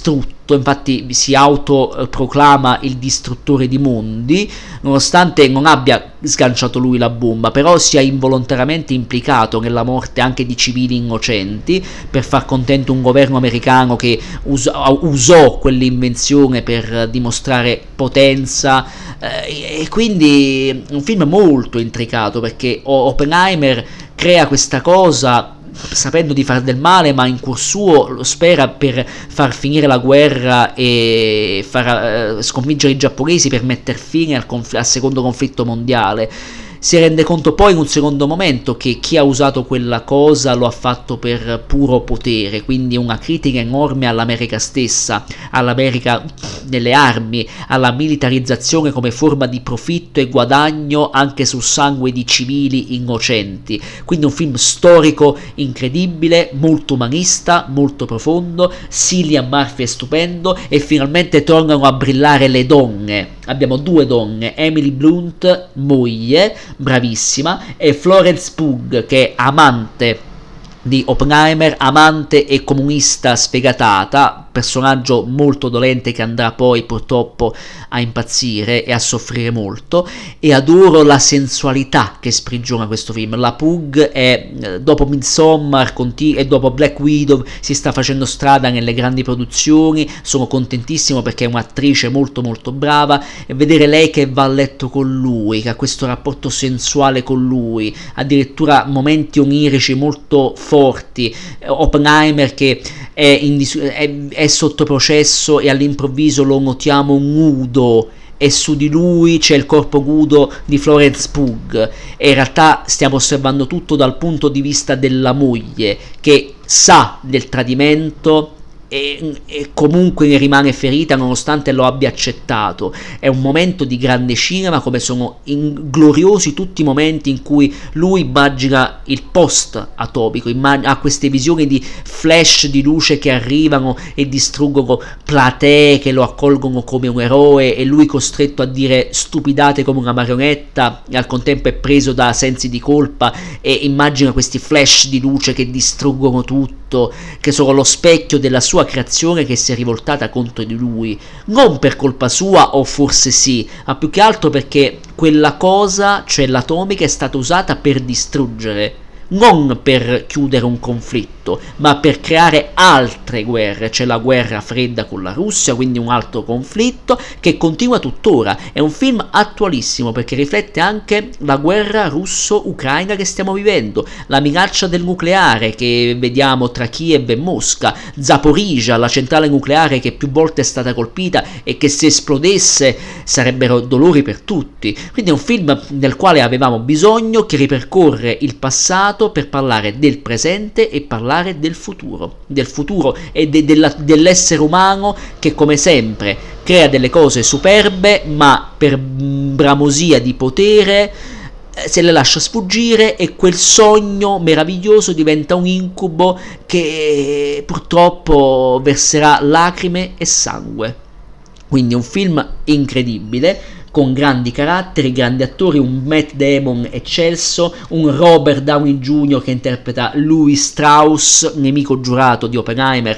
tutto, infatti si autoproclama il distruttore di mondi, nonostante non abbia sganciato lui la bomba, però sia involontariamente implicato nella morte anche di civili innocenti per far contento un governo americano che usò quell'invenzione per dimostrare potenza, e quindi un film molto intricato, perché Oppenheimer crea questa cosa sapendo di far del male, ma in cuor suo lo spera per far finire la guerra e far sconfiggere i giapponesi per mettere fine al secondo conflitto mondiale. Si rende conto poi in un secondo momento che chi ha usato quella cosa lo ha fatto per puro potere, quindi una critica enorme all'America stessa, all'America delle armi, alla militarizzazione come forma di profitto e guadagno anche sul sangue di civili innocenti. Quindi un film storico incredibile, molto umanista, molto profondo. Cillian Murphy è stupendo e finalmente tornano a brillare le donne. Abbiamo due donne, Emily Blunt, moglie, bravissima, e Florence Pugh, che è amante di Oppenheimer, amante e comunista sfegatata, personaggio molto dolente che andrà poi purtroppo a impazzire e a soffrire molto, e adoro la sensualità che sprigiona questo film. La Pugh è, dopo Midsommar e dopo Black Widow, si sta facendo strada nelle grandi produzioni, sono contentissimo perché è un'attrice molto molto brava, e vedere lei che va a letto con lui, che ha questo rapporto sensuale con lui, addirittura momenti onirici molto forti, Oppenheimer che è sotto processo e all'improvviso lo notiamo nudo e su di lui c'è il corpo nudo di Florence Pugh, e in realtà stiamo osservando tutto dal punto di vista della moglie che sa del tradimento e comunque ne rimane ferita nonostante lo abbia accettato. È un momento di grande cinema, come sono gloriosi tutti i momenti in cui lui immagina il post atomico, ha queste visioni di flash di luce che arrivano e distruggono platee che lo accolgono come un eroe, e lui costretto a dire stupidate come una marionetta, e al contempo è preso da sensi di colpa e immagina questi flash di luce che distruggono tutto, che sono lo specchio della sua creazione che si è rivoltata contro di lui, non per colpa sua, o forse sì, ma più che altro perché quella cosa, cioè l'atomica, è stata usata per distruggere, non per chiudere un conflitto, ma per creare altre guerre. C'è la guerra fredda con la Russia, quindi un altro conflitto che continua tuttora. È un film attualissimo perché riflette anche la guerra russo-ucraina che stiamo vivendo, la minaccia del nucleare che vediamo tra Kiev e Mosca, Zaporizhzhia, la centrale nucleare che più volte è stata colpita e che se esplodesse sarebbero dolori per tutti. Quindi è un film del quale avevamo bisogno, che ripercorre il passato per parlare del presente e parlare del futuro e dell'essere umano che, come sempre, crea delle cose superbe, ma per bramosia di potere se le lascia sfuggire, e quel sogno meraviglioso diventa un incubo che purtroppo verserà lacrime e sangue. Quindi un film incredibile, con grandi caratteri, grandi attori, un Matt Damon eccelso, un Robert Downey Jr. che interpreta Louis Strauss, nemico giurato di Oppenheimer,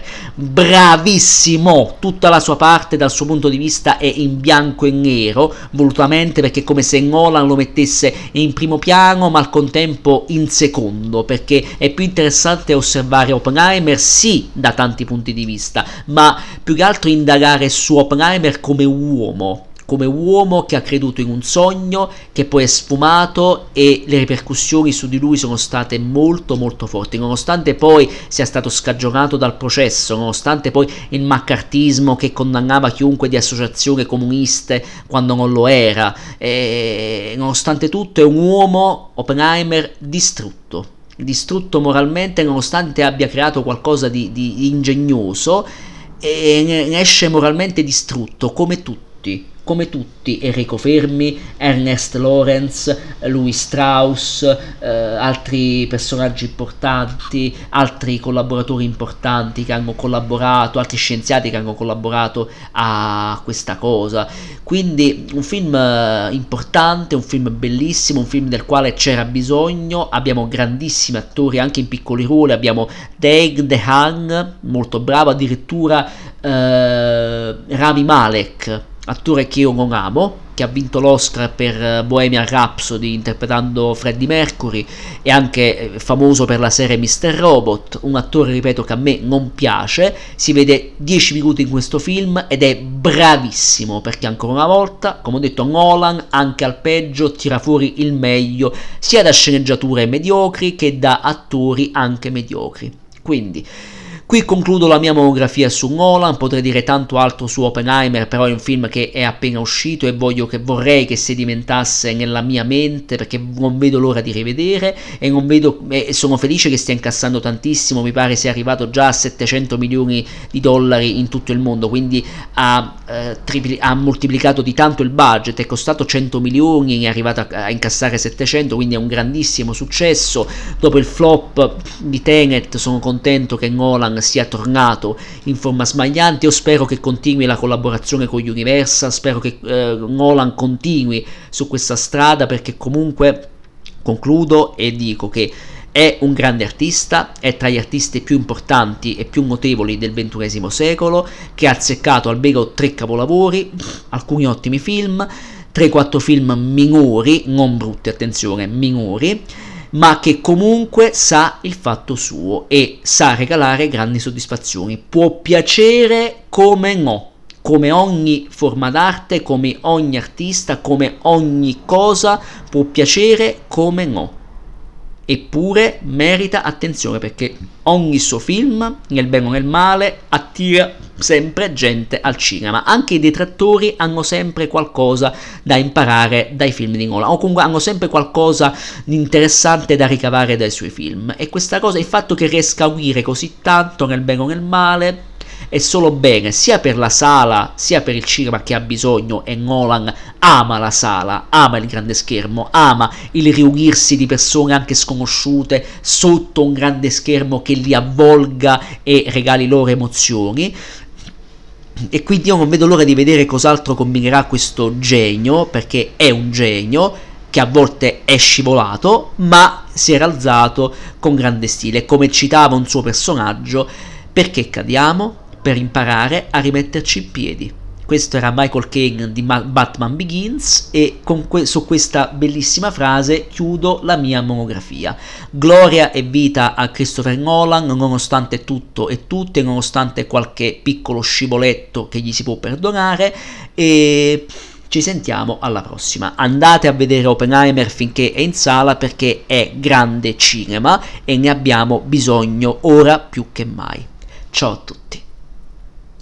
bravissimo, tutta la sua parte dal suo punto di vista è in bianco e nero, volutamente, perché è come se Nolan lo mettesse in primo piano ma al contempo in secondo, perché è più interessante osservare Oppenheimer, sì, da tanti punti di vista, ma più che altro indagare su Oppenheimer come uomo che ha creduto in un sogno che poi è sfumato, e le ripercussioni su di lui sono state molto molto forti, nonostante poi sia stato scagionato dal processo, nonostante poi il maccartismo che condannava chiunque di associazioni comuniste quando non lo era, e nonostante tutto è un uomo, Oppenheimer, distrutto moralmente, nonostante abbia creato qualcosa di ingegnoso, e ne esce moralmente distrutto come tutti. come tutti, Enrico Fermi, Ernest Lawrence, Louis Strauss, altri personaggi importanti, altri collaboratori importanti che hanno collaborato, altri scienziati che hanno collaborato a questa cosa. Quindi un film importante, un film bellissimo, un film del quale c'era bisogno. Abbiamo grandissimi attori anche in piccoli ruoli, abbiamo Daeg DeHaan, molto bravo, addirittura Rami Malek, attore che io non amo, che ha vinto l'Oscar per Bohemian Rhapsody interpretando Freddie Mercury, e anche famoso per la serie Mr. Robot, un attore, ripeto, che a me non piace. Si vede 10 minuti in questo film ed è bravissimo, perché ancora una volta, come ho detto, Nolan anche al peggio tira fuori il meglio sia da sceneggiature mediocri che da attori anche mediocri. Quindi qui concludo la mia monografia su Nolan. Potrei dire tanto altro su Oppenheimer, però è un film che è appena uscito e vorrei che sedimentasse nella mia mente, perché non vedo l'ora di rivedere, e sono felice che stia incassando tantissimo. Mi pare sia arrivato già a 700 milioni di dollari in tutto il mondo, quindi ha moltiplicato di tanto il budget, è costato 100 milioni, è arrivato a incassare 700, quindi è un grandissimo successo. Dopo il flop di Tenet sono contento che Nolan sia tornato in forma smagliante. Io spero che continui la collaborazione con Universal, spero che Nolan continui su questa strada, perché comunque concludo e dico che è un grande artista, è tra gli artisti più importanti e più notevoli del XXI secolo, che ha azzeccato almeno 3 capolavori, alcuni ottimi film, 3-4 film minori, non brutti, attenzione, minori, ma che comunque sa il fatto suo e sa regalare grandi soddisfazioni. Può piacere come no, come ogni forma d'arte, come ogni artista, come ogni cosa, può piacere come no. Eppure merita attenzione, perché ogni suo film, nel bene o nel male, attira sempre gente al cinema. Anche i detrattori hanno sempre qualcosa da imparare dai film di Nolan, o comunque hanno sempre qualcosa di interessante da ricavare dai suoi film, e questa cosa, il fatto che riesca a unire così tanto nel bene o nel male, è solo bene, sia per la sala sia per il cinema che ha bisogno, e Nolan ama la sala, ama il grande schermo, ama il riunirsi di persone anche sconosciute sotto un grande schermo che li avvolga e regali loro emozioni. E quindi io non vedo l'ora di vedere cos'altro combinerà questo genio, perché è un genio che a volte è scivolato ma si è alzato con grande stile. Come citava un suo personaggio: perché cadiamo? Per imparare a rimetterci in piedi. Questo era Michael Caine di Batman Begins, e su questa bellissima frase chiudo la mia monografia. Gloria e vita a Christopher Nolan, nonostante tutto e tutte, nonostante qualche piccolo scivoletto che gli si può perdonare, e ci sentiamo alla prossima. Andate a vedere Oppenheimer finché è in sala, perché è grande cinema e ne abbiamo bisogno ora più che mai. Ciao a tutti.